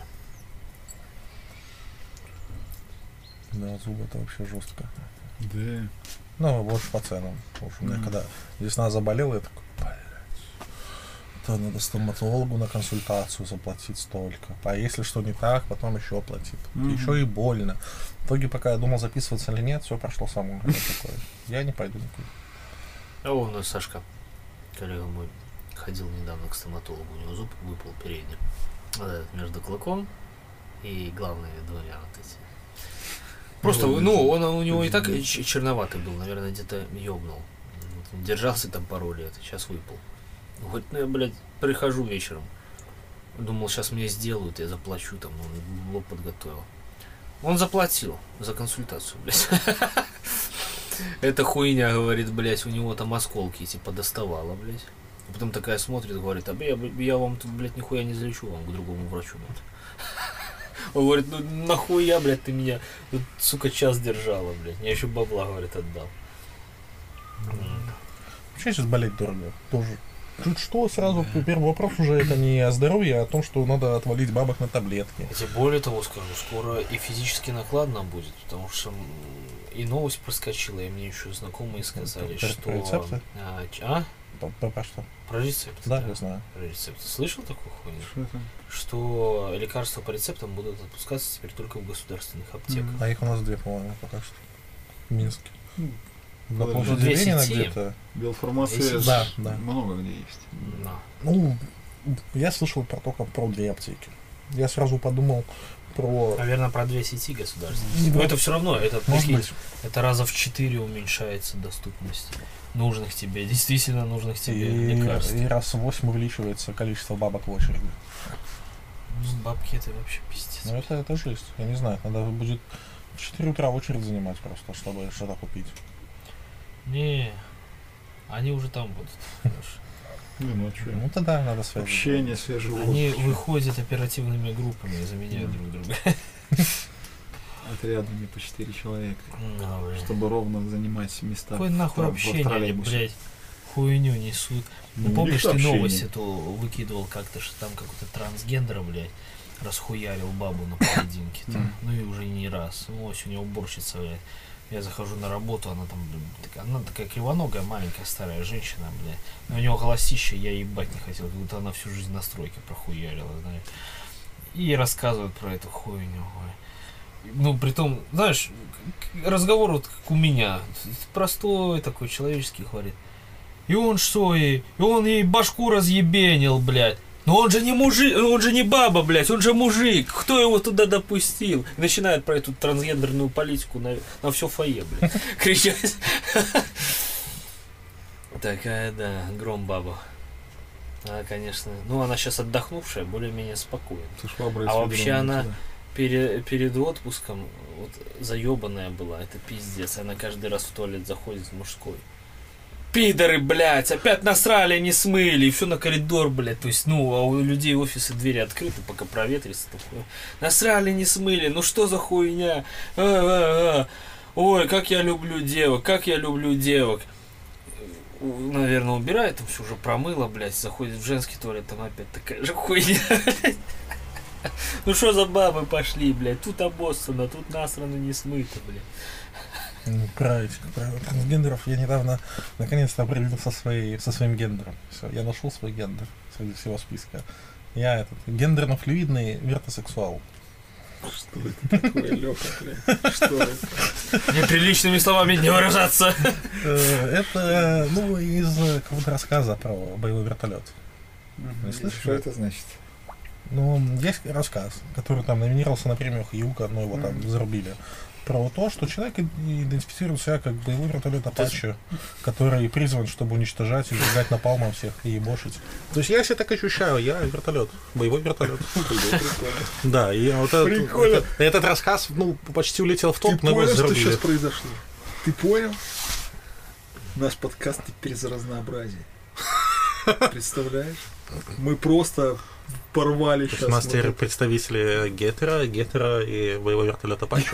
Да, зубы это вообще жестко. Да. Ну, больше по ценам. Потому что у меня Мгм. когда весна заболела, я такой, блядь, то надо стоматологу на консультацию заплатить столько. А если что не так, потом еще платит. Мгм. Еще и больно. В итоге, пока я думал, записываться или нет, все прошло само. Я такой, я не пойду никуда. А вон у нас Сашка, коллега мой, ходил недавно к стоматологу. У него зуб выпал передний. Вот этот между клыком и главные двумя вот эти. Просто, Главные ну, зубы. он у него и так Мгм. ч- черноватый был, наверное, где-то ёбнул. Вот он держался там пару лет, сейчас выпал. Хоть, ну, я, блядь, прихожу вечером. Думал, сейчас мне сделают, я заплачу там, он лоб подготовил. Он заплатил за консультацию, блядь. Эта хуйня, говорит, блядь, у него там осколки, типа, доставала, блядь. А потом такая смотрит, говорит, а я, я вам тут, блядь, нихуя не залечу, вам к другому врачу надо. Он говорит, ну нахуя, блядь, ты меня тут, сука, час держала, блядь. Я еще бабла, говорит, отдал. Вообще сейчас болеть дорого. Тоже. Чуть что, сразу первый вопрос уже это не о здоровье, а о том, что надо отвалить бабок на таблетки. Я тебе более того скажу, скоро и физически накладно будет, потому что м, и новость проскочила, и мне еще знакомые сказали, Про- что... про рецепты? А, ч- а? По- по- по что? Про рецепт? Да, я знаю. Про рецепт. Слышал такую хуйню? Что это? Что лекарства по рецептам будут отпускаться теперь только в государственных аптеках. Мгм. А их у нас две, по-моему, пока что. В Минске. М, На подожди. площади Две Ленина сети. где-то. Белфармация Да, да. много где есть. Да. Ну, я слышал про только про две аптеки. Я сразу подумал про... Наверное, про две сети государственных. Не Но знаю. это все равно, это, Может прикинь, быть. это раза в четыре уменьшается доступность нужных тебе, действительно нужных тебе И, лекарств. и раз в восемь увеличивается количество бабок в очереди. Ну, бабки это вообще пиздец. Ну, это, это жесть. Я не знаю, надо будет в четыре утра очередь занимать просто, чтобы что-то купить. Не, они уже там будут. Лёш. Ну, ну а что? Ну, тогда надо связь. Общение, свежий воздух. Они выходят оперативными группами и заменяют друг друга. Отрядами по четыре человека. Ну, блин. Чтобы ровно занимать места. Какое в нахуй трол- в общение, они, троллейбусе. блядь, хуйню несут. Ну, Ну, помнишь, у них ты общение. новость эту выкидывал как-то, что там какой-то трансгендер, блядь, расхуярил бабу на поединке. там. Мгм. Ну и уже не раз. Ну, сегодня уборщица, блядь. Я захожу на работу, она там, блин, такая, она такая кривоногая, маленькая, старая женщина, блядь. Но у нее голосище, я ебать не хотел, как будто она всю жизнь на стройке прохуярила, знаешь. И рассказывают про эту хуйню. ой. Ну, притом, знаешь, к- разговор вот как у меня. Простой такой, человеческий, говорит. И он что, и, и он ей башку разъебенил, блядь. Но он же не мужик, он же не баба, блядь, он же мужик. Кто его туда допустил? И начинает про эту трансгендерную политику на, на все фойе, блядь, кричать. Такая, да, гром баба. Она, конечно, ну она сейчас отдохнувшая, более-менее спокойна. Со шваброй А с вообще ведром она- туда. Пере- перед отпуском вот заебанная была, это пиздец. Она каждый раз в туалет заходит в мужской. Пидоры, блядь, опять насрали, не смыли, и все на коридор, блядь. То есть, ну, а у людей офисы двери открыты, пока проветрится. Такое. Насрали, не смыли, ну что за хуйня? А-а-а. Ой, как я люблю девок, как я люблю девок. У- Наверное, убирает, там все уже промыло, блядь, заходит в женский туалет, там опять такая же хуйня, блядь. Ну что за бабы пошли, блядь, тут обоссано, тут насрано, не смыто, блядь. Ну, про этих, про трансгендеров я недавно наконец-то определился со, своей, со своим гендером. Все, я нашел свой гендер среди всего списка. Я этот гендерно-флюидный вертосексуал. Что это такое, Лёха, блядь? Что это? Неприличными словами не выражаться. Э, Это, ну, из какого-то рассказа про боевой вертолет. Не слышишь? Что это значит? Ну, есть рассказ, который там номинировался на премию Хьюга, но его там зарубили. Про то, что человек идентифицирует себя как боевой вертолет Апачи, который призван, чтобы уничтожать и сжигать напалмом всех и ебошить. То есть я себя так ощущаю, я вертолет, боевой вертолет. Да, и вот этот рассказ, ну, почти улетел в топ, но его зарубили. Ты понял, что сейчас произошло? Ты понял? Наш подкаст теперь за разнообразие. Представляешь? Мы просто порвали сейчас. У нас теперь представители гетера, гетера и боевой вертолет Апачи.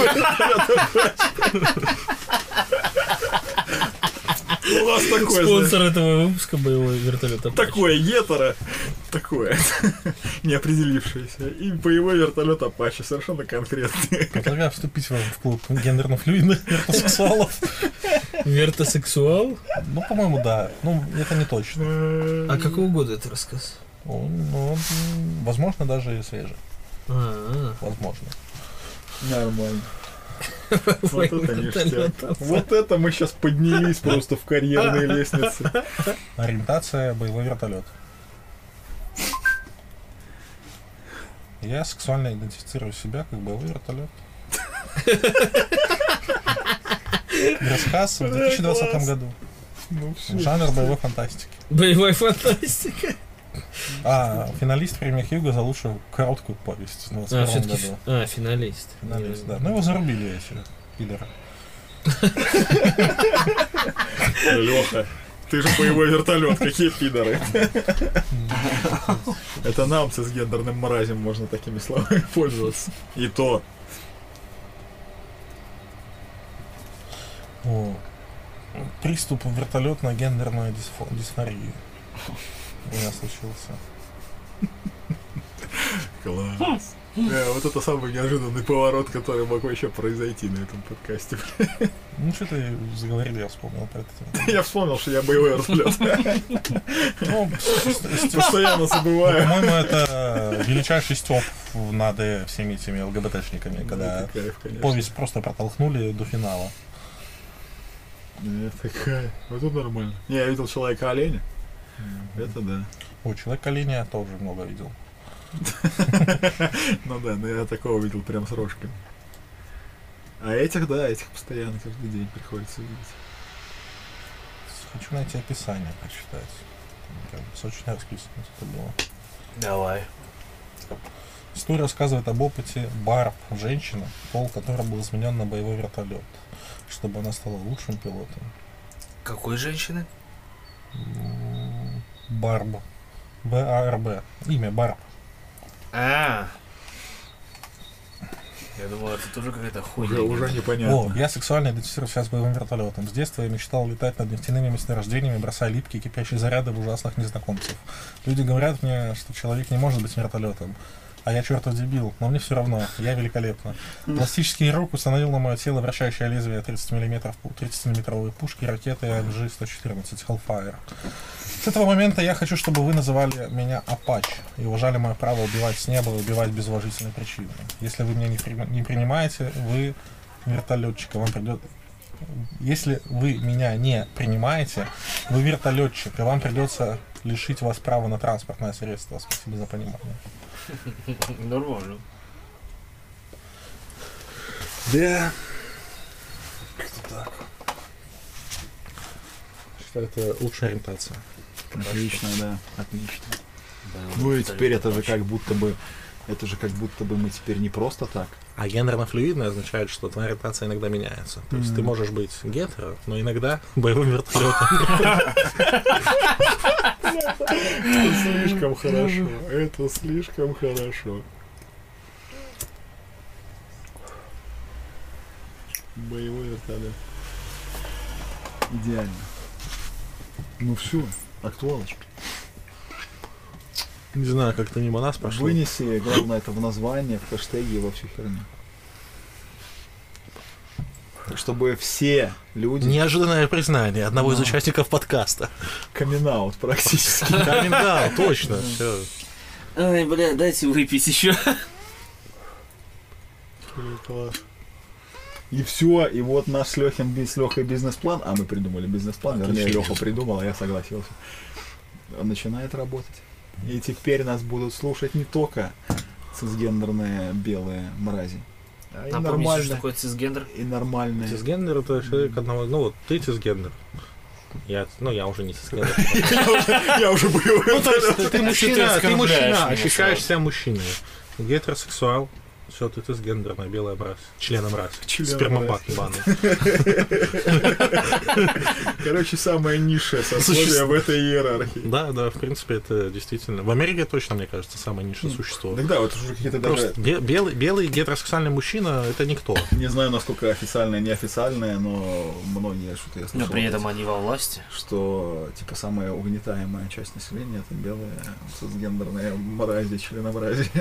У нас такое, спонсор этого выпуска боевой вертолет Апачи. Такое гетера, такое неопределившееся. И боевой вертолет Апачи, совершенно конкретный. Предлагаю вступить в клуб гендерно-флюидных вертосексуалов. Вертосексуал? Ну, по-моему, да. Ну, это не точно. А какого года это рассказ? Ну, возможно, даже и свежий. А-а-а. Возможно. Нормально. Вот это ништяк. Вот это мы сейчас поднялись просто в карьерной лестнице. Ориентация боевой вертолет. Я сексуально идентифицирую себя как боевой вертолет. Рассказ в две тысячи двадцатом году. Ну, жанр боевой фантастики. Боевой фантастика. А, финалист премии Хьюга за лучшую короткую повесть в двадцать первом году. Фи... А, финалист. Финалист, да. Ну его зарубили эти пидоры. Леха, ты же боевой вертолет, какие пидоры. Это нам с гендерным мразем можно такими словами пользоваться. И то. О, приступ вертолетной гендерной дисфо- дисфории у меня случился. Класс. Э, вот это самый неожиданный поворот, который мог вообще произойти на этом подкасте. Ну, что ты заговорил, я вспомнил про это. Я вспомнил, что я боевой вертолет. Ну, постоянно забываю. По-моему, это величайший стёб над всеми этими ЛГБТшниками, когда повесть просто протолкнули до финала. Нет, такая. Вот тут нормально. Не, я видел Человека-оленя. Это да. Ой, Человек-олень я тоже много видел. Ну да, но я такого видел прям с рожками. А этих, да, этих постоянно каждый день приходится видеть. Хочу найти описание, почитать. Там прям сочно расписано это было. Давай. История рассказывает об опыте Барб, женщина, пол которой был изменен на боевой вертолет, чтобы она стала лучшим пилотом. Какой женщины? Барб. Б-А-Р-Б. Имя Барб. А. Я думал, это тоже какая-то хуйня. Уже, уже непонятно. О, я сексуально идентифицирую себя с боевым вертолетом. С детства я мечтал летать над нефтяными месторождениями, бросая липкие кипящие заряды в ужасных незнакомцев. Люди говорят мне, что человек не может быть вертолетом. А я чертов дебил, но мне все равно, я великолепно. Пластический рук установил на мое тело вращающее лезвие тридцатимиллиметровой пушки ракеты эм джи сто четырнадцать Hellfire. С этого момента я хочу, чтобы вы называли меня Апач и уважали мое право убивать с неба и убивать без уважительной причины. Если вы меня не, при... не принимаете, вы вертолетчик, вам придет... Если вы меня не принимаете, вы вертолетчик, и вам придется лишить вас права на транспортное средство. Спасибо за понимание. Нормально. Да. Как-то так. Считаю, это лучшая ориентация. Отлично, да. Отлично. Ну и теперь это же как будто бы это же как будто бы мы теперь не просто так. А гендерно-флюидное означает, что твоя ориентация иногда меняется. То есть mm-hmm. ты можешь быть гетеро, но иногда боевым вертолетом. Это слишком хорошо. Это слишком хорошо. Боевой вертолет. Идеально. Ну все, актуалочка. Не знаю, как-то мимо нас прошло. Вынеси, главное, это в название, в хэштеге и во всю херню. Чтобы все люди... Неожиданное признание одного из участников подкаста. Камин-аут практически. Камин-аут, точно. Все. Ой, бля, дайте выпить еще. И все, и вот наш с Лехин, с Лехой бизнес-план, а мы придумали бизнес-план, вернее, Леха придумал, а я согласился, начинает работать. И теперь нас будут слушать не только цисгендерные белые мрази, а и Напомните, что нормальные, такое цисгендер? и нормальные. Цисгендер это человек одного, ну вот ты цисгендер. Я, ну я уже не цисгендер. Я уже был. Ну то есть ты- ты мужчина, ты оскорбляешь мужчина, меня ощущаешь сразу. себя мужчиной. Гетеросексуал. Все, ты цисгендерная белая мразь. Члена мразь. Члена Спермобак ебаный. Короче, самое низшее сословие в этой иерархии. Да, да, в принципе, это действительно. В Америке точно, мне кажется, самое низшее существо. Тогда вот уже какие-то даже... Просто бе- белый, белый гетеросексуальный мужчина это никто. Не знаю, насколько официальное, неофициальное, но многие что-то я Но слышал. при этом они во власти. Что, типа, самая угнетаемая часть населения — это белые цисгендерные мрази, членомрази.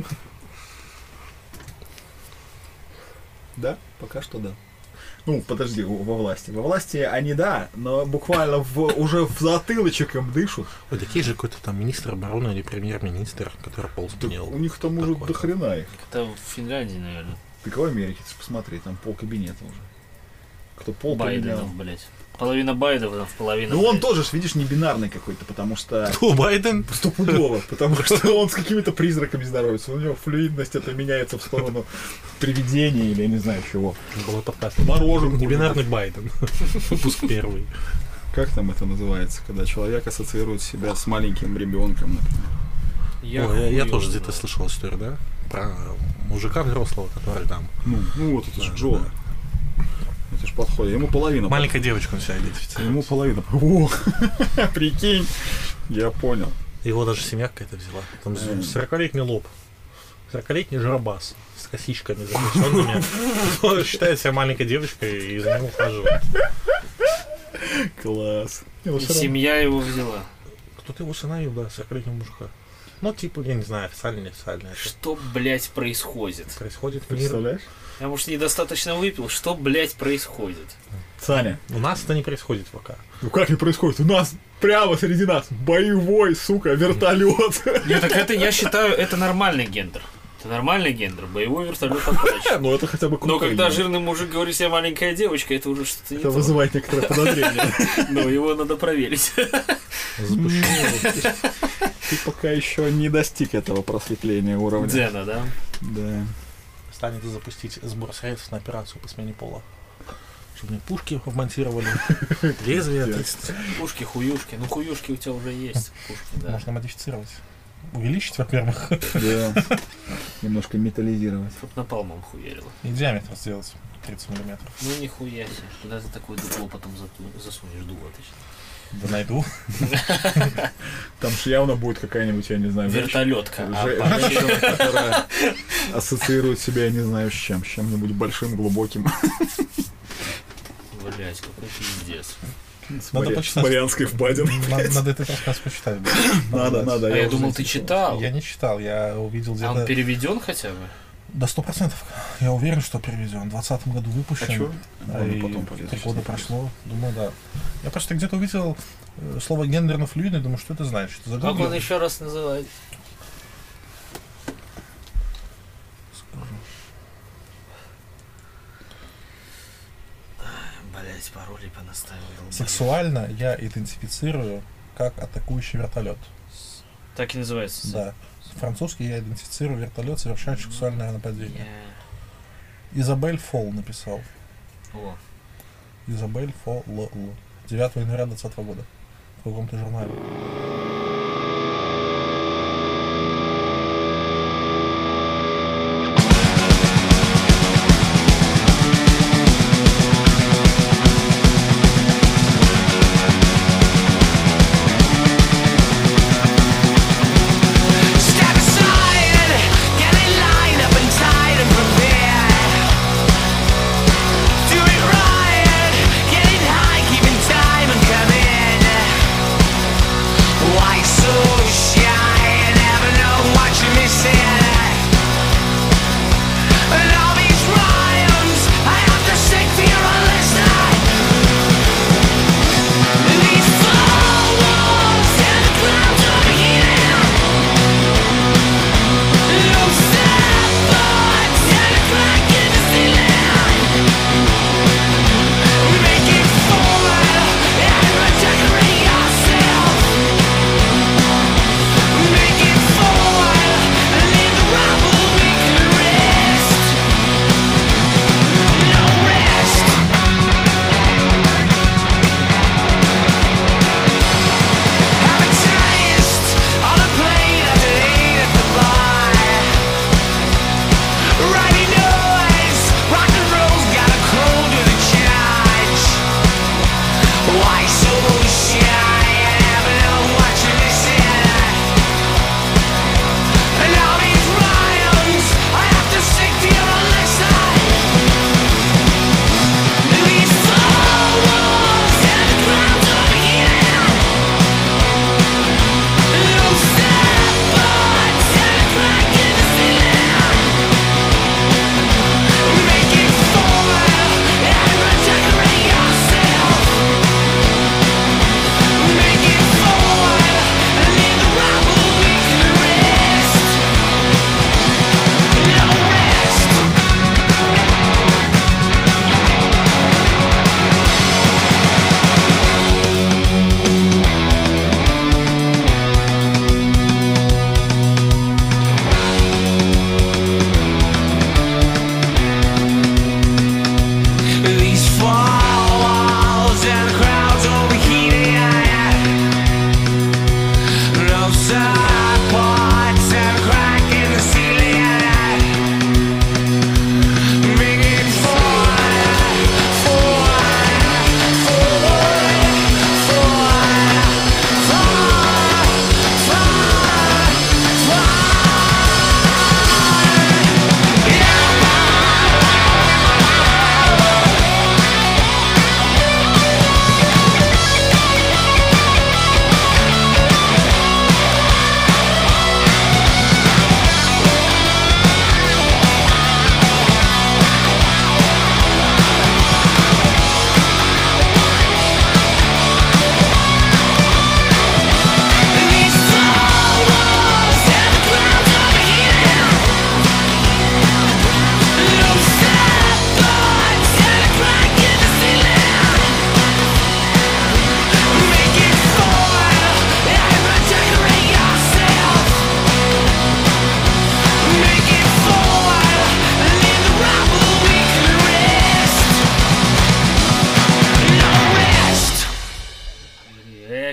Да, пока что да. Ну, подожди, у- во власти. Во власти они да, но буквально в, уже в затылочек им дышат. Ой, такие же какой-то там министр обороны или премьер-министр, который пол сменил. У них там уже Такое. до хрена их. Это в Финляндии, наверное. Ты в Америке, ты посмотри, там пол кабинета уже. Кто пол Байденов, поменял. блядь. Половина Байденов, половина... Ну он блядь. тоже, видишь, не бинарный какой-то, потому что... Кто, Байден? Стопудово, потому что он с какими-то призраками здоровается. У него флюидность это меняется в сторону привидения или я не знаю чего. Был подкаст. Мороженку. Небинарный Байден. Выпуск первый. Как там это называется, когда человек ассоциирует себя с маленьким ребенком, например? Я, Ой, я, я хуй тоже его где-то знаю. слышал историю, да? Про мужика взрослого, который там. Ну, ну вот это же Да, Джо. да. Это же подходит. Ему половина. Маленькая девочка он себя идентифицирует. Ему половина. О, прикинь. Я понял. Его даже семья какая-то взяла. Там Эм. сорокалетний лоб. сорокалетний жиробас с косичками заключенными. Он считает себя маленькой девочкой и за него ухаживает. Класс. И семья его взяла. Кто-то его усыновил, да, сорокалетнего мужика. Ну, типа, я не знаю, официально, неофициально. Это Что, блядь, происходит? происходит в мире. Представляешь? Я, может, недостаточно выпил? Что, блядь, происходит? Саня, У нас это не происходит пока. ну как не происходит? У нас прямо среди нас боевой, сука, вертолет. Нет, так это, я считаю, это нормальный гендер. Это нормальный гендер. Боевой вертолет подачи. Ну это хотя бы Но круто. когда жирный мужик говорит себе маленькая девочка, это уже что-то не Это то. вызывает некоторое подозрение. Но его надо проверить. Запущено. Ты пока еще не достиг этого просветления уровня. Дзена, да? Да. Станет запустить сбор средств на операцию по смене пола. Чтобы мне пушки вмонтировали, лезвия. то есть Пушки, хуюшки. Ну, хуюшки у тебя уже есть. Пушки, да. Можно модифицировать. Увеличить, во-первых, Да. Немножко металлизировать. Чтоб напалмом хуярило. и диаметр сделать тридцать миллиметров. Ну, нихуя себе. Куда ты такое дупло потом зату- засунешь, дуло, точно. Да найду. Там же явно будет какая-нибудь, я не знаю, Вертолетка. А, Же- по- женщина, которая ассоциирует себя, я не знаю, с чем, с чем-нибудь большим, глубоким. Блять, какой пиздец. С, Надо Мари- почитать. с Марианской впадиной. Надо, надо этот рассказ почитать. будет. Надо, надо. А я уже думал, ты заинтересован. читал. Я не читал, я увидел А он где-то... переведен хотя бы? До сто процентов. Я уверен, что переведен. В двадцатом году выпущен. А чё? А Ладно, и потом полезу три года читать. прошло. Думаю, да. Я просто где-то увидел э, слово гендерно-флюидный, думаю, что это значит. Как он Загуглил. еще раз называет? Блять, пароли понаставил. Сексуально я идентифицирую как атакующий вертолет. Так и называется. Да. Французский я идентифицирую вертолет, совершающий сексуальное нападение. Я- Изабель Фол написал. О, Изабель Фол. девятого января двадцатого года. В каком-то журнале. Step aside, get in line up and tied and prepared. Do it right, get it high, keeping time and come in.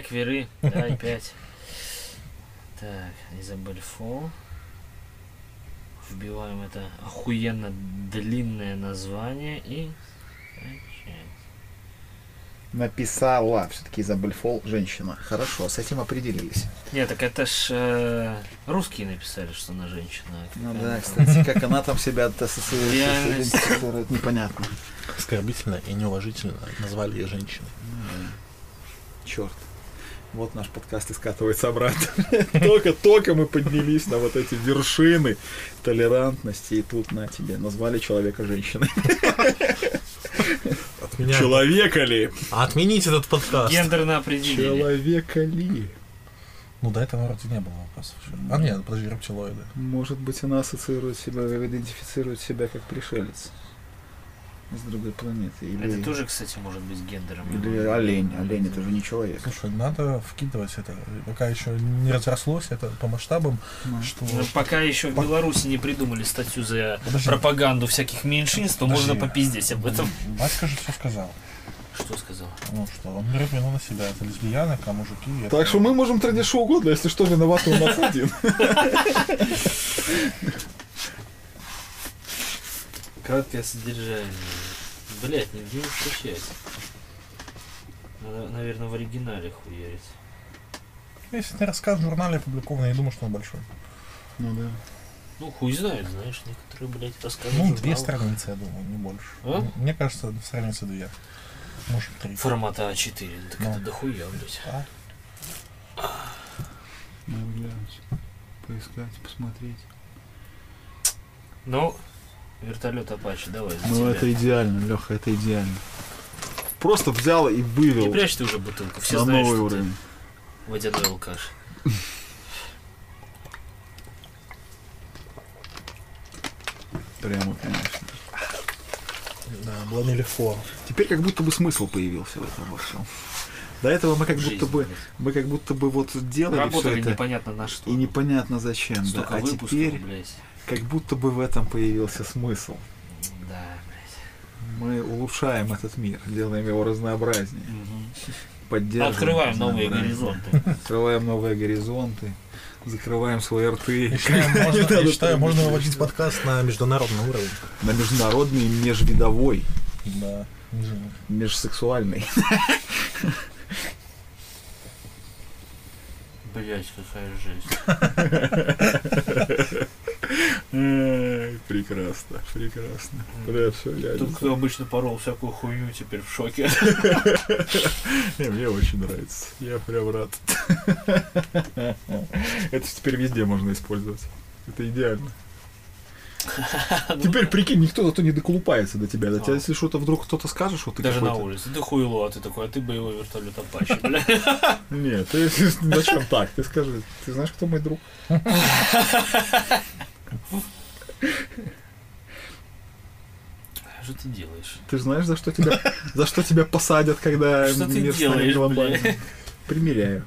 Кверы, дай пять. Так, Изабель Фол. Вбиваем это охуенно длинное название и... Написала. Все-таки Изабель Фол женщина. Хорошо, с этим определились. Нет, так это ж э, русские написали, что она женщина. Ну Какая да, она кстати, как она там себя ассоциирует, Реальность. идентифицирует, непонятно. Оскорбительно и неуважительно назвали ее женщиной. Черт. Вот наш подкаст и скатывается обратно. Только-только мы поднялись на вот эти вершины толерантности, и тут на тебе назвали человека женщиной. От меня... Человека ли? Отмените этот подкаст. Гендерное определение. Человека ли? Ну, до этого вроде не было вопросов. А нет, подожди, рептилоиды. Может быть, она ассоциирует себя, идентифицирует себя как пришелец с другой планеты. Или, Это тоже, кстати, может быть гендером. или олень. Олень это же не человек. Слушай, надо вкидывать это. Пока еще не разрослось это по масштабам, Ну. что... Ну, пока еще в По- Беларуси не придумали статью за Подожди. пропаганду всяких меньшинств, то Подожди. можно попиздить об этом. Батька же все сказал. Что сказал? Ну что, он берет вину на себя. Это лесбиянок, а мужики... это- Так что мы можем тратить что угодно, если что, виноваты у нас один. Краткое содержание. Блять, нигде не встречается. Надо, наверное, в оригинале хуярить. Если ты рассказ в журнале опубликован, я думаю, что он большой. Ну да. Ну, хуй знает, знаешь, некоторые, блядь, рассказы. Ну, в две журналах. страницы, я думаю, не больше. А? Мне кажется, страницы две. Может, три. Формата А четыре, так Ну. это дохуя, блядь. А? Надо глянуть, поискать, посмотреть. Ну, вертолет Апачи, давай за Ну тебя. это идеально, Леха, это идеально. Просто взял и Не вывел прячь ты уже бутылку, все на знают, новый что уровень. ты водяной алкаш. Прямо, конечно. Да, было нелегко. Теперь как будто бы смысл появился в этом во всем. До этого мы как Жизнь, будто бы блядь. мы как будто бы вот делали все Работали это непонятно на что. и непонятно зачем, да. Столько А выпусков, теперь блядь. как будто бы в этом появился смысл. Да, блядь. Мы улучшаем этот мир, делаем его разнообразнее, поддерживаем Открываем новые разнообразие. горизонты. Открываем новые горизонты, закрываем свои рты. Я считаю, Не можно, надо я считаю, так можно делать. выводить подкаст на международный уровень. На международный, межвидовой, Да. Меж- межсексуальный. Блять, какая жесть. Ай, Прекрасно, прекрасно. Бля, всё, я Тут кто обычно порол всякую хуйню, теперь в шоке. Не, мне очень нравится. Я прям рад. Это теперь везде можно использовать. Это идеально. Теперь прикинь, никто зато не доколупается до тебя. До тебя, если что-то вдруг кто-то скажет, что ты Даже на какой-то... улице. Ты хуйло, а ты такой, а ты боевой вертолет Апачи, бля. Нет, ты зачем так? Ты скажи, ты знаешь, кто мой друг? Что ты делаешь? Ты же знаешь, за что тебя, за что тебя посадят, когда Что ты мир станет делаешь, глобальным? бля? Примеряю.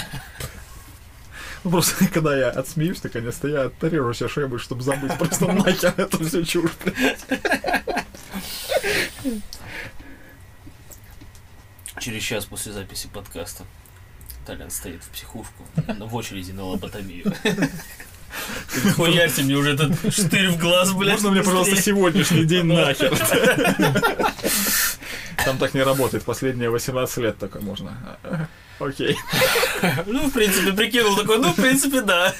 Ну просто, когда я отсмеюсь, наконец-то я оттарирую себе шею, чтобы забыть просто нахер эту всю чушь, блядь. Через час после записи подкаста Толян стоит в психушку в очереди на лоботомию. Хуярьте мне уже этот штырь в глаз, блядь. Можно мне, пожалуйста, быстрее? сегодняшний день нахер? Там так не работает. Последние восемнадцать лет только можно. Окей. Ну, в принципе, прикинул такой, ну, в принципе, да.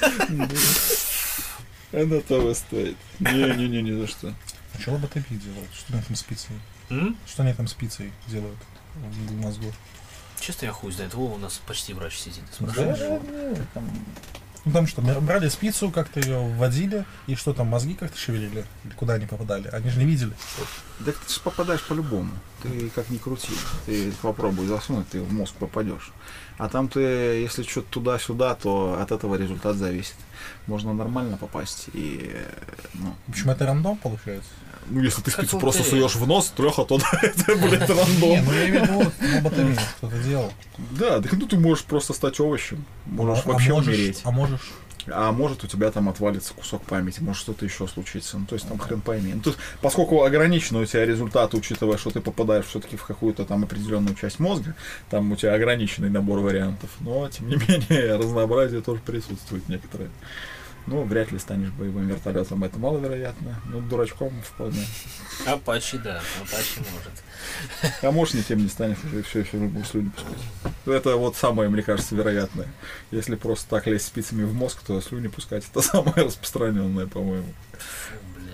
Оно того стоит. Не-не-не, ни за что. А что лоботомии делают? Что они там спицей? М? Что они там спицей делают в мозгу? Честно, я хуй знает. Вова у нас почти врач сидит. Да, там... Ну там что, брали спицу, как-то ее вводили, и что там, мозги как-то шевелили? Или куда они попадали? Они же не видели. Так ты же попадаешь по-любому. Ты как ни крути. Ты попробуй засунуть, ты в мозг попадешь. А там ты, если что-то туда-сюда, то от этого результат зависит. Можно нормально попасть и... Ну, В общем, это рандом получается? ну если ты Как спицу в просто лотерее. суешь в нос, трёха, то это, блядь, Не, рандом. ну я имею в виду вот лоботомию кто-то делал. Да, так ну ты можешь просто стать овощем. Можешь а, вообще можешь, умереть. а можешь А может у тебя там отвалится кусок памяти, может что-то еще случится. Ну, то есть там хрен пойми. Ну, то есть, поскольку ограничены у тебя результаты, учитывая, что ты попадаешь все-таки в какую-то там определенную часть мозга, там у тебя ограниченный набор вариантов. Но, тем не менее, разнообразие тоже присутствует некоторое. Ну, вряд ли станешь боевым вертолетом, это маловероятно. Ну, дурачком вполне. Апачи, да, Апачи может. А может, ни тем не станешь, уже все еще будешь слюни пускать. Это вот самое, мне кажется, вероятное. Если просто так лезть спицами в мозг, то слюни пускать это самое распространенное, по-моему. Фу,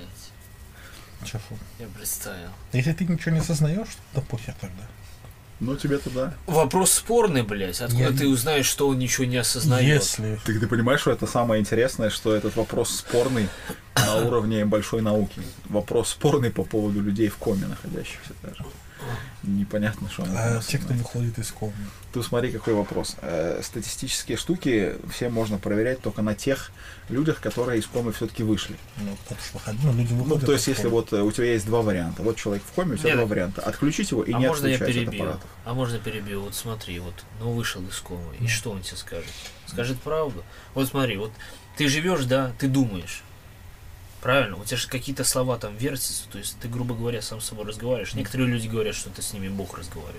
блядь. Чё, фу? Я представил. Если ты ничего не осознаешь, то похер тогда. Ну, тебе-то да. Вопрос спорный, блядь. Откуда Я- ты узнаешь, что он ничего не осознает? Если... Ты, ты понимаешь, что это самое интересное, что этот вопрос спорный на уровне большой науки. Вопрос спорный по поводу людей в коме находящихся даже. Непонятно, что он А там те, кто осознает. выходит из комы. Ты смотри, какой вопрос. Э, статистические штуки все можно проверять только на тех людях, которые из комы все-таки вышли. Ну, кто-то ж выходил, ну, люди Ну, выходят то есть, из если комы. вот э, у тебя есть два варианта. Вот человек в коме, у тебя Нет, два варианта. Отключить его и А не можно я отключать от перебью? аппаратов. А можно перебью? Вот смотри, вот, ну вышел из комы, и что он тебе скажет? Скажет правду? Вот смотри, вот ты живешь, да, ты думаешь. Правильно? У тебя же какие-то слова там вертятся, то есть ты, грубо говоря, сам с собой разговариваешь. Некоторые люди говорят, что ты с ними Бог разговаривает.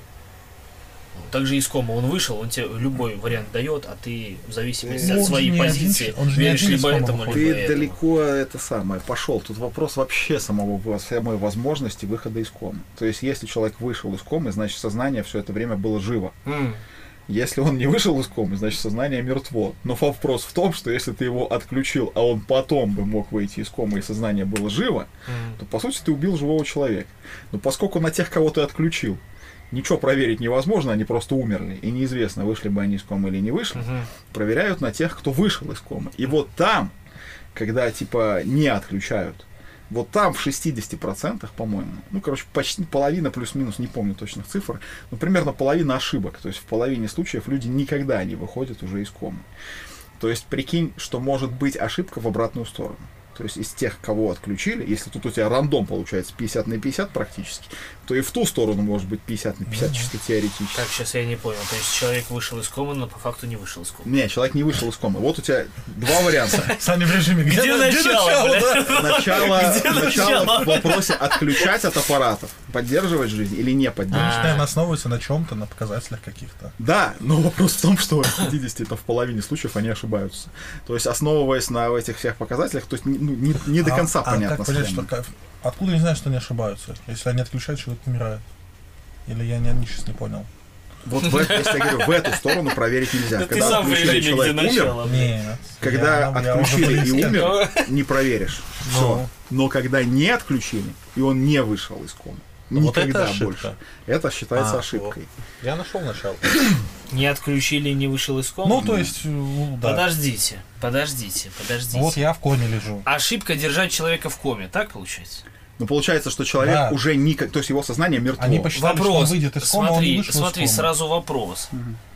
Также из комы он вышел, он тебе любой вариант дает, а ты в зависимости Ну, от он же своей не один позиции ч- он же не веришь один из либо комы этому, выходит. либо Ты этому. далеко это самое пошел. Тут вопрос вообще самого самой возможности выхода из комы. То есть, если человек вышел из комы, значит сознание все это время было живо. М, Если он не вышел из комы, значит сознание мертво. Но вопрос в том, что если ты его отключил, а он потом бы мог выйти из комы и сознание было живо, м. то по сути ты убил живого человека. Но поскольку на тех, кого ты отключил, ничего проверить невозможно, они просто умерли. И неизвестно, вышли бы они из комы или не вышли. Мгм. Проверяют на тех, кто вышел из комы. И вот там, когда типа не отключают, вот там в шестидесяти процентах, по-моему, ну, короче, почти половина плюс-минус, не помню точных цифр, но примерно половина ошибок. То есть в половине случаев люди никогда не выходят уже из комы. То есть прикинь, что может быть ошибка в обратную сторону. То есть из тех, кого отключили, если тут у тебя рандом получается пятьдесят на пятьдесят практически, то и в ту сторону может быть пятьдесят на пятьдесят чисто теоретически. Так, сейчас я не понял. То есть человек вышел из комы, но по факту не вышел из комы. Не, человек не вышел из комы. Вот у тебя два варианта. Саня в режиме. Где начало, блядь? Начало, Где начало начало? в вопросе отключать от аппаратов, поддерживать жизнь или не поддерживать. А. Наверное, основывается на чем-то, на показателях каких-то. Да, но вопрос в том, что в пятидесяти, это в половине случаев они ошибаются. То есть, основываясь на этих всех показателях, то есть ну, не, не до конца а, понятно. А как понять, схема. что... как- Откуда они знают, что они ошибаются? Если они отключают, человек умирает. Или я не, сейчас не понял. Вот в, это- если я говорю, в эту сторону проверить нельзя. Да ты Когда сам в отключили, режиме, где человек умер, начало. блядь. Нет. когда я- я уже отключили и близко. умер, не проверишь. Все. Ну. Но когда не отключили, и он не вышел из комы, Вот это никогда ошибка. больше. Это считается А, ошибкой. Я нашел начало. Не отключили и не вышел из комы? Ну, то есть, ну, да. Подождите, подождите, подождите. Вот я в коме лежу. Ошибка держать человека в коме, так получается? Но получается, что человек Да. уже никак, то есть его сознание мертво. Они посчитали, что он Вопрос. выйдет из комы, а он Смотри, не вышел смотри, из комы. сразу вопрос.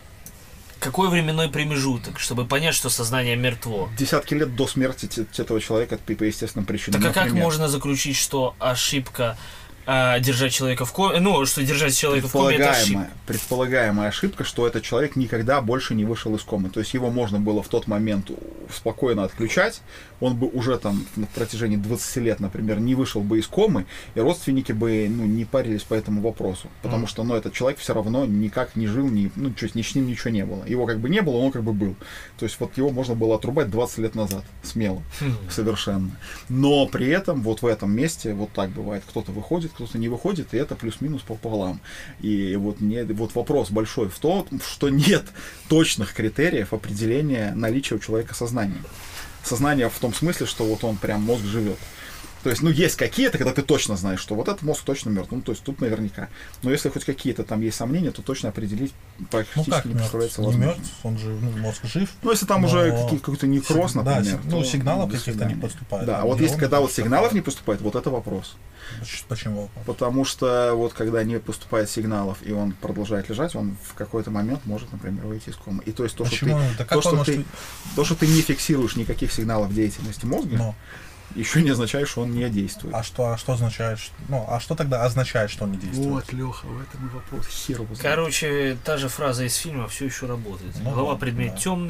Какой временной промежуток, чтобы понять, что сознание мертво? Десятки лет до смерти те- этого человека по по естественным причинам. Так а как например. можно заключить, что ошибка а, держать человека в коме, ну, что держать человека в коме это ошибка? предполагаемая, предполагаемая ошибка, что этот человек никогда больше не вышел из комы. То есть его можно было в тот момент спокойно отключать, он бы уже там на протяжении двадцати лет, например, не вышел бы из комы, и родственники бы ну, не парились по этому вопросу. Потому что ну, этот человек все равно никак не жил, ни, ну, чуть, ни с ним ничего не было. Его как бы не было, он как бы был. То есть вот его можно было отрубать двадцать лет назад. Смело. Совершенно. Но при этом вот в этом месте вот так бывает. Кто-то выходит, кто-то не выходит, и это плюс-минус пополам. И вот, не, вот вопрос большой в том, что нет точных критериев определения наличия у человека сознания. Сознание в том смысле, что вот он прям мозг живет. То есть, ну, есть какие-то, когда ты точно знаешь, что вот этот мозг точно мертв. Ну, то есть, тут наверняка. Но если хоть какие-то там есть сомнения, то точно определить Ну практически как не мертв? представляется Не возможным. мертв, он же, ну, мозг жив. Ну, если там но уже какие- какой-то некроз, сиг- например. да, сиг- ну, то, сигналов до каких-то не свидания. поступает. Да, а Там вот если неон, когда вот что-то сигналов такое. не поступает, вот это вопрос. Почему? Потому что вот когда не поступает сигналов, и он продолжает лежать, он в какой-то момент может, например, выйти из комы. И то есть то, Почему? что Да ты, как то, он что может ты, вы- то, что ты не фиксируешь никаких сигналов деятельности мозга, Ну, еще не означает, что он не действует. а что, а что означает? что- Ну, а что тогда означает, что он не действует? Леха, в этом и вопрос. Хер его знает. Короче, та же фраза из фильма все еще работает. Ну Голова да, предмет да. темный,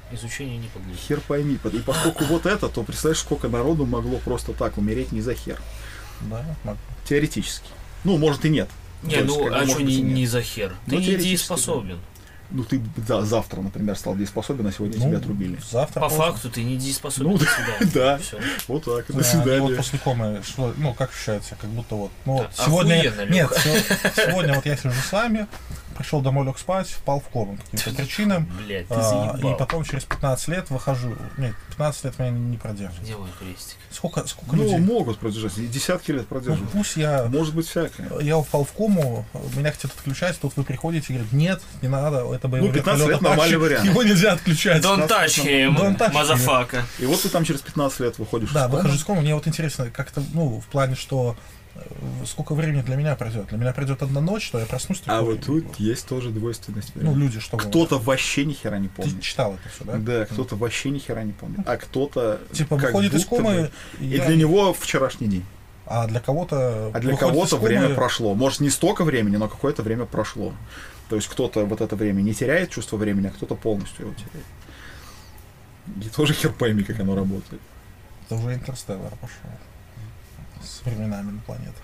изучению не подлежит. Хер пойми. И поскольку вот это, то представляешь, сколько народу могло просто так умереть не за хер. Да, могу. Теоретически. Ну, может и нет. Не, То есть, ну как бы, а может что быть, не, и нет. не за хер? Ты Ну, не теоретически, дееспособен. Ну, ты да, завтра, например, стал дееспособен, а сегодня Ну, тебя отрубили. Завтра По поздно. факту ты не дееспособен. Ну, до свидания. да. Всё. Вот так, А, до ну, свидания. вот после комы, что, ну, как ощущается, как будто вот, ну, вот А- сегодня, охуенно, нет, Лёха. се- сегодня вот я сижу с вами, пришел домой, лег спать, впал в кому по каким-то причинам, Блядь, ты а, заебал. и потом через пятнадцать лет выхожу, нет, пятнадцать лет меня не продержит. Где мой крестик? Сколько, сколько Ну, людей? могут продержать, и десятки лет Ну, продержат. пусть я, Может быть всякое. я упал в кому, меня хотят отключать, тут вы приходите и говорите, нет, не надо, это боевой Ну, пятнадцать вертолет, лет нормальный Апачи, вариант. его нельзя отключать. Don't touch him, Don't touch him. мазафака. И вот ты там через пятнадцать лет выходишь Да, из комы. выхожу из комы, мне вот интересно, как-то, ну, в плане, что э, сколько времени для меня пройдет. Для меня пройдет одна ночь, что я проснусь. А такой, вот тут есть тоже двойственность. ну, люди, что Кто-то вообще ни хера не Ты помнит. читал это все, да? Да, кто-то вообще ни хера не помнит. А кто-то Типа как выходит из будто комы, бы- и, И я- для него вчерашний день. а для кого-то... А для выходит из кого-то комы, время прошло. Может, не столько времени, но какое-то время прошло. То есть кто-то вот это время не теряет чувство времени, а кто-то полностью его теряет. И тоже хер пойми, как оно работает. Это уже Интерстеллар пошел. С временами на планетах.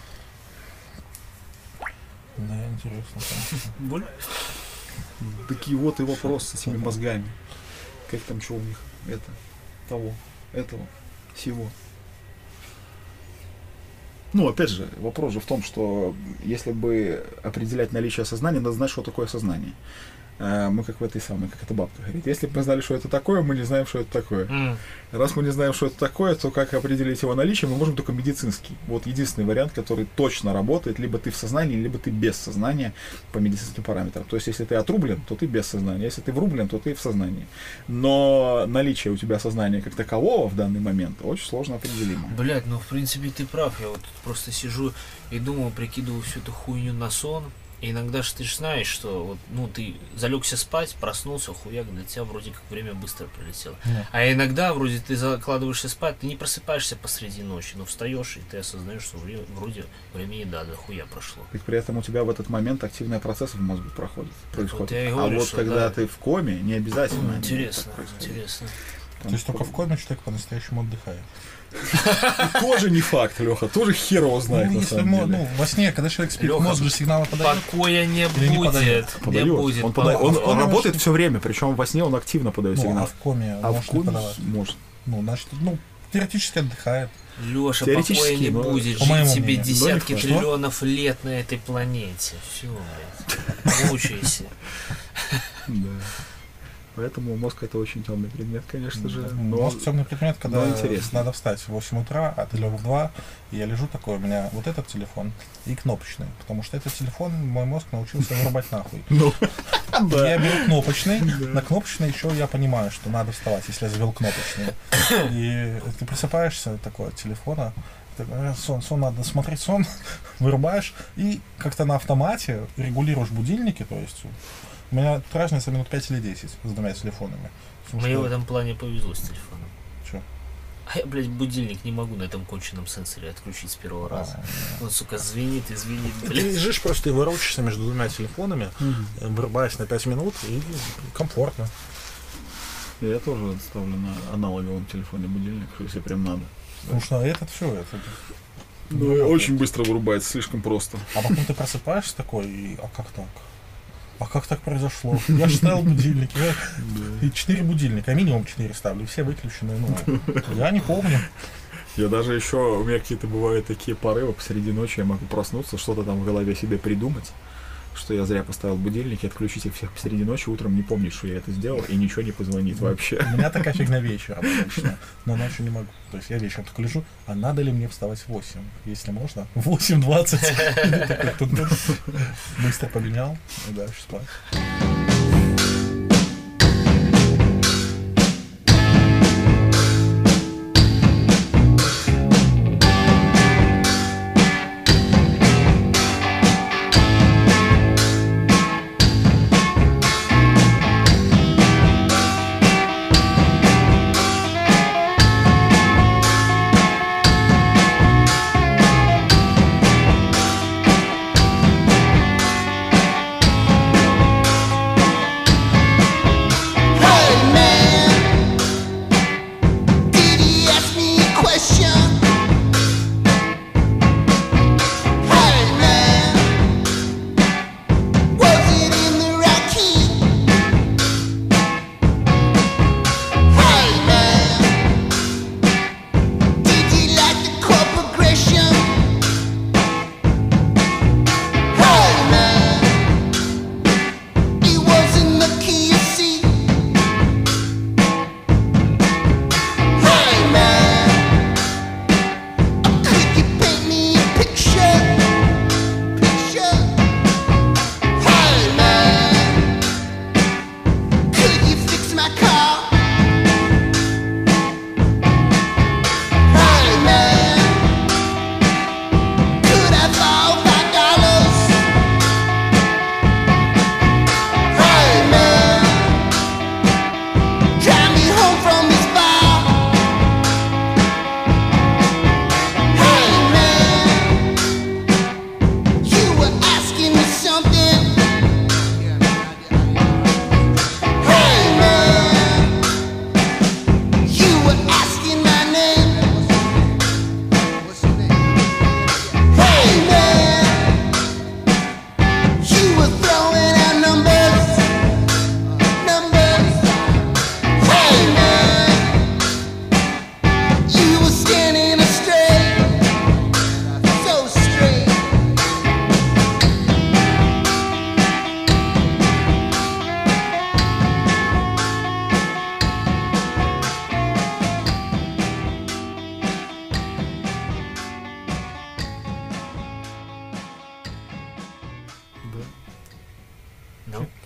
Да, интересно. конечно. Боль? Такие вот и вопросы с этими мозгами. Как там, что у них? Это, того, этого, всего. Ну, опять же, вопрос же в том, что если бы определять наличие сознания, надо знать, что такое сознание. А мы как в этой самой, как эта бабка говорит. Если бы мы знали, что это такое, мы не знаем, что это такое. М. Раз мы не знаем, что это такое, то как определить его наличие, мы можем только медицинский. Вот единственный вариант, который точно работает, либо ты в сознании, либо ты без сознания по медицинским параметрам. То есть, если ты отрублен, то ты без сознания. Если ты врублен, то ты в сознании. Но наличие у тебя сознания как такового в данный момент очень сложно определимо. Блять, ну в принципе ты прав. Я вот тут просто сижу и думаю, прикидываю всю эту хуйню на сон. И иногда же ты же знаешь, что вот, ну ты залегся спать, проснулся, хуяк, для тебя вроде как время быстро пролетело. Да. А иногда вроде ты закладываешься спать, ты не просыпаешься посреди ночи, но встаешь и ты осознаешь, что время, вроде времени да, да хуя прошло. И при этом у тебя в этот момент активные процессы в мозгу проходят, происходят. я и а говорю, вот что когда да. ты в коме, не обязательно. они Интересно, так происходят. интересно. Там То есть только в по- коме человек по-настоящему отдыхает. Тоже не факт, Леха, тоже хер его знает, Ну, на если самом мо- деле. ну, во сне, когда человек спит, Лёха, мозг же сигналы подает. Покоя не Или не будет. подает? Не Подает. будет. Он, пода- А он- в он коме работает может- все время, причем во сне он активно подает Ну, сигнал. а в коме А в может не коме подавать. может. Ну, значит, ну, теоретически отдыхает. Леша, Теоретически, покоя не но- будет. по моему Жить тебе мнению. десятки Но не факт. триллионов лет на этой планете. Все, блядь. Мучайся. Да. Поэтому мозг это очень темный предмет, конечно же. Но Мозг темный предмет, когда но интересно. надо встать в восемь утра, а ты лег в два, и я лежу такой, у меня вот этот телефон и кнопочный, потому что этот телефон мой мозг научился вырубать нахуй. Ну, Я беру кнопочный, на кнопочный еще я понимаю, что надо вставать, если я завел кнопочный. И ты просыпаешься такой от телефона, такой, «Э, сон, сон, надо смотреть сон, вырубаешь, и как-то на автомате регулируешь будильники, то есть у меня тут разница минут пять или десять с двумя телефонами. Потому Мне что- в этом плане повезло с телефоном. Чё? А я, блядь, будильник не могу на этом конченном сенсоре отключить с первого раза. А, Он, сука, звенит и звенит, Ты блядь. лежишь просто и ворочаешься между двумя телефонами, э, вырубаешь на пять минут, и комфортно. я тоже ставлю на аналоговом телефоне будильник, если прям надо. Потому что этот все, это. Ну, очень быстро вырубается, слишком просто. А потом ты просыпаешься такой, и а как так? А как так произошло? Я же ставил будильник. Я... И четыре будильника, минимум четыре ставлю, все выключены. Ну, я не помню. Я даже еще, у меня какие-то бывают такие порывы, посреди ночи я могу проснуться, что-то там в голове себе придумать, что я зря поставил будильник и отключить их всех посреди ночи, утром не помнить, что я это сделал, и ничего не позвонит вообще. У меня такая фигня вечером обычно, но ночью не могу. То есть я вечером только лежу, а надо ли мне вставать в восемь? Если можно, в восемь двадцать. Быстро поменял и дальше спать.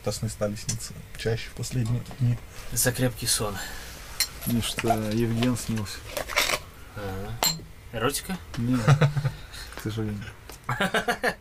сны стали сниться чаще в последние дни. За крепкий сон. Мне что Евген снился. Ага. Эротика? Нет, к сожалению.